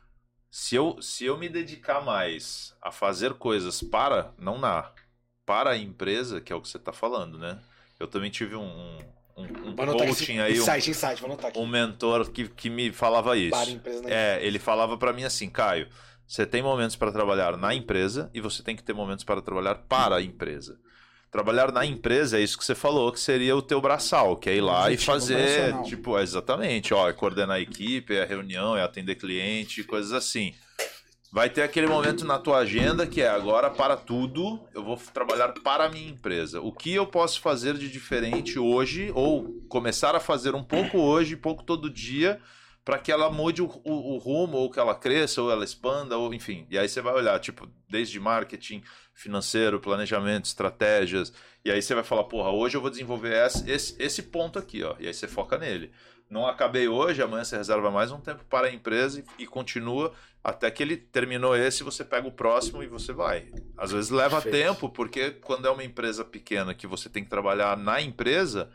Se eu, se eu me dedicar mais a fazer coisas para, não na, para a empresa, que é o que você tá falando, né? Eu também tive um, um, um coaching aí, insight, um, insight, vou anotar aqui. um mentor que, que me falava isso. Para a empresa, né? É, ele falava para mim assim, Caio, você tem momentos para trabalhar na empresa e você tem que ter momentos para trabalhar para a empresa. Trabalhar na empresa é isso que você falou, que seria o teu braçal, que é ir lá e fazer, tipo, é exatamente, ó, é coordenar a equipe, é reunião, é atender cliente, coisas assim. Vai ter aquele momento na tua agenda que é agora para tudo, eu vou trabalhar para a minha empresa. O que eu posso fazer de diferente hoje, ou começar a fazer um pouco hoje, pouco todo dia, para que ela mude o, o, o rumo, ou que ela cresça, ou ela expanda, ou enfim. E aí você vai olhar, tipo, desde marketing, financeiro, planejamento, estratégias, e aí você vai falar, porra, hoje eu vou desenvolver esse, esse, esse ponto aqui, ó, e aí você foca nele. Não acabei hoje, amanhã você reserva mais um tempo para a empresa e, e continua até que ele terminou esse, você pega o próximo e você vai. Às vezes leva Perfeito. tempo, porque quando é uma empresa pequena que você tem que trabalhar na empresa,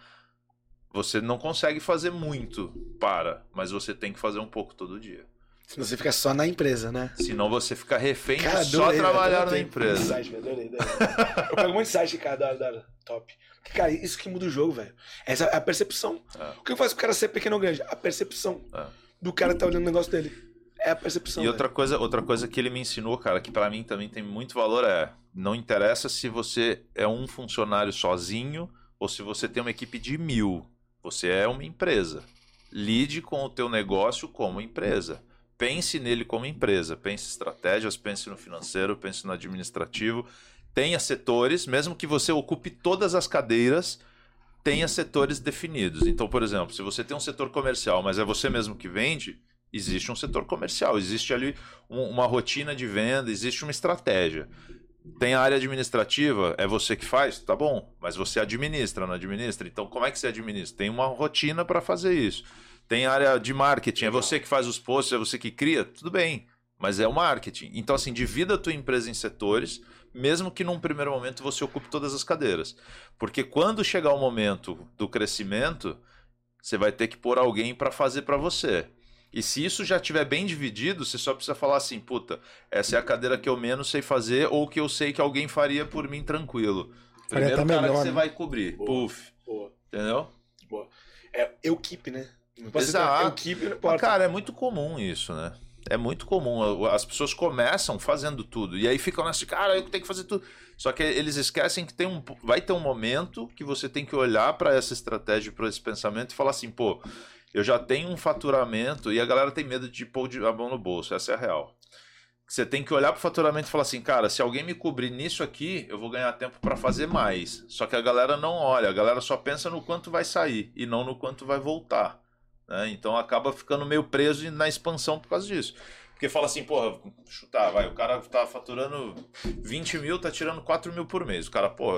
você não consegue fazer muito para, mas você tem que fazer um pouco todo dia. Senão você fica só na empresa, né? Senão você fica refém de cara, só adorei, trabalhar na adorei, empresa. Adorei, adorei, adorei. Eu pego muito site, cara, adoro, adoro. Top. Porque, cara, isso que muda o jogo, velho. Essa é a percepção. É. O que faz o cara ser pequeno ou grande? A percepção é. do cara que tá olhando o negócio dele. É a percepção. E outra coisa, outra coisa que ele me ensinou, cara, que pra mim também tem muito valor é, não interessa se você é um funcionário sozinho ou se você tem uma equipe de mil. Você é uma empresa. Lide com o teu negócio como empresa. Pense nele como empresa. Pense em estratégias, pense no financeiro, pense no administrativo. Tenha setores, mesmo que você ocupe todas as cadeiras, tenha setores definidos. Então, por exemplo, se você tem um setor comercial, mas é você mesmo que vende, existe um setor comercial. Existe ali um, uma rotina de venda, existe uma estratégia. Tem a área administrativa, é você que faz? Tá bom, mas você administra, não administra? Então, como é que você administra? Tem uma rotina para fazer isso. Tem a área de marketing, é você que faz os posts, é você que cria? Tudo bem, mas é o marketing. Então, assim, divida a tua empresa em setores, mesmo que num primeiro momento você ocupe todas as cadeiras. Porque quando chegar o momento do crescimento, você vai ter que pôr alguém para fazer para você. E se isso já estiver bem dividido, você só precisa falar assim, puta, essa é a cadeira que eu menos sei fazer ou que eu sei que alguém faria por mim tranquilo. Primeiro tá cara melhor, que você né? vai cobrir. Boa, Puf. Boa. Entendeu? Boa. É equipe, né? Exato. Equipe, não importa. Cara, é muito comum isso, né? É muito comum. As pessoas começam fazendo tudo. E aí ficam nessa, cara, eu tenho que fazer tudo. Só que eles esquecem que tem um, vai ter um momento que você tem que olhar para essa estratégia, para esse pensamento e falar assim, pô, eu já tenho um faturamento e a galera tem medo de pôr a mão no bolso. Essa é a real. Você tem que olhar para o faturamento e falar assim, cara, se alguém me cobrir nisso aqui, eu vou ganhar tempo para fazer mais. Só que a galera não olha, a galera só pensa no quanto vai sair e não no quanto vai voltar. Né? Então acaba ficando meio preso na expansão por causa disso. Porque fala assim, porra, chutar, vai, o cara tá faturando vinte mil, tá tirando quatro mil por mês. O cara, porra,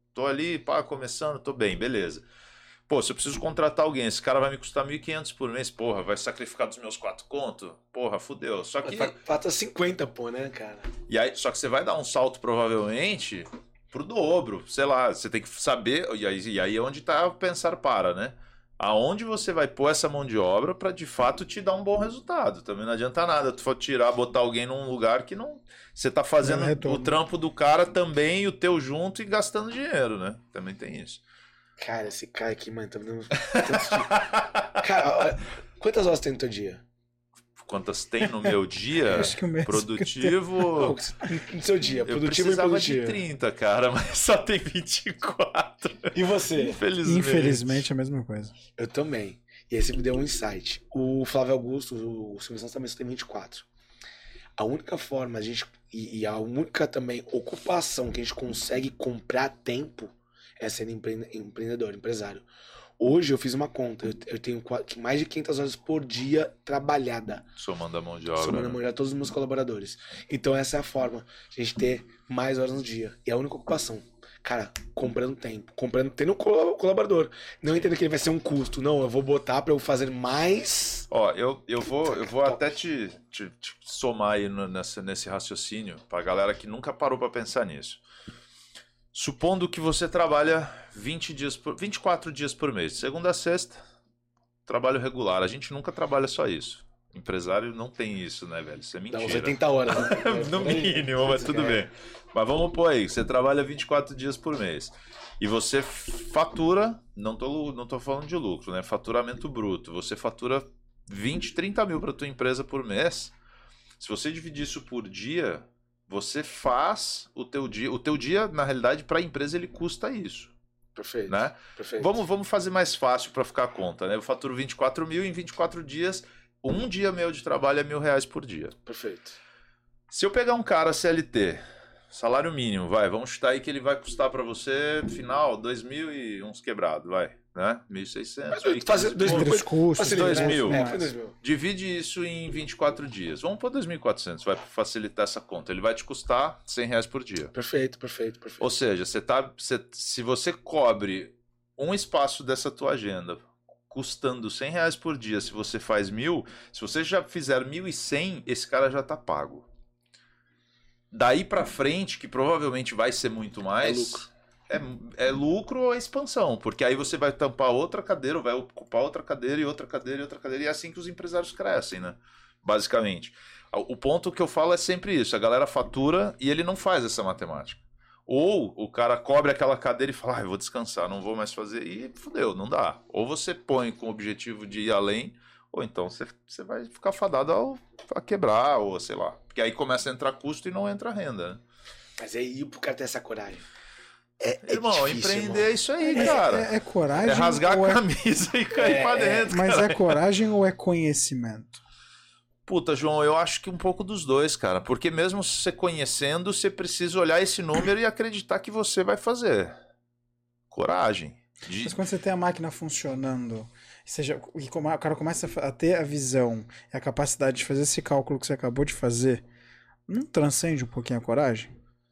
tô ali, pá, começando, tô bem, beleza. Pô, se eu preciso contratar alguém, esse cara vai me custar mil e quinhentos por mês, porra, vai sacrificar dos meus quatro conto? Porra, fudeu. Só que... Falta cinquenta, pô, né, cara? E aí, só que você vai dar um salto, provavelmente, pro dobro. Sei lá, você tem que saber... E aí, e aí é onde tá o pensar para, né? Aonde você vai pôr essa mão de obra pra, de fato, te dar um bom resultado. Também não adianta nada tu for tirar, botar alguém num lugar que não... Você tá fazendo É o trampo do cara também, o teu junto e gastando dinheiro, né? Também tem isso. Cara, esse cara aqui, mano, tá me dando... Cara, quantas horas tem no teu dia? Quantas tem no meu dia? Acho que o mesmo produtivo... Não, no seu dia, Eu produtivo e precisava produtivo. de trinta, cara, mas só tem vinte e quatro. E você? Infelizmente. Infelizmente é a mesma coisa. Eu também. E aí você me deu um insight. O Flávio Augusto, o Silvio Santos também só tem vinte e quatro. A única forma, a gente, e, e a única também ocupação que a gente consegue comprar tempo é sendo empre- empreendedor, empresário. Hoje eu fiz uma conta, eu, eu tenho quase- mais de quinhentas horas por dia trabalhada. Somando a mão de obra. Somando a mão de todos os meus colaboradores. Então essa é a forma de a gente ter mais horas no dia. E a única ocupação. Cara, comprando tempo, comprando, tendo col- colaborador. Não entendo que ele vai ser um custo. Não, eu vou botar pra eu fazer mais. Ó, eu, eu vou, eu vou até te, te, te somar aí no, nessa, nesse raciocínio pra galera que nunca parou pra pensar nisso. Supondo que você trabalha vinte dias por, vinte e quatro dias por mês, de segunda a sexta, trabalho regular. A gente nunca trabalha só isso. Empresário não tem isso, né, velho? Isso é mentira. Dá uns oitenta horas, né? No mínimo, mas tudo bem. Mas vamos pôr aí, você trabalha vinte e quatro dias por mês. E você fatura, não tô, não tô falando de lucro, né? Faturamento bruto. Você fatura vinte, trinta mil para tua empresa por mês. Se você dividir isso por dia, você faz o teu dia. O teu dia, na realidade, para a empresa, ele custa isso. Perfeito. Né? Perfeito. Vamos, vamos fazer mais fácil para ficar a conta, né? Eu faturo vinte e quatro mil em vinte e quatro dias. Um dia meu de trabalho é mil reais por dia. Perfeito. Se eu pegar um cara C L T, salário mínimo, vai, vamos chutar aí que ele vai custar para você, final, dois mil e uns quebrados, vai, né? mil e seiscentos. Mas fazer dois mil. Entre os custos, Facilita, dois né? mil. É, foi dois mil. Divide isso em vinte e quatro dias. Vamos pôr dois mil e quatrocentos, vai facilitar essa conta. Ele vai te custar cem reais por dia. Perfeito, perfeito, perfeito. Ou seja, você tá, você, se você cobre um espaço dessa tua agenda custando cem reais por dia, se você faz mil, se você já fizer mil e cem, esse cara já tá pago. Daí pra frente, que provavelmente vai ser muito mais, É lucro. É, é lucro ou expansão, porque aí você vai tampar outra cadeira, ou vai ocupar outra cadeira e outra cadeira e outra cadeira, e é assim que os empresários crescem, né? Basicamente. O ponto que eu falo é sempre isso, a galera fatura e ele não faz essa matemática. Ou o cara cobre aquela cadeira e fala, ah, eu vou descansar, não vou mais fazer, e fudeu, não dá. Ou você põe com o objetivo de ir além, ou então você, você vai ficar fadado ao, a quebrar, ou sei lá. Porque aí começa a entrar custo e não entra renda, né? Mas aí pro cara ter essa coragem. É, é Irmão, difícil, empreender irmão. é isso aí, É, cara. é- é coragem É rasgar ou a é- camisa e cair É, pra é, dentro, Mas cara. é coragem ou é conhecimento? Puta, João, eu acho que um pouco dos dois, cara. Porque mesmo você conhecendo, você precisa olhar esse número e acreditar que você vai fazer. Coragem. De- Mas quando você tem a máquina funcionando, seja, e como o cara começa a fa- a ter a visão e a capacidade de fazer esse cálculo que você acabou de fazer, não transcende um pouquinho a coragem?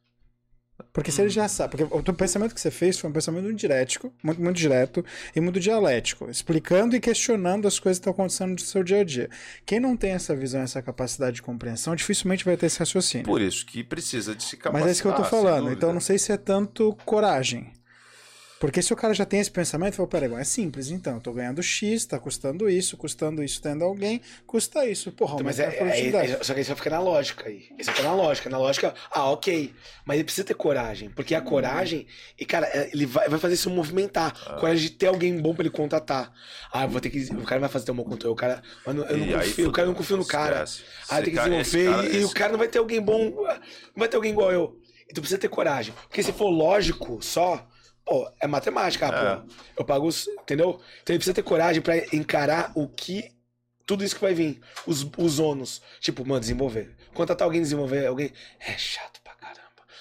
Porque se ele já sabe, porque o teu pensamento que você fez foi um pensamento muito direto, muito, muito direto e muito dialético, explicando e questionando as coisas que estão acontecendo no seu dia a dia. Quem não tem essa visão, essa capacidade de compreensão, dificilmente vai ter esse raciocínio. Por isso que precisa de se capacitar. Mas é isso que eu tô sem falando. dúvida. Então não sei se é tanto coragem. Porque se o cara já tem esse pensamento, fala, peraí, é simples, então, eu tô ganhando X, tá custando isso, custando isso, tendo alguém, custa isso. Porra, Então, mas aumenta é, a produtividade. é- é- só que aí você vai ficar na lógica aí. Isso fica na lógica. Na lógica, ah, ok. Mas ele precisa ter coragem. Porque a coragem, e cara, é- ele vai, vai fazer isso movimentar. Ah. Coragem de ter alguém bom pra ele contratar. Ah, eu vou ter que. O cara vai fazer ter um bom controle. O cara. Mano, eu não E aí, confio. O cara não fudeu, confio no cara. esquece. Ah, Esse tem que cara- esse desenvolver. cara- e, e o esse- cara não vai ter alguém bom. Não vai ter alguém igual eu. Então precisa ter coragem. Porque se for lógico só. Pô, é matemática, ah, É. pô. Eu pago os. Entendeu? Então ele precisa ter coragem pra encarar o que. Tudo isso que vai vir. Os, os ônus. Tipo, mano, desenvolver. Contratar alguém, desenvolver alguém. É chato pra caramba.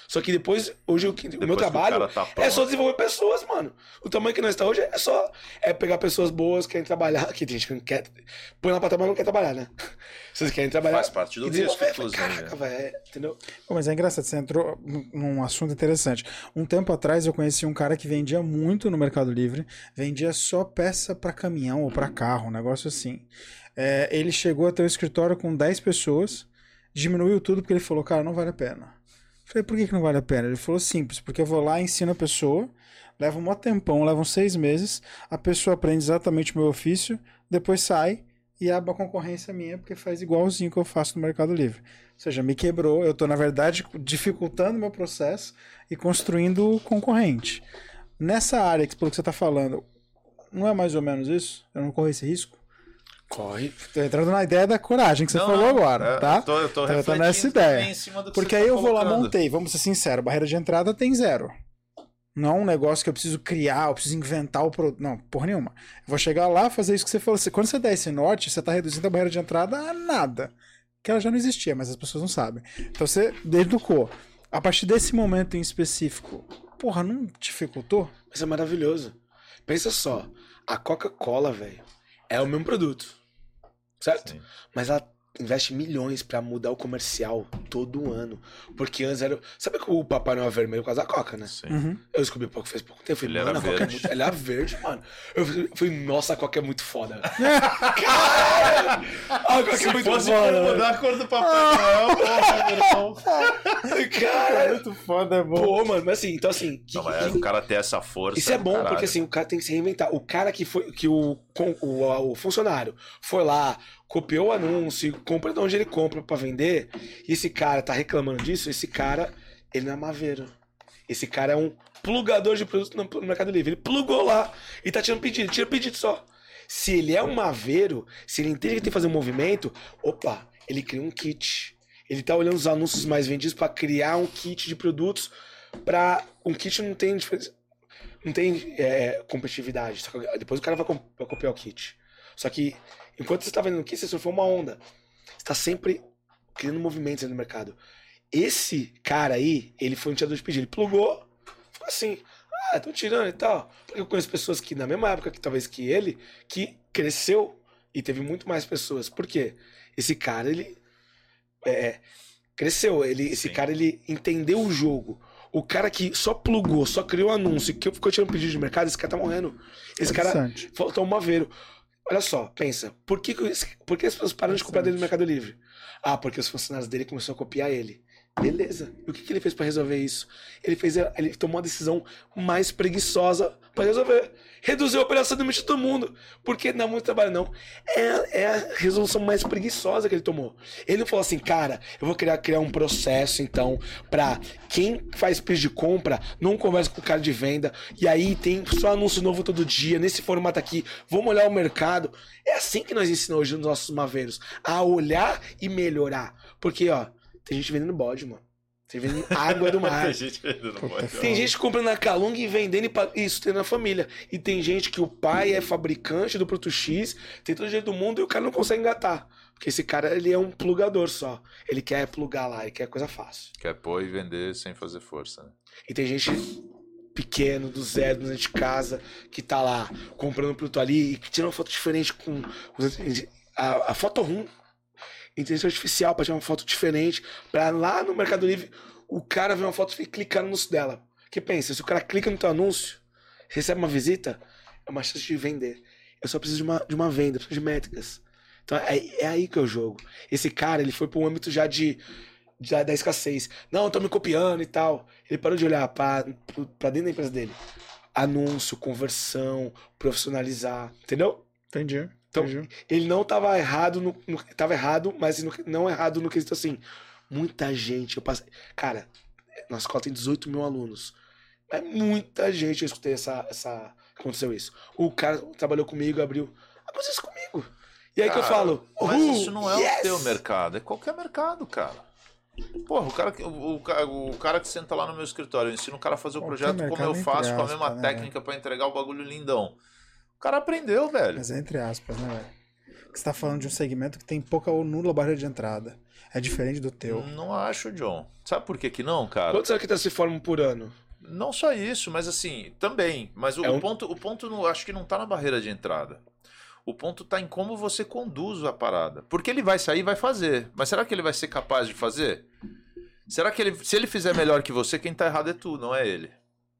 Só que depois, hoje, o, que, Depois o meu que o trabalho cara tá é pronto. só desenvolver pessoas, mano. O tamanho que nós está hoje é só é pegar pessoas boas que querem trabalhar. Que tem gente que não quer. Põe lá pra trabalhar, não quer trabalhar, né? Vocês querem trabalhar. Faz parte do e desenvolver, risco, inclusive, Caraca, né? velho. Entendeu? Pô, mas é engraçado, você entrou num assunto interessante. Um tempo atrás eu conheci um cara que vendia muito no Mercado Livre, vendia só peça pra caminhão ou pra carro, um negócio assim. É, ele chegou a ter um escritório com dez pessoas, diminuiu tudo porque ele falou, cara, não vale a pena. Eu falei, por que, que não vale a pena? Ele falou, simples, porque eu vou lá, ensino a pessoa, leva um maior tempão, levam seis meses, a pessoa aprende exatamente o meu ofício, depois sai e abre a concorrência minha, porque faz igualzinho que eu faço no Mercado Livre. Ou seja, me quebrou, eu estou, na verdade, dificultando o meu processo e construindo o concorrente. Nessa área, que pelo que você está falando, não é mais ou menos isso? Eu não corro esse risco? Corre. Tô entrando na ideia da coragem que você Não, falou não, agora, é, tá? eu tô, eu tô Então, eu tô refletindo nessa também ideia. em cima do que Porque você aí tá eu vou lá, colocando. montei, vamos ser sinceros, barreira de entrada tem zero. Não é um negócio que eu preciso criar, eu preciso inventar o produto. Não, porra nenhuma. Eu vou chegar lá, fazer isso que você falou. Quando você der esse norte, você tá reduzindo a barreira de entrada a nada. Que ela já não existia, mas as pessoas não sabem. Então você educou. A partir desse momento em específico, porra, não dificultou? Mas é maravilhoso. Pensa só, a Coca-Cola, velho, é o mesmo produto. Certo? Sim. Mas ela investe milhões pra mudar o comercial todo ano. Porque antes era. Sabe que o Papai Noel é vermelho por causa da Coca, né? Sim. Uhum. Eu descobri pouco, fez pouco tempo. Eu falei, Ele mano, era a Coca é verde. muito. Ela é verde, mano. Eu falei, nossa, a Coca é muito foda. Cara! A Coca é muito foda. mano. a cor do Papai Noel, porra, meu irmão. Cara! Muito foda, é bom. Pô, mano, mas assim, então assim. Que, Não, mas é, que- o cara ter essa força. Isso é do bom, caralho. porque assim, o cara tem que se reinventar. O cara que foi. Que o, com- o, o funcionário foi lá, copiou o anúncio, compra de onde ele compra pra vender, e esse cara tá reclamando disso, esse cara, ele não é maveiro. Esse cara é um plugador de produto no, no Mercado Livre. Ele plugou lá e tá tirando pedido, tira pedido só. Se ele é um maveiro, se ele entende que tem que fazer um movimento, opa, ele cria um kit. Ele tá olhando os anúncios mais vendidos pra criar um kit de produtos pra... Um kit não tem diferença, não tem é, competitividade. Só que depois o cara vai, com- vai copiar o kit. Só que enquanto você tá vendendo o kit, você surfou uma onda. Você tá sempre criando movimentos aí no mercado. Esse cara aí, ele foi um tirador de pedido. Ele plugou, ficou assim, ah, estão tirando e tal. Porque eu conheço pessoas que, na mesma época que talvez que ele, que cresceu e teve muito mais pessoas. Por quê? Esse cara, ele é, cresceu. Ele, esse Sim. cara, ele entendeu o jogo. O cara que só plugou, só criou anúncio, que ficou tirando pedido de mercado, esse cara tá morrendo. Esse cara Interessante. faltou um maveiro. Olha só, pensa, por que, que esse- por que as pessoas pararam de comprar dele no Mercado Livre? Ah, porque os funcionários dele começaram a copiar ele. Beleza. E o que, que ele fez pra resolver isso? Ele fez, a- ele tomou a decisão mais preguiçosa pra resolver. Reduziu a operação de limite de todo mundo. Porque não dá muito trabalho, não. É, é a resolução mais preguiçosa que ele tomou. Ele não falou assim, cara, eu vou criar, criar um processo, então, pra quem faz pedido de compra, não conversa com o cara de venda, e aí tem só anúncio novo todo dia, nesse formato aqui, vamos olhar o mercado. É assim que nós ensinamos hoje os nossos maveiros, a olhar e melhorar. Porque, ó, tem gente vendendo bode, mano. Tem gente vendendo água do mar. Tem gente que ainda não pode. Tem gente comprando na Calunga e vendendo e pa- isso tem na família. E tem gente que o pai é fabricante do produto X, tem todo jeito do mundo e o cara não consegue engatar. Porque esse cara, ele é um plugador só. Ele quer plugar lá, ele quer coisa fácil. Quer pôr e vender sem fazer força, né? E tem gente pequeno, do zero, dentro de casa, que tá lá comprando produto ali e que tira uma foto diferente com a, a foto ruim. Inteligência artificial pra tirar uma foto diferente, pra lá no Mercado Livre o cara ver uma foto e clicar no anúncio dela. Porque pensa, se o cara clica no teu anúncio, recebe uma visita, é uma chance de vender. Eu só preciso de uma, de uma venda, preciso de métricas. Então é, é aí que eu jogo. Esse cara, ele foi para um âmbito já de, de da escassez. Não, estão me copiando e tal. Ele parou de olhar para dentro da empresa dele. Anúncio, conversão, profissionalizar, entendeu? Entendi. Então, entendi. ele não estava errado, no, no, tava errado, mas no, não errado no quesito assim. Muita gente, eu passei. Cara, nossa escola tem dezoito mil alunos. É muita gente, eu escutei essa, essa. Aconteceu isso. O cara trabalhou comigo, abriu. Aconteceu isso comigo. E aí que eu Cara, falo. Mas "Uh, isso não é yes!" o teu mercado, é qualquer mercado, cara. Porra, o cara, que- o, o, ca- o cara que senta lá no meu escritório, eu ensino o cara a fazer o Qualquer projeto como mercado, eu faço, com a entre mesma aspas, né, técnica pra entregar o bagulho lindão. O cara aprendeu, velho. Mas é entre aspas, né, velho? que você tá falando de um segmento que tem pouca ou nula barreira de entrada. É diferente do teu. Não acho, John. Sabe por que que não, cara? Quantos arquitetos se formam por ano? Não só isso, mas assim, também. Mas o, É um- o ponto, o ponto não, acho que não tá na barreira de entrada. O ponto tá em como você conduz a parada. Porque ele vai sair e vai fazer. Mas será que ele vai ser capaz de fazer? Será que ele, se ele fizer melhor que você, quem tá errado é tu, não é ele?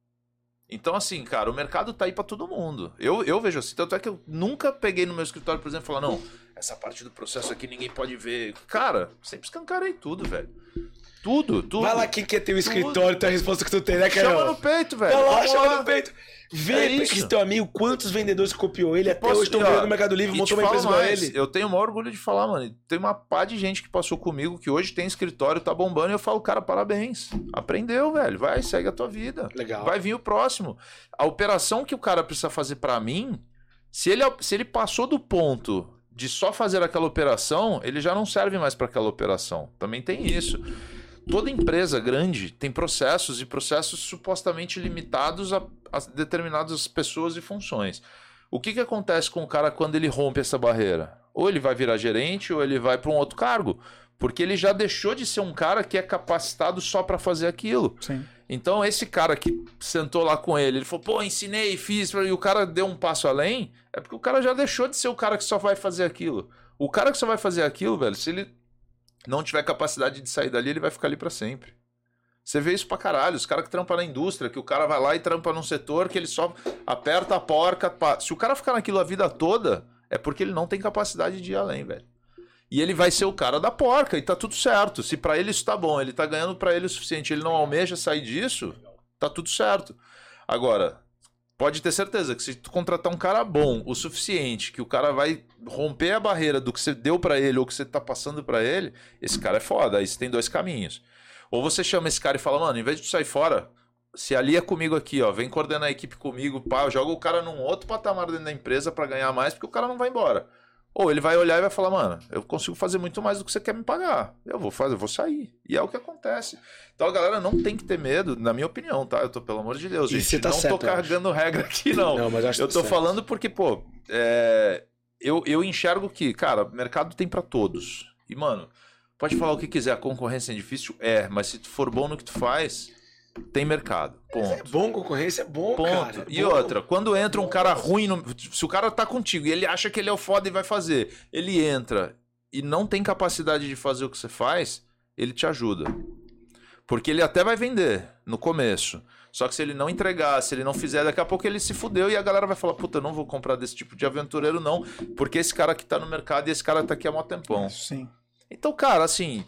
Então, assim, cara, o mercado tá aí pra todo mundo. Eu, eu vejo assim. Tanto é que eu nunca peguei no meu escritório, por exemplo, e falar, não, essa parte do processo aqui ninguém pode ver. Cara, sempre escancarei tudo, velho. Tudo, tudo. Vai lá quem quer ter o escritório, tem a resposta que tu tem, né, Chama Carol? no peito, velho. Vai lá, Vamos chama lá. no peito. Vê É é isso. esse teu amigo, quantos vendedores copiou ele, até Posso- hoje estão e, ó, vendendo no Mercado Livre, e montou te uma falo empresa igual mais, ele. Eu tenho o maior orgulho de falar, mano. Tem uma pá de gente que passou comigo que hoje tem escritório, tá bombando, e eu falo, cara, parabéns. Aprendeu, velho. Vai, segue a tua vida. Legal. Vai vir o próximo. A operação que o cara precisa fazer pra mim, se ele, se ele passou do ponto de só fazer aquela operação, ele já não serve mais pra aquela operação. Também tem isso. Toda empresa grande tem processos e processos supostamente limitados a, a determinadas pessoas e funções. O que, que acontece com o cara quando ele rompe essa barreira? Ou ele vai virar gerente ou ele vai para um outro cargo. Porque ele já deixou de ser um cara que é capacitado só para fazer aquilo. Sim. Então esse cara que sentou lá com ele, ele falou, pô, ensinei, fiz, e o cara deu um passo além, é porque o cara já deixou de ser o cara que só vai fazer aquilo. O cara que só vai fazer aquilo, velho, se ele não tiver capacidade de sair dali, ele vai ficar ali pra sempre. Você vê isso pra caralho. Os caras que trampam na indústria, que o cara vai lá e trampa num setor que ele só aperta a porca. Pá. Se o cara ficar naquilo a vida toda, é porque ele não tem capacidade de ir além, velho. E ele vai ser o cara da porca e tá tudo certo. Se pra ele isso tá bom, ele tá ganhando pra ele o suficiente, ele não almeja sair disso, tá tudo certo. Agora, pode ter certeza que se tu contratar um cara bom o suficiente, que o cara vai romper a barreira do que você deu pra ele ou que você tá passando pra ele, esse cara é foda. Aí você tem dois caminhos. Ou você chama esse cara e fala, mano, em vez de tu sair fora, se alia comigo aqui, ó, vem coordenar a equipe comigo, pá, joga o cara num outro patamar dentro da empresa pra ganhar mais, porque o cara não vai embora. Ou ele vai olhar e vai falar, mano, eu consigo fazer muito mais do que você quer me pagar. Eu vou fazer, eu vou sair. E é o que acontece. Então a galera não tem que ter medo, na minha opinião, tá? Eu tô, pelo amor de Deus, E gente, você tá não certo, tô eu carregando regra aqui, não. Não, mas eu acho Eu que tô tá falando porque, pô, é, eu, eu enxergo que, cara, mercado tem pra todos. E, mano, pode falar o que quiser, a concorrência é difícil? É, mas se tu for bom no que tu faz, tem mercado. Ponto. É bom, concorrência é bom, Ponto. cara. é E bom. outra, quando entra um cara ruim, no- se o cara tá contigo e ele acha que ele é o foda e vai fazer, ele entra e não tem capacidade de fazer o que você faz, ele te ajuda. Porque ele até vai vender no começo. Só que se ele não entregar, se ele não fizer, daqui a pouco ele se fudeu e a galera vai falar, puta, eu não vou comprar desse tipo de aventureiro não, porque esse cara aqui tá no mercado e esse cara tá aqui há mó tempão. Sim. Então, cara, assim,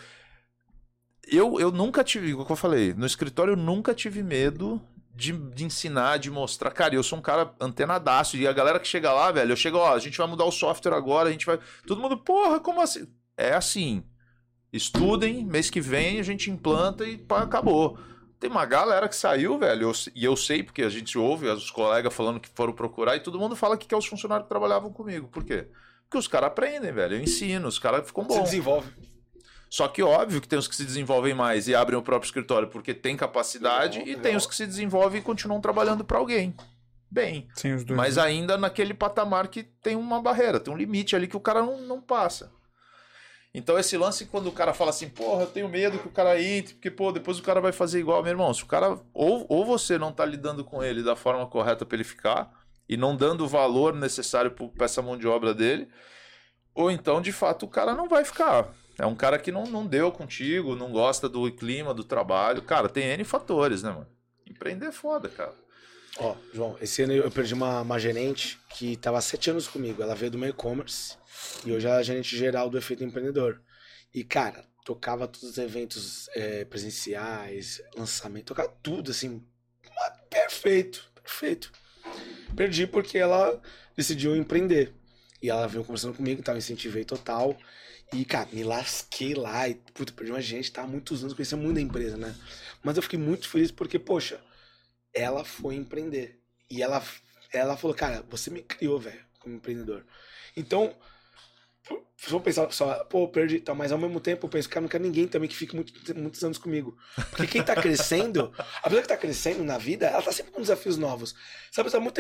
eu, eu nunca tive, como eu falei, no escritório eu nunca tive medo de, de ensinar, de mostrar. Cara, eu sou um cara antenadaço. E a galera que chega lá, velho, eu chego, ó, a gente vai mudar o software agora, a gente vai. Todo mundo, porra, como assim? É assim. Estudem, mês que vem a gente implanta e pá, acabou. Tem uma galera que saiu, velho, eu- e eu sei, porque a gente ouve os colegas falando que foram procurar e todo mundo fala que, que é os funcionários que trabalhavam comigo. Por quê? Porque os caras aprendem, velho. Eu ensino, os caras ficam Você bons. desenvolve. Só que óbvio que tem os que se desenvolvem mais e abrem o próprio escritório porque tem capacidade, Legal, e tem legal. os que se desenvolvem e continuam trabalhando para alguém. Bem, Sim, os dois. mas ainda naquele patamar que tem uma barreira, tem um limite ali que o cara não, não passa. Então esse lance, quando o cara fala assim, porra, eu tenho medo que o cara entre, porque pô, depois o cara vai fazer igual. Meu irmão, se o cara, ou, ou você não tá lidando com ele da forma correta para ele ficar, e não dando o valor necessário para essa mão de obra dele, ou então, de fato, o cara não vai ficar. É um cara que não, não deu contigo, não gosta do clima, do trabalho. Cara, tem N fatores, né, mano? Empreender é foda, cara. Ó, João, esse ano eu perdi uma, uma gerente que estava há sete anos comigo. Ela veio do meu e-commerce e hoje ela é gerente geral do Efeito Empreendedor. E, cara, tocava todos os eventos é, presenciais, lançamento, tocava tudo, assim, perfeito, perfeito. Perdi porque ela decidiu empreender. E ela veio conversando comigo, então eu incentivei total. E, cara, me lasquei lá e, puta, perdi uma gente, tava há muitos anos, conhecia muito da empresa, né? Mas eu fiquei muito feliz porque, poxa, ela foi empreender. E ela, ela falou, cara, você me criou, velho, como empreendedor. Então, se eu pensar só, pô, eu perdi, tá, mas ao mesmo tempo eu penso, cara, não quero ninguém também que fique muito, muitos anos comigo. Porque quem tá crescendo, a pessoa que tá crescendo na vida, ela tá sempre com desafios novos. Se a pessoa há muito tempo ela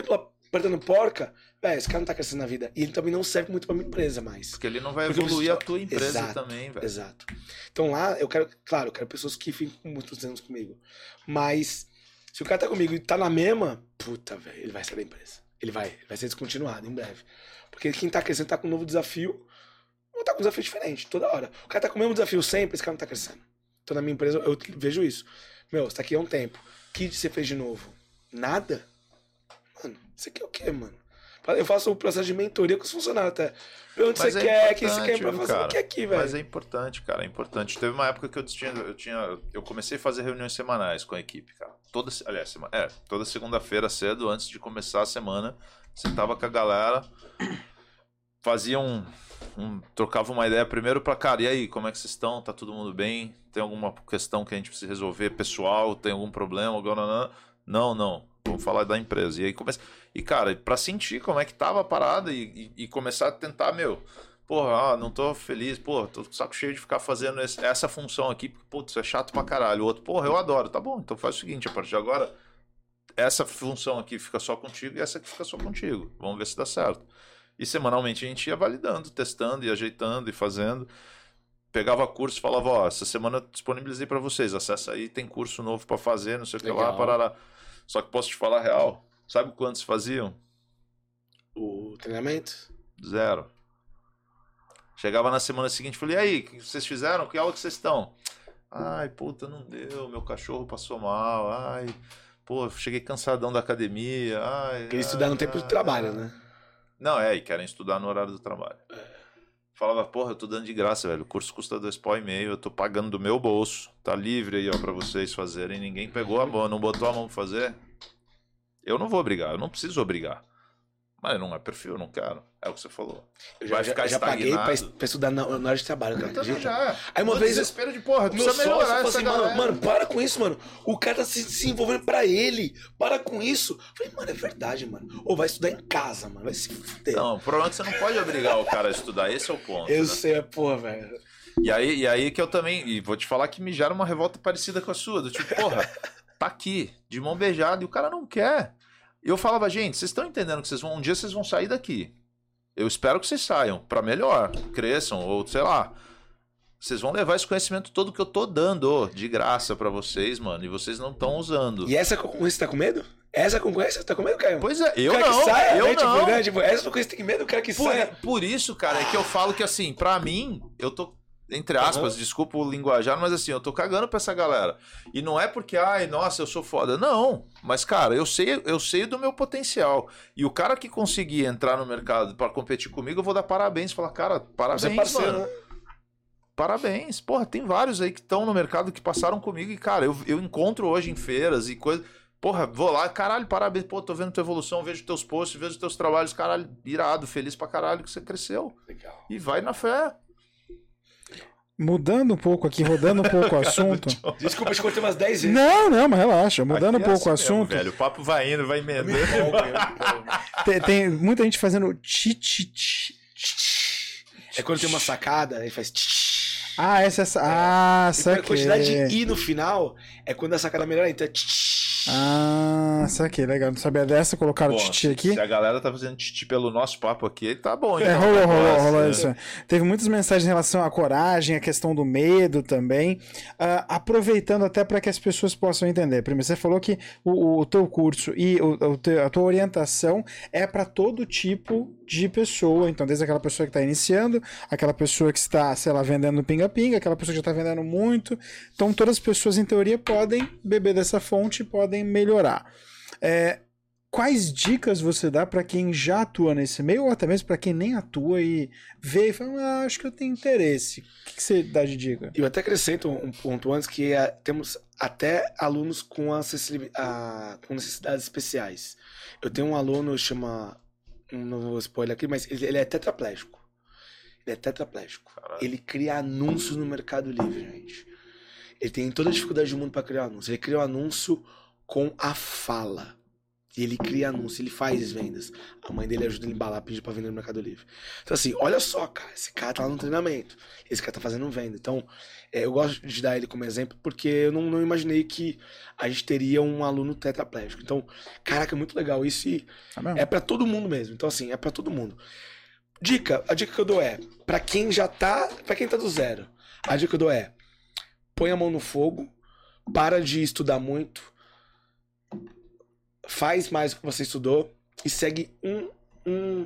apertando porca, velho, esse cara não tá crescendo na vida. E ele também não serve muito pra minha empresa mais. Porque ele não vai Porque eu evoluir preciso- a tua empresa Exato, também, velho. Exato. Então lá, eu quero, claro, eu quero pessoas que fiquem muitos anos comigo. Mas, se o cara tá comigo e tá na mesma, puta, velho, ele vai sair da empresa. Ele vai, ele vai ser descontinuado em breve. Porque quem tá crescendo tá com um novo desafio, ou tá com um desafio diferente, toda hora. O cara tá com o mesmo desafio sempre, esse cara não tá crescendo. Então na minha empresa eu vejo isso. Meu, você tá aqui há um tempo. O que você fez de novo? Nada? Mano, isso aqui é o quê, mano? Eu faço um processo de mentoria com os funcionários até. Onde Mas você é quer, o que você importante, quer pra viu, fazer cara? o que aqui, velho? Mas é importante, cara, é importante. Teve uma época que eu tinha, eu tinha, eu comecei a fazer reuniões semanais com a equipe, cara. Toda, aliás, sema- é, toda segunda-feira cedo, antes de começar a semana, sentava com a galera, fazia um, um trocava uma ideia primeiro pra, cara, e aí, como é que vocês estão? Tá todo mundo bem? Tem alguma questão que a gente precisa resolver pessoal? Tem algum problema? Algum... Não, não. Vamos falar da empresa. E aí começa. E, cara, pra sentir como é que tava a parada e, e, e começar a tentar, meu, porra, ah, não tô feliz, porra, tô com o saco cheio de ficar fazendo esse- essa função aqui, porque, putz, isso é chato pra caralho. O outro, porra, eu adoro. Tá bom, então faz o seguinte, a partir de agora, essa função aqui fica só contigo e essa aqui fica só contigo. Vamos ver se dá certo. E semanalmente a gente ia validando, testando e ajeitando e fazendo. Pegava curso e falava, ó, essa semana eu disponibilizei pra vocês, acessa aí, tem curso novo pra fazer, não sei o que lá, Legal. parará. Só que posso te falar a real, sabe quantos faziam? O treinamento? Zero. Chegava na semana seguinte e falei, e aí, o que vocês fizeram? Que aula que vocês estão? Ai, puta, não deu, meu cachorro passou mal, ai, pô, cheguei cansadão da academia, ai... Queria estudar no ai, tempo de ai, trabalho, ai. né? Não, é, e querem estudar no horário do trabalho. Falava, porra, eu tô dando de graça, velho. O curso custa dois pau e meio, eu tô pagando do meu bolso. Tá livre aí, ó, pra vocês fazerem. Ninguém pegou a mão, não botou a mão pra fazer. Eu não vou obrigar, eu não preciso obrigar. Mas não é perfil, eu não quero. É o que você falou. Eu Vai já, ficar já paguei pra, estagnado. pra estudar na, na hora de trabalho, cara. Eu também acredita? já. Aí uma No vez eu- desespero de porra, Meu precisa sócio melhorar falou essa assim, mano, galera. mano, para com isso, mano. O cara tá se desenvolvendo pra ele. Para com isso. Eu falei, mano, é verdade, mano. Ou vai estudar em casa, mano. Vai se fuder. Não, o problema é que você não pode obrigar o cara a estudar. Esse é o ponto. Eu né? sei, porra, velho. E aí, e aí que eu também, e vou te falar que me gera uma revolta parecida com a sua, do tipo, porra, tá aqui, de mão beijada, e o cara não quer. Eu falava, gente, vocês estão entendendo que vocês vão, um dia vocês vão sair daqui. Eu espero que vocês saiam, pra melhor, cresçam, ou sei lá. Vocês vão levar esse conhecimento todo que eu tô dando de graça pra vocês, mano, e vocês não estão usando. E essa concorrência tá com medo? Essa concorrência tá com medo, Caio? Pois é, eu o cara não, que saia, eu né? Tipo, não. né? Tipo, essa concorrência tem medo, o cara que Por, saia. por isso, cara, é que eu falo que assim, pra mim, eu tô, entre aspas, Uhum. desculpa o linguajar, mas assim, eu tô cagando pra essa galera. E não é porque, ai, nossa, eu sou foda. Não, mas cara, eu sei, eu sei do meu potencial. E o cara que conseguir entrar no mercado pra competir comigo, eu vou dar parabéns. Falar, cara, parabéns, Você é parceiro, mano. né? Parabéns. Porra, tem vários aí que estão no mercado que passaram comigo e, cara, eu, eu encontro hoje em feiras e coisa. Porra, vou lá, caralho, parabéns. Pô, tô vendo tua evolução, vejo teus posts, vejo teus trabalhos, caralho, irado, feliz pra caralho que você cresceu. Legal. E vai na fé. Mudando um pouco aqui, rodando um pouco o assunto. Desculpa, eu te cortei umas dez vezes. Não, não, mas relaxa. Mudando um Aqui é pouco o assim mesmo, assunto. velho, o papo vai indo, vai Eu me emendando. empolgo, eu me empolgo. Tem, tem muita gente fazendo ti, ti, ti. É quando tem uma sacada, aí faz... tch. Ah, essa. essa ah, E a quantidade de saquei. i no final é quando a sacada melhora, então é... tch. Ah, saquei, legal. Não sabia dessa, colocaram o Bom, titi aqui. Se a galera tá fazendo titi pelo nosso papo aqui, tá bom. É, então, rolou, né? rolou, Nossa, rolou é. isso. Teve muitas mensagens em relação à coragem, a questão do medo também. Ah, aproveitando até para que as pessoas possam entender. Primeiro, você falou que o, o teu curso e o, o teu- a tua orientação é para todo tipo de pessoa. Então, desde aquela pessoa que está iniciando, aquela pessoa que está, sei lá, vendendo pinga-pinga, aquela pessoa que já está vendendo muito. Então, todas as pessoas, em teoria, podem beber dessa fonte e podem melhorar. É, quais dicas você dá para quem já atua nesse meio ou até mesmo para quem nem atua e vê e fala, ah, acho que eu tenho interesse. O que, que você dá de dica? Eu até acrescento um ponto antes que é, temos até alunos com, acessibili- a- com necessidades especiais. Eu tenho um aluno, chama, não vou spoiler aqui, mas ele, ele é tetraplégico. Ele é tetraplégico. Caralho. Ele cria anúncios no Mercado Livre, gente. Ele tem toda a dificuldade do mundo para criar anúncio. Ele cria um anúncio com a fala. E ele cria anúncio, ele faz vendas. A mãe dele ajuda ele a embalar, pedir pra vender no Mercado Livre. Então assim, olha só, cara, esse cara tá lá no treinamento. Esse cara tá fazendo venda. Então, é, eu gosto de dar ele como exemplo, porque eu não, não imaginei que a gente teria um aluno tetraplégico. Então, caraca, é muito legal isso e É é pra todo mundo mesmo. Então assim, é pra todo mundo. Dica, a dica que eu dou é, pra quem já tá, pra quem tá do zero, a dica que eu dou é, põe a mão no fogo, para de estudar muito, faz mais o que você estudou e segue um, um,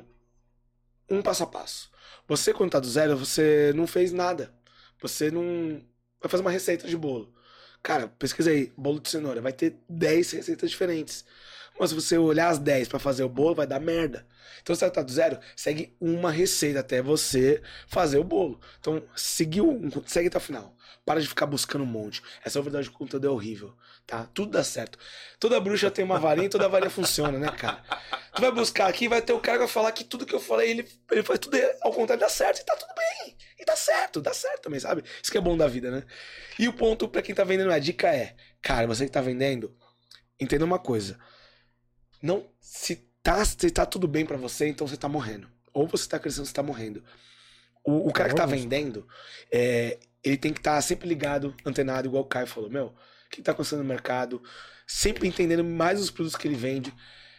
um passo a passo. Você, quando tá do zero, você não fez nada. Você não... vai fazer uma receita de bolo. Cara, pesquisa aí, bolo de cenoura. Vai ter dez receitas diferentes. Mas se você olhar as dez pra fazer o bolo, vai dar merda. Então, se você tá do zero, segue uma receita até você fazer o bolo. Então, seguiu, segue até o final. Para de ficar buscando um monte. Essa verdade do conteúdo é horrível, tá? Tudo dá certo. Toda bruxa tem uma varinha e toda varinha funciona, né, cara? Tu vai buscar aqui, vai ter o cara que vai falar que tudo que eu falei, ele, ele faz tudo ao contrário, dá certo e tá tudo bem. E dá certo, dá certo também, sabe? Isso que é bom da vida, né? E o ponto pra quem tá vendendo, a dica é, cara, você que tá vendendo, entenda uma coisa. Não, se tá, se tá tudo bem pra você, então você tá morrendo. Ou você tá crescendo, você tá morrendo. O, o cara que tá vendendo, é, ele tem que estar tá sempre ligado, antenado, igual o Caio falou. Meu, o que tá acontecendo no mercado? Sempre entendendo mais os produtos que ele vende.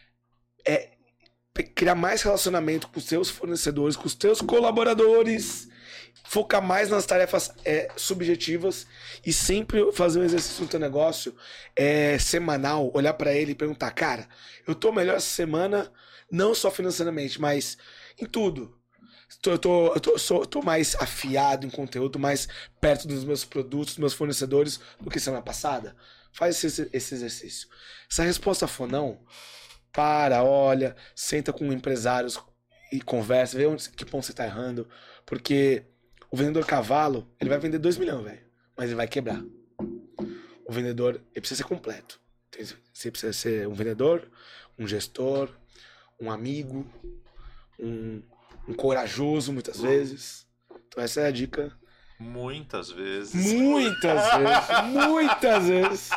É, criar mais relacionamento com os seus fornecedores, com os seus colaboradores. Focar mais nas tarefas é, subjetivas e sempre fazer um exercício no teu negócio é, semanal, olhar pra ele e perguntar, cara, eu tô melhor essa semana, não só financeiramente, mas em tudo. Tô, eu tô, eu tô, sou, tô mais afiado em conteúdo, mais perto dos meus produtos, dos meus fornecedores do que semana passada. Faz esse, esse exercício. Se a resposta for não, para, olha, senta com empresários e conversa, vê onde, que ponto você tá errando, porque o vendedor cavalo, ele vai vender dois milhões, velho. Mas ele vai quebrar. O vendedor, ele precisa ser completo. Você precisa ser um vendedor, um gestor, um amigo, um, um corajoso, muitas vezes. Então essa é a dica. Muitas vezes. Muitas vezes. Muitas vezes.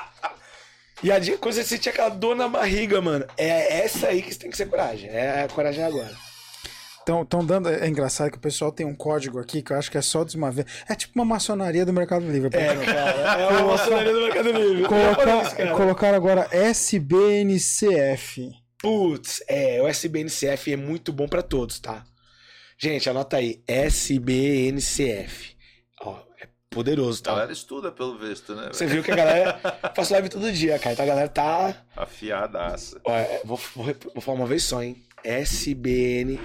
E a dica, quando você sentir aquela dor na barriga, mano, é essa aí que você tem que ser coragem. É a coragem agora. Estão dando. É engraçado que o pessoal tem um código aqui que eu acho que é só desmover. É tipo uma maçonaria do Mercado Livre. É, cara. É uma maçonaria do Mercado Livre. Colocar, colocar agora S B N C F. Putz, é. O S B N C F é muito bom pra todos, tá? Gente, anota aí. S B N C F. Ó, é poderoso, tá? A galera estuda pelo visto, né? Você viu que a galera faz live todo dia, cara. Então a galera tá. Afiadaça. Ó, vou, vou, vou falar uma vez só, hein? S B N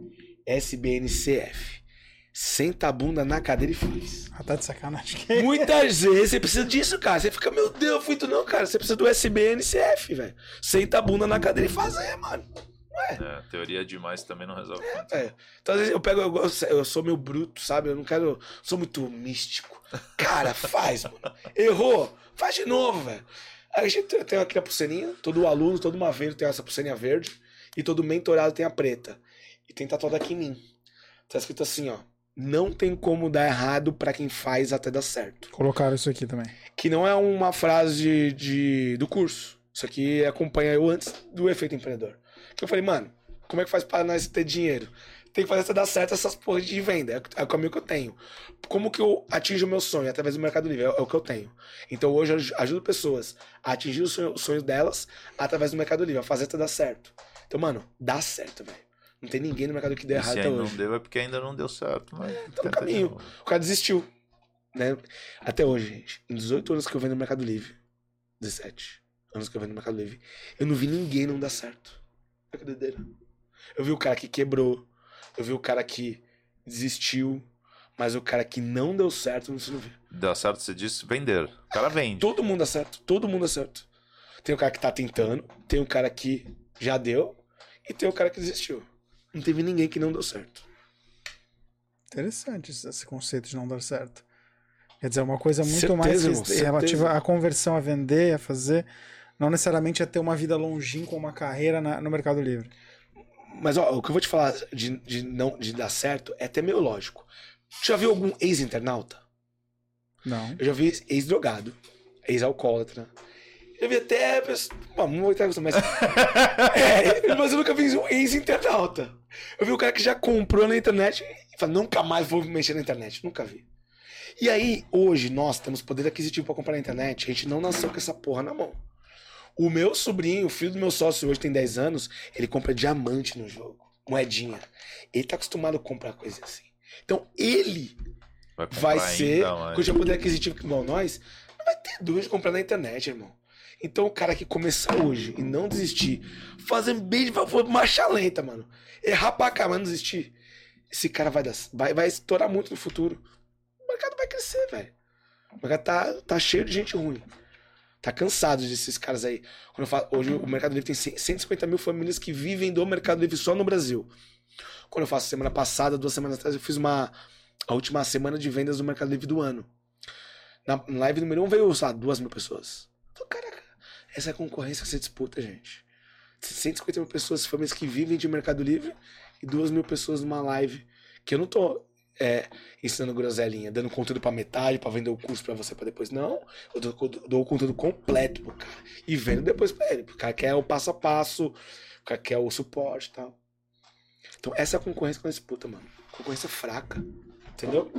S B N C F. Senta a bunda na cadeira e faz. Ah, tá de sacanagem. Muitas vezes você precisa disso, cara. Você fica, meu Deus, fui tu não, cara. Você precisa do S B N C F, velho. Senta a bunda na cadeira e fazer, mano. Ué. É, teoria demais também não resolve. É, é. Então, às vezes eu pego, eu, eu sou meio bruto, sabe? Eu não quero. Sou muito místico. Cara, faz, mano. Errou, faz de novo, velho. A gente tem aqui a pulseirinha. Todo aluno, todo maveiro tem essa pulseirinha verde. E todo mentorado tem a preta. E tem tatuado aqui em mim. Tá escrito assim, ó. Não tem como dar errado pra quem faz até dar certo. Colocaram isso aqui também. Que não é uma frase de, de, do curso. Isso aqui acompanha eu antes do Efeito Empreendedor. Que eu falei, mano, como é que faz pra nós ter dinheiro? Tem que fazer até dar certo essas porras de venda. É o caminho que eu tenho. Como que eu atinjo o meu sonho? Através do Mercado Livre. É o que eu tenho. Então hoje eu ajudo pessoas a atingir os sonhos, os sonhos delas através do Mercado Livre. A fazer até dar certo. Então, mano, dá certo, velho. Não tem ninguém no mercado que dê errado até hoje. Se ainda não deu é porque ainda não deu certo. Mas tá no caminho. O cara desistiu. Né? Até hoje, gente. Em dezoito anos que eu vendo no Mercado Livre. dezessete anos que eu vendo no Mercado Livre. Eu não vi ninguém não dar certo. Olha que doideira. Eu vi o cara que quebrou. Eu vi o cara que desistiu. Mas o cara que não deu certo, você não viu. Deu certo, você disse vender. O cara vende. Todo mundo dá certo. Todo mundo dá certo. Tem o cara que tá tentando. Tem o cara que já deu. E tem o cara que desistiu. Não teve ninguém que não deu certo. Interessante esse conceito de não dar certo. Quer dizer, é uma coisa muito certeza, mais irmão, relativa certeza. à conversão, a vender, a fazer. Não necessariamente a ter uma vida longínqua, uma carreira na, no Mercado Livre. Mas ó, o que eu vou te falar de, de, não, de dar certo é até meio lógico. Já viu algum ex-internauta? Não. Eu já vi ex-drogado, ex-alcoólatra, Já vi até... Bom, não vou entrar nisso, mas... é, mas eu nunca vi um ex-internauta. Eu vi um cara que já comprou na internet e fala, nunca mais vou mexer na internet. Nunca vi. E aí, hoje, nós temos poder aquisitivo pra comprar na internet. A gente não nasceu com essa porra na mão. O meu sobrinho, o filho do meu sócio, hoje tem dez anos, ele compra diamante no jogo. Moedinha. Ele tá acostumado a comprar coisa assim. Então, ele vai, vai ser, com o poder aquisitivo que igual nós, não vai ter dúvida de comprar na internet, irmão. Então, o cara que começar hoje e não desistir, fazendo bem de favor, marcha lenta, mano. Errar pra cá, mas não desistir, esse cara vai, dar, vai, vai estourar muito no futuro. O mercado vai crescer, velho. O mercado tá, tá cheio de gente ruim. Tá cansado desses caras aí. Quando eu falo, hoje o Mercado Livre tem cento e cinquenta mil famílias que vivem do Mercado Livre só no Brasil. Quando eu faço semana passada, duas semanas atrás, eu fiz uma a última semana de vendas do Mercado Livre do ano. Na live número um veio, sei lá, duas mil pessoas. Então, caraca, essa é a concorrência que você disputa, gente. cento e cinquenta mil pessoas, famílias que vivem de Mercado Livre e duas mil pessoas numa live que eu não tô... É, ensinando groselinha, dando conteúdo pra metade, pra vender o curso pra você pra depois. Não, eu dou, dou o conteúdo completo pro cara e vendo depois pra ele. O cara quer o passo a passo, o cara quer o suporte e tal. Então essa é a concorrência com a disputa, mano. Concorrência fraca, entendeu?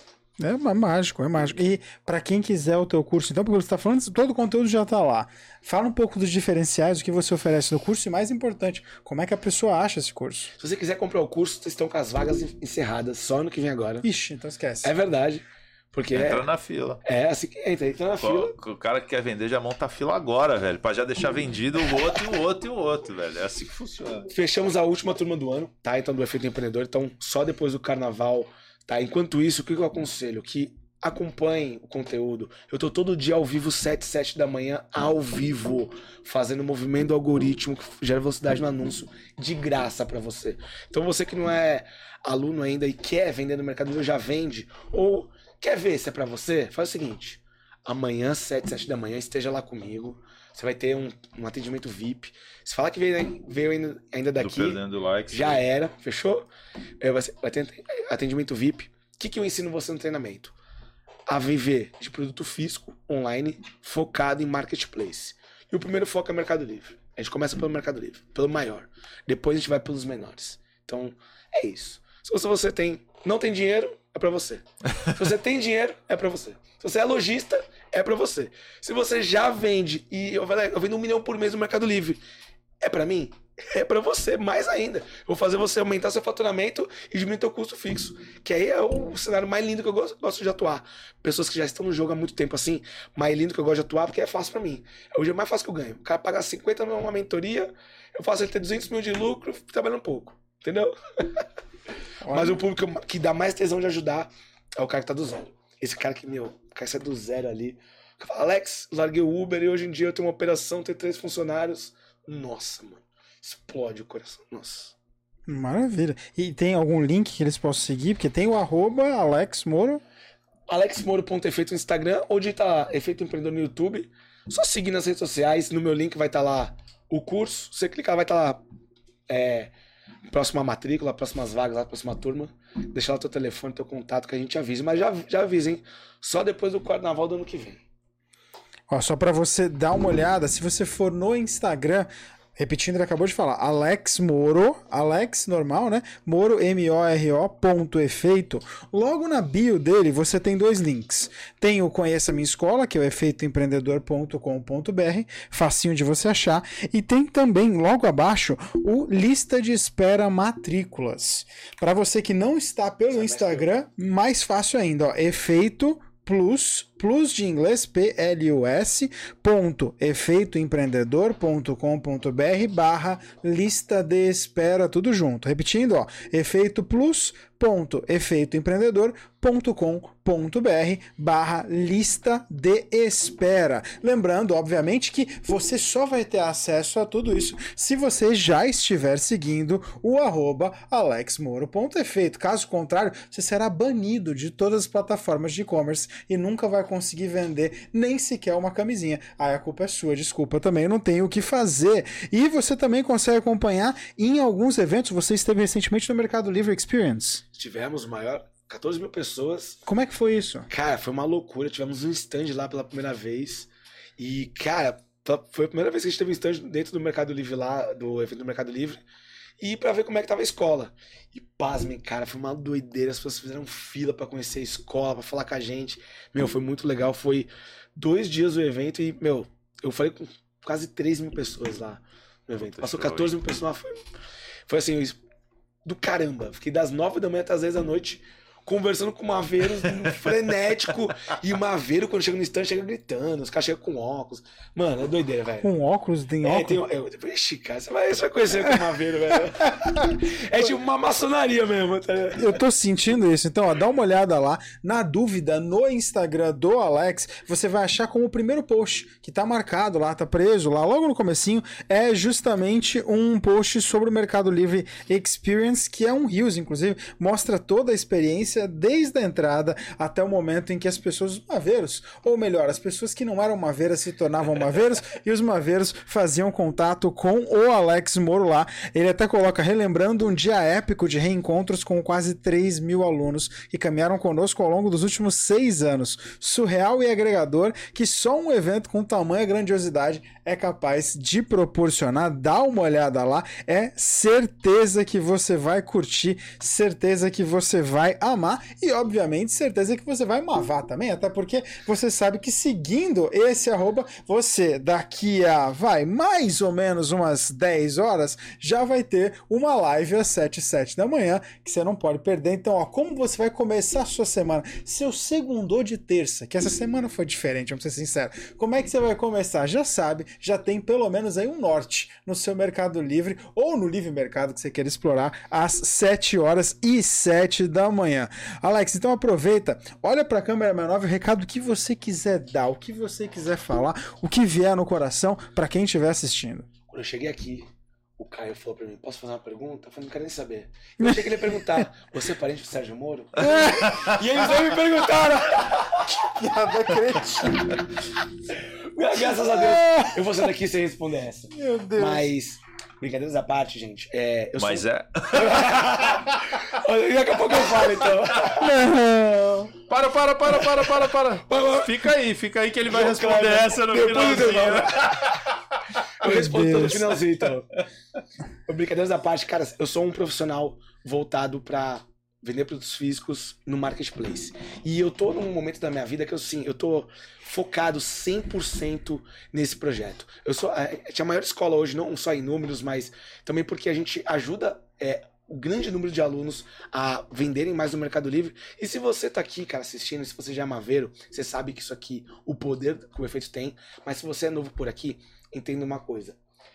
É mágico, é mágico. E pra quem quiser o teu curso, então, porque você tá falando, todo o conteúdo já tá lá. Fala um pouco dos diferenciais, o que você oferece no curso e, mais importante, como é que a pessoa acha esse curso? Se você quiser comprar o curso, vocês estão com as vagas encerradas, só no que vem agora. Ixi, então esquece. É verdade. Porque entra é, na fila. É, assim que entra, entra na Pô, fila. O cara que quer vender já monta a fila agora, velho, pra já deixar vendido o outro e o outro e o outro, velho. É assim que funciona. Fechamos a última turma do ano, tá? Então, do Efeito Empreendedor. Então, só depois do carnaval, tá? Enquanto isso, o que eu aconselho? Que acompanhem o conteúdo. Eu tô todo dia ao vivo, sete, sete da manhã, ao vivo, fazendo o movimento do algoritmo que gera velocidade no anúncio, de graça pra você. Então, você que não é aluno ainda e quer vender no Mercado Livre, já vende, ou quer ver se é pra você, faz o seguinte: amanhã, sete, sete da manhã, esteja lá comigo. Você vai ter um, um atendimento V I P. Se falar que veio, veio ainda, ainda daqui, like, já sim. Era, fechou? Vai, vai ter atendimento V I P. O que, que eu ensino você no treinamento? A viver de produto físico, online, focado em marketplace. E o primeiro foco é Mercado Livre. A gente começa pelo Mercado Livre, pelo maior. Depois a gente vai pelos menores. Então, é isso. Se você tem, não tem dinheiro, é pra você. Se você tem dinheiro, é pra você. Se você é lojista, é pra você. Se você já vende, e eu, eu vendo um milhão por mês no Mercado Livre, é pra mim? É pra você, mais ainda. Eu vou fazer você aumentar seu faturamento e diminuir seu custo fixo. Que aí é o cenário mais lindo que eu gosto, gosto de atuar. Pessoas que já estão no jogo há muito tempo assim, mais lindo que eu gosto de atuar, porque é fácil pra mim. Hoje é mais fácil que eu ganho. O cara paga cinquenta mil uma mentoria, eu faço ele ter duzentos mil de lucro, trabalhando um pouco. Entendeu? Mas o público que dá mais tesão de ajudar é o cara que tá do zero. Esse cara que, meu, o cara que sai do zero ali. Que fala, Alex, larguei o Uber e hoje em dia eu tenho uma operação, tenho três funcionários. Nossa, mano. Explode o coração. Nossa. Maravilha. E tem algum link que eles possam seguir? Porque tem o arroba Alex Moro. alexmoro.efeito no Instagram, ou digita lá, Efeito Empreendedor no YouTube. Só seguir nas redes sociais. No meu link vai estar lá o curso. Você clicar, vai estar lá é, próxima matrícula, próximas vagas, lá, próxima turma. Deixa lá teu telefone, teu contato, que a gente avisa. Mas já, já avisa, hein? Só depois do carnaval do ano que vem. Ó, só pra você dar uma olhada, se você for no Instagram... Repetindo, ele acabou de falar, Alex Moro, Alex normal, né? Moro, M O R O, ponto, efeito. Logo na bio dele, você tem dois links. Tem o Conheça Minha Escola, que é o efeito empreendedor ponto com ponto b r, facinho de você achar. E tem também, logo abaixo, o Lista de Espera Matrículas. Para você que não está pelo Instagram, mais fácil ainda, ó, efeito plus, plus de inglês, P L U S, ponto, efeitoempreendedor ponto com ponto b r barra lista de espera, tudo junto. Repetindo, ó, efeito plus, ponto, efeitoempreendedor ponto com ponto b r barra lista de espera. Lembrando, obviamente, que você só vai ter acesso a tudo isso se você já estiver seguindo o arroba alexmoro.efeito. Caso contrário, você será banido de todas as plataformas de e-commerce e nunca vai conseguir vender nem sequer uma camisinha. Aí a culpa é sua, desculpa também, eu não tenho o que fazer. E você também consegue acompanhar em alguns eventos. Você esteve recentemente no Mercado Livre Experience. Tivemos o maior, catorze mil pessoas. Como é que foi isso? Cara, foi uma loucura. Tivemos um stand lá pela primeira vez. E, cara, Foi a primeira vez que a gente teve um stand dentro do Mercado Livre lá, do evento do Mercado Livre, e pra ver como é que tava a escola. E pasmem, cara, foi uma doideira, as pessoas fizeram fila pra conhecer a escola, pra falar com a gente. Meu, foi muito legal, foi dois dias o evento e, meu, eu falei com quase três mil pessoas lá no evento. Passou catorze mil pessoas lá, foi, foi assim, do caramba. Fiquei das nove da manhã até as dez da noite conversando com o Maveiro frenético. E o Maveiro, quando chega no stand, chega gritando. Os caras chegam com óculos. Mano, é doideira, velho. Com óculos? Tem é, óculos? Tem, eu, ixi, cara, você vai, você vai conhecer com o Maveiro, velho. É tipo uma maçonaria mesmo. Tá? Eu tô sentindo isso. Então, ó, dá uma olhada lá. Na dúvida, no Instagram do Alex, você vai achar como o primeiro post, que tá marcado lá, tá preso lá, logo no comecinho, é justamente um post sobre o Mercado Livre Experience, que é um Reels, inclusive, mostra toda a experiência desde a entrada até o momento em que as pessoas, os maveiros, ou melhor, as pessoas que não eram maveiras se tornavam maveiros e os maveiros faziam contato com o Alex Moro lá. Ele até coloca, relembrando um dia épico de reencontros com quase três mil alunos que caminharam conosco ao longo dos últimos seis anos. Surreal e agregador que só um evento com tamanha grandiosidade é capaz de proporcionar. Dá uma olhada lá, é certeza que você vai curtir, certeza que você vai amar e, obviamente, certeza que você vai mavar também, até porque você sabe que seguindo esse arroba, você daqui a, vai, mais ou menos umas dez horas, já vai ter uma live às sete, sete da manhã, que você não pode perder. Então, ó, como você vai começar a sua semana? Seu segundou de terça, que essa semana foi diferente, vamos ser sinceros. Como é que você vai começar? Já sabe, já tem pelo menos aí um norte no seu Mercado Livre ou no Livre Mercado que você queira explorar às sete horas e sete da manhã. Alex, então aproveita, olha pra câmera mais nova, o recado que você quiser dar, o que você quiser falar, o que vier no coração pra quem estiver assistindo. Quando eu cheguei aqui, o Caio falou pra mim, posso fazer uma pergunta? Eu falei, não quero nem saber. Eu achei que ele ia perguntar, você é parente do Sérgio Moro? E eles não me perguntaram. Que piada cretina. Graças a Deus, eu vou sair daqui sem responder essa. Meu Deus. Mas, brincadeiras à parte, gente. É, eu Mas sou... é. Daqui a pouco eu falo, então. Não. Para, para, para, para, para, para. Fica aí, fica aí que ele vai Não, responder claro, essa no depois eu finalzinho. Eu respondo Deus. todo no finalzinho, então. Brincadeiras à parte, cara, eu sou um profissional voltado pra vender produtos físicos no marketplace. E eu tô num momento da minha vida que eu, sim, eu tô focado cem por cento nesse projeto. Eu sou a, a maior escola hoje, não só em números, mas também porque a gente ajuda é, o grande número de alunos a venderem mais no Mercado Livre. E se você tá aqui, cara, assistindo, se você já é maveiro, você sabe que isso aqui, o poder que o efeito tem, mas se você é novo por aqui, entenda uma coisa.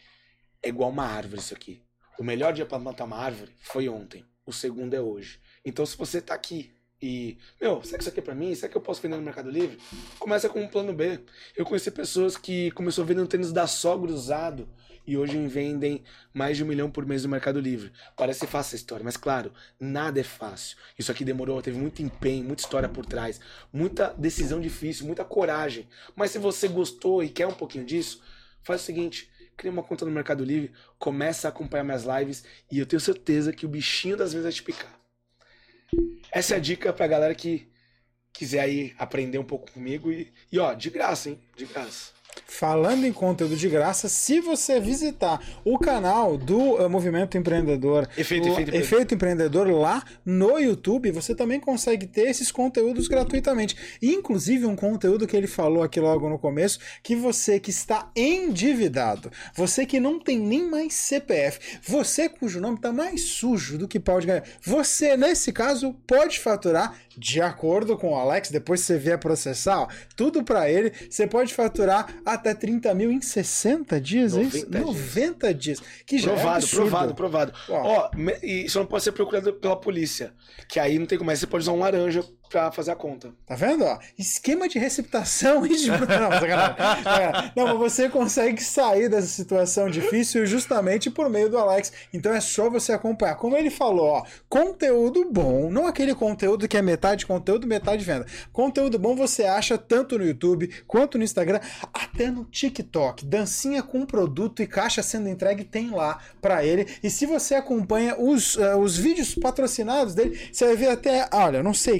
É igual uma árvore isso aqui. O melhor dia para plantar uma árvore foi ontem. O segundo é hoje. Então, se você tá aqui e, meu, será que isso aqui é pra mim? Será que eu posso vender no Mercado Livre? Começa com um plano B. Eu conheci pessoas que começaram vendendo tênis da sogra usado e hoje vendem mais de um milhão por mês no Mercado Livre. Parece fácil essa história, mas claro, nada é fácil. Isso aqui demorou, teve muito empenho, muita história por trás, muita decisão difícil, muita coragem. Mas se você gostou e quer um pouquinho disso, faz o seguinte, cria uma conta no Mercado Livre, começa a acompanhar minhas lives e eu tenho certeza que o bichinho das vezes vai te picar. Essa é a dica pra galera que quiser aí aprender um pouco comigo e, e ó, de graça, hein? De graça. Falando em conteúdo de graça, se você visitar o canal do uh, Movimento Empreendedor, Efeito, lá, efeito, Efeito Empreendedor lá no YouTube, você também consegue ter esses conteúdos gratuitamente. Inclusive um conteúdo que ele falou aqui logo no começo, que você que está endividado, você que não tem nem mais C P F, você cujo nome está mais sujo do que pau de ganhar, você nesse caso pode faturar de acordo com o Alex, depois você vier processar, ó, tudo para ele, você pode faturar até trinta mil em sessenta dias, é isso? noventa dias. Que já provado, é absurdo. provado, provado. Ó, e isso não pode ser procurado pela polícia, que aí não tem como, mas você pode usar um laranja pra fazer a conta. Tá vendo? Ó, esquema de receptação e de... Não, sacanagem. Não, mas você consegue sair dessa situação difícil justamente por meio do Alex. Então é só você acompanhar. Como ele falou, ó, conteúdo bom, não aquele conteúdo que é metade conteúdo, metade venda. Conteúdo bom você acha tanto no YouTube, quanto no Instagram, até no TikTok. Dancinha com produto e caixa sendo entregue tem lá pra ele. E se você acompanha os, uh, os vídeos patrocinados dele, você vai ver até, olha, eu não sei quem, mas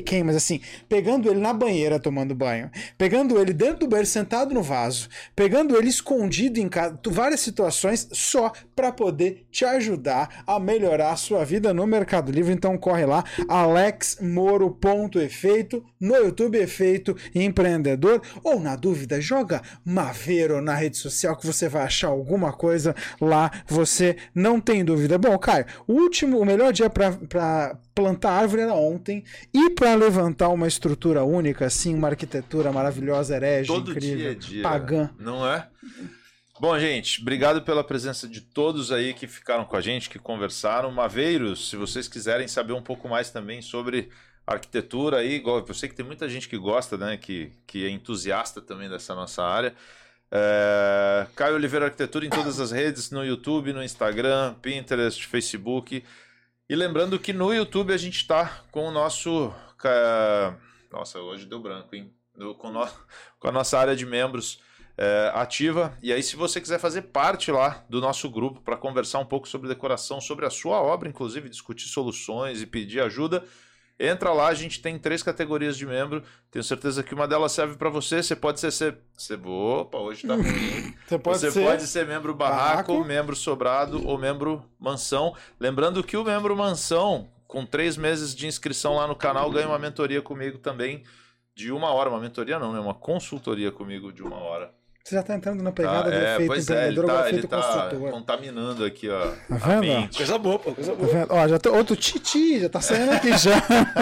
assim, pegando ele na banheira tomando banho, pegando ele dentro do banheiro sentado no vaso, pegando ele escondido em casa, várias situações só para poder te ajudar a melhorar a sua vida no Mercado Livre. Então corre lá, alex moro ponto efeito, no YouTube Efeito Empreendedor, ou na dúvida, joga Maveiro na rede social que você vai achar alguma coisa lá, você não tem dúvida. Bom, Caio, o último, o melhor dia para plantar árvore era ontem, e para levantar uma estrutura única, assim, uma arquitetura maravilhosa, herege, todo incrível, dia é dia, pagã. Não é? Bom, gente, obrigado pela presença de todos aí que ficaram com a gente, que conversaram. Maveiros, se vocês quiserem saber um pouco mais também sobre arquitetura aí, eu sei que tem muita gente que gosta, né, que, que é entusiasta também dessa nossa área. É... Caio Oliveira Arquitetura em todas as redes, no YouTube, no Instagram, Pinterest, Facebook. E lembrando que no YouTube a gente está com o nosso... Nossa, hoje deu branco, hein? Com, no... com a nossa área de membros é, ativa. E aí, se você quiser fazer parte lá do nosso grupo para conversar um pouco sobre decoração, sobre a sua obra, inclusive discutir soluções e pedir ajuda, entra lá. A gente tem três categorias de membro. Tenho certeza que uma delas serve para você. Você pode ser... ser... você... Opa, hoje tá ruim. Você pode você ser... pode ser membro barraco, barraco, membro sobrado ou membro mansão. Lembrando que o membro mansão, com três meses de inscrição lá no canal, ganha uma mentoria comigo também de uma hora. Uma mentoria não, né? Uma consultoria comigo de uma hora. Você já tá entrando na pegada tá, do é, efeito pois empreendedor, é, ele tá, efeito ele tá consultor. contaminando aqui, ó, Tá a vendo? mente. Coisa boa, pô, coisa boa. Tá vendo? Ó, já tem outro titi, já tá saindo aqui já.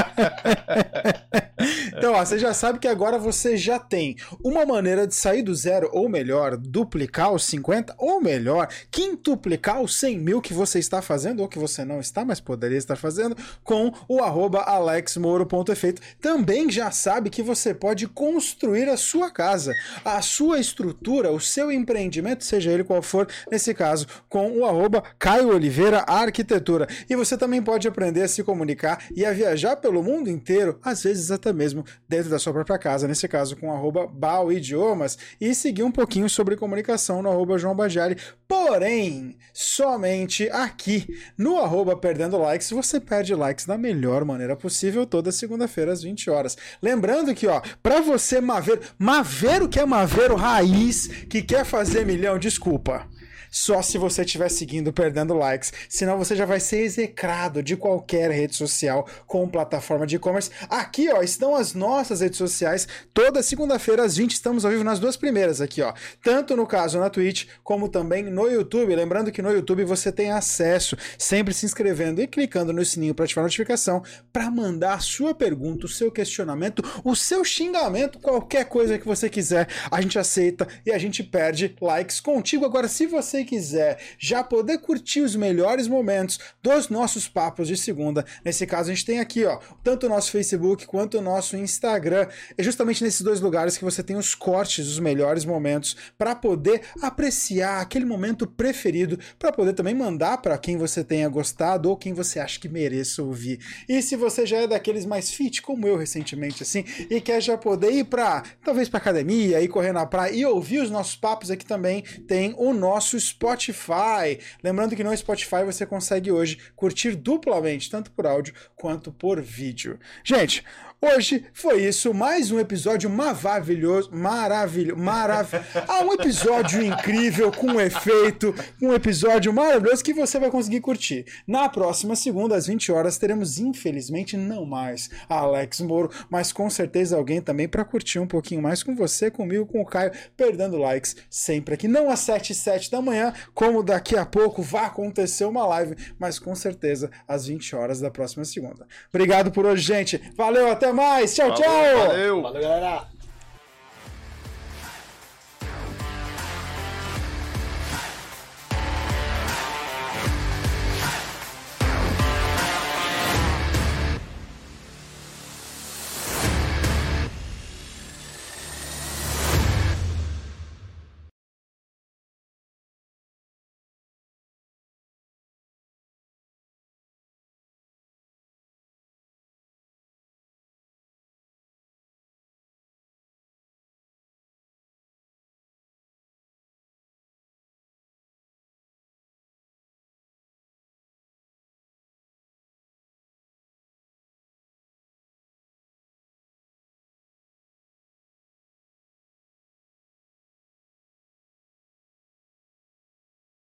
Então, ó, você já sabe que agora você já tem uma maneira de sair do zero, ou melhor, duplicar os cinquenta, ou melhor, quintuplicar os cem mil que você está fazendo, ou que você não está, mas poderia estar fazendo, com o arroba alex moro ponto efeito. Também já sabe que você pode construir a sua casa, a sua estrutura, o seu empreendimento, seja ele qual for, nesse caso, com o arroba Caio Oliveira Arquitetura. E você também pode aprender a se comunicar e a viajar pelo mundo inteiro, às vezes até mesmo dentro da sua própria casa, nesse caso com o arroba Bal Idiomas, e seguir um pouquinho sobre comunicação no arroba João Baggiari. Porém, somente aqui no arroba Perdendo Likes, você perde likes da melhor maneira possível, toda segunda-feira às vinte horas. Lembrando que, ó, pra você maveiro, maveiro que é maveiro raiz, que quer fazer milhão, desculpa. Só se você estiver seguindo Perdendo Likes, senão você já vai ser execrado de qualquer rede social com plataforma de e-commerce. Aqui, ó, estão as nossas redes sociais. Toda segunda-feira às vinte estamos ao vivo nas duas primeiras aqui, ó. Tanto no caso na Twitch, como também no YouTube. Lembrando que no YouTube você tem acesso, sempre se inscrevendo e clicando no sininho para ativar a notificação, para mandar a sua pergunta, o seu questionamento, o seu xingamento, qualquer coisa que você quiser, a gente aceita e a gente perde likes contigo. Agora, se você quiser já poder curtir os melhores momentos dos nossos papos de segunda, nesse caso a gente tem aqui, ó, tanto o nosso Facebook quanto o nosso Instagram. É justamente nesses dois lugares que você tem os cortes dos melhores momentos para poder apreciar aquele momento preferido, para poder também mandar para quem você tenha gostado ou quem você acha que mereça ouvir. E se você já é daqueles mais fit, como eu recentemente, assim, e quer já poder ir para, talvez para academia, ir correr na praia e ouvir os nossos papos, aqui também tem o nosso Spotify. Lembrando que no Spotify você consegue hoje curtir duplamente, tanto por áudio quanto por vídeo. Gente, hoje foi isso, mais um episódio maravilhoso, maravilhoso, maravilhoso. Ah, um episódio incrível, com efeito, um episódio maravilhoso que você vai conseguir curtir. Na próxima segunda, às vinte horas, teremos, infelizmente, não mais a Alex Moro, mas com certeza alguém também para curtir um pouquinho mais com você, comigo, com o Caio, Perdendo Likes, sempre aqui. Não às sete e sete da manhã, como daqui a pouco vai acontecer uma live, mas com certeza às vinte horas da próxima segunda. Obrigado por hoje, gente. Valeu, até mais. Tchau, Valeu, tchau. Valeu. Valeu, galera.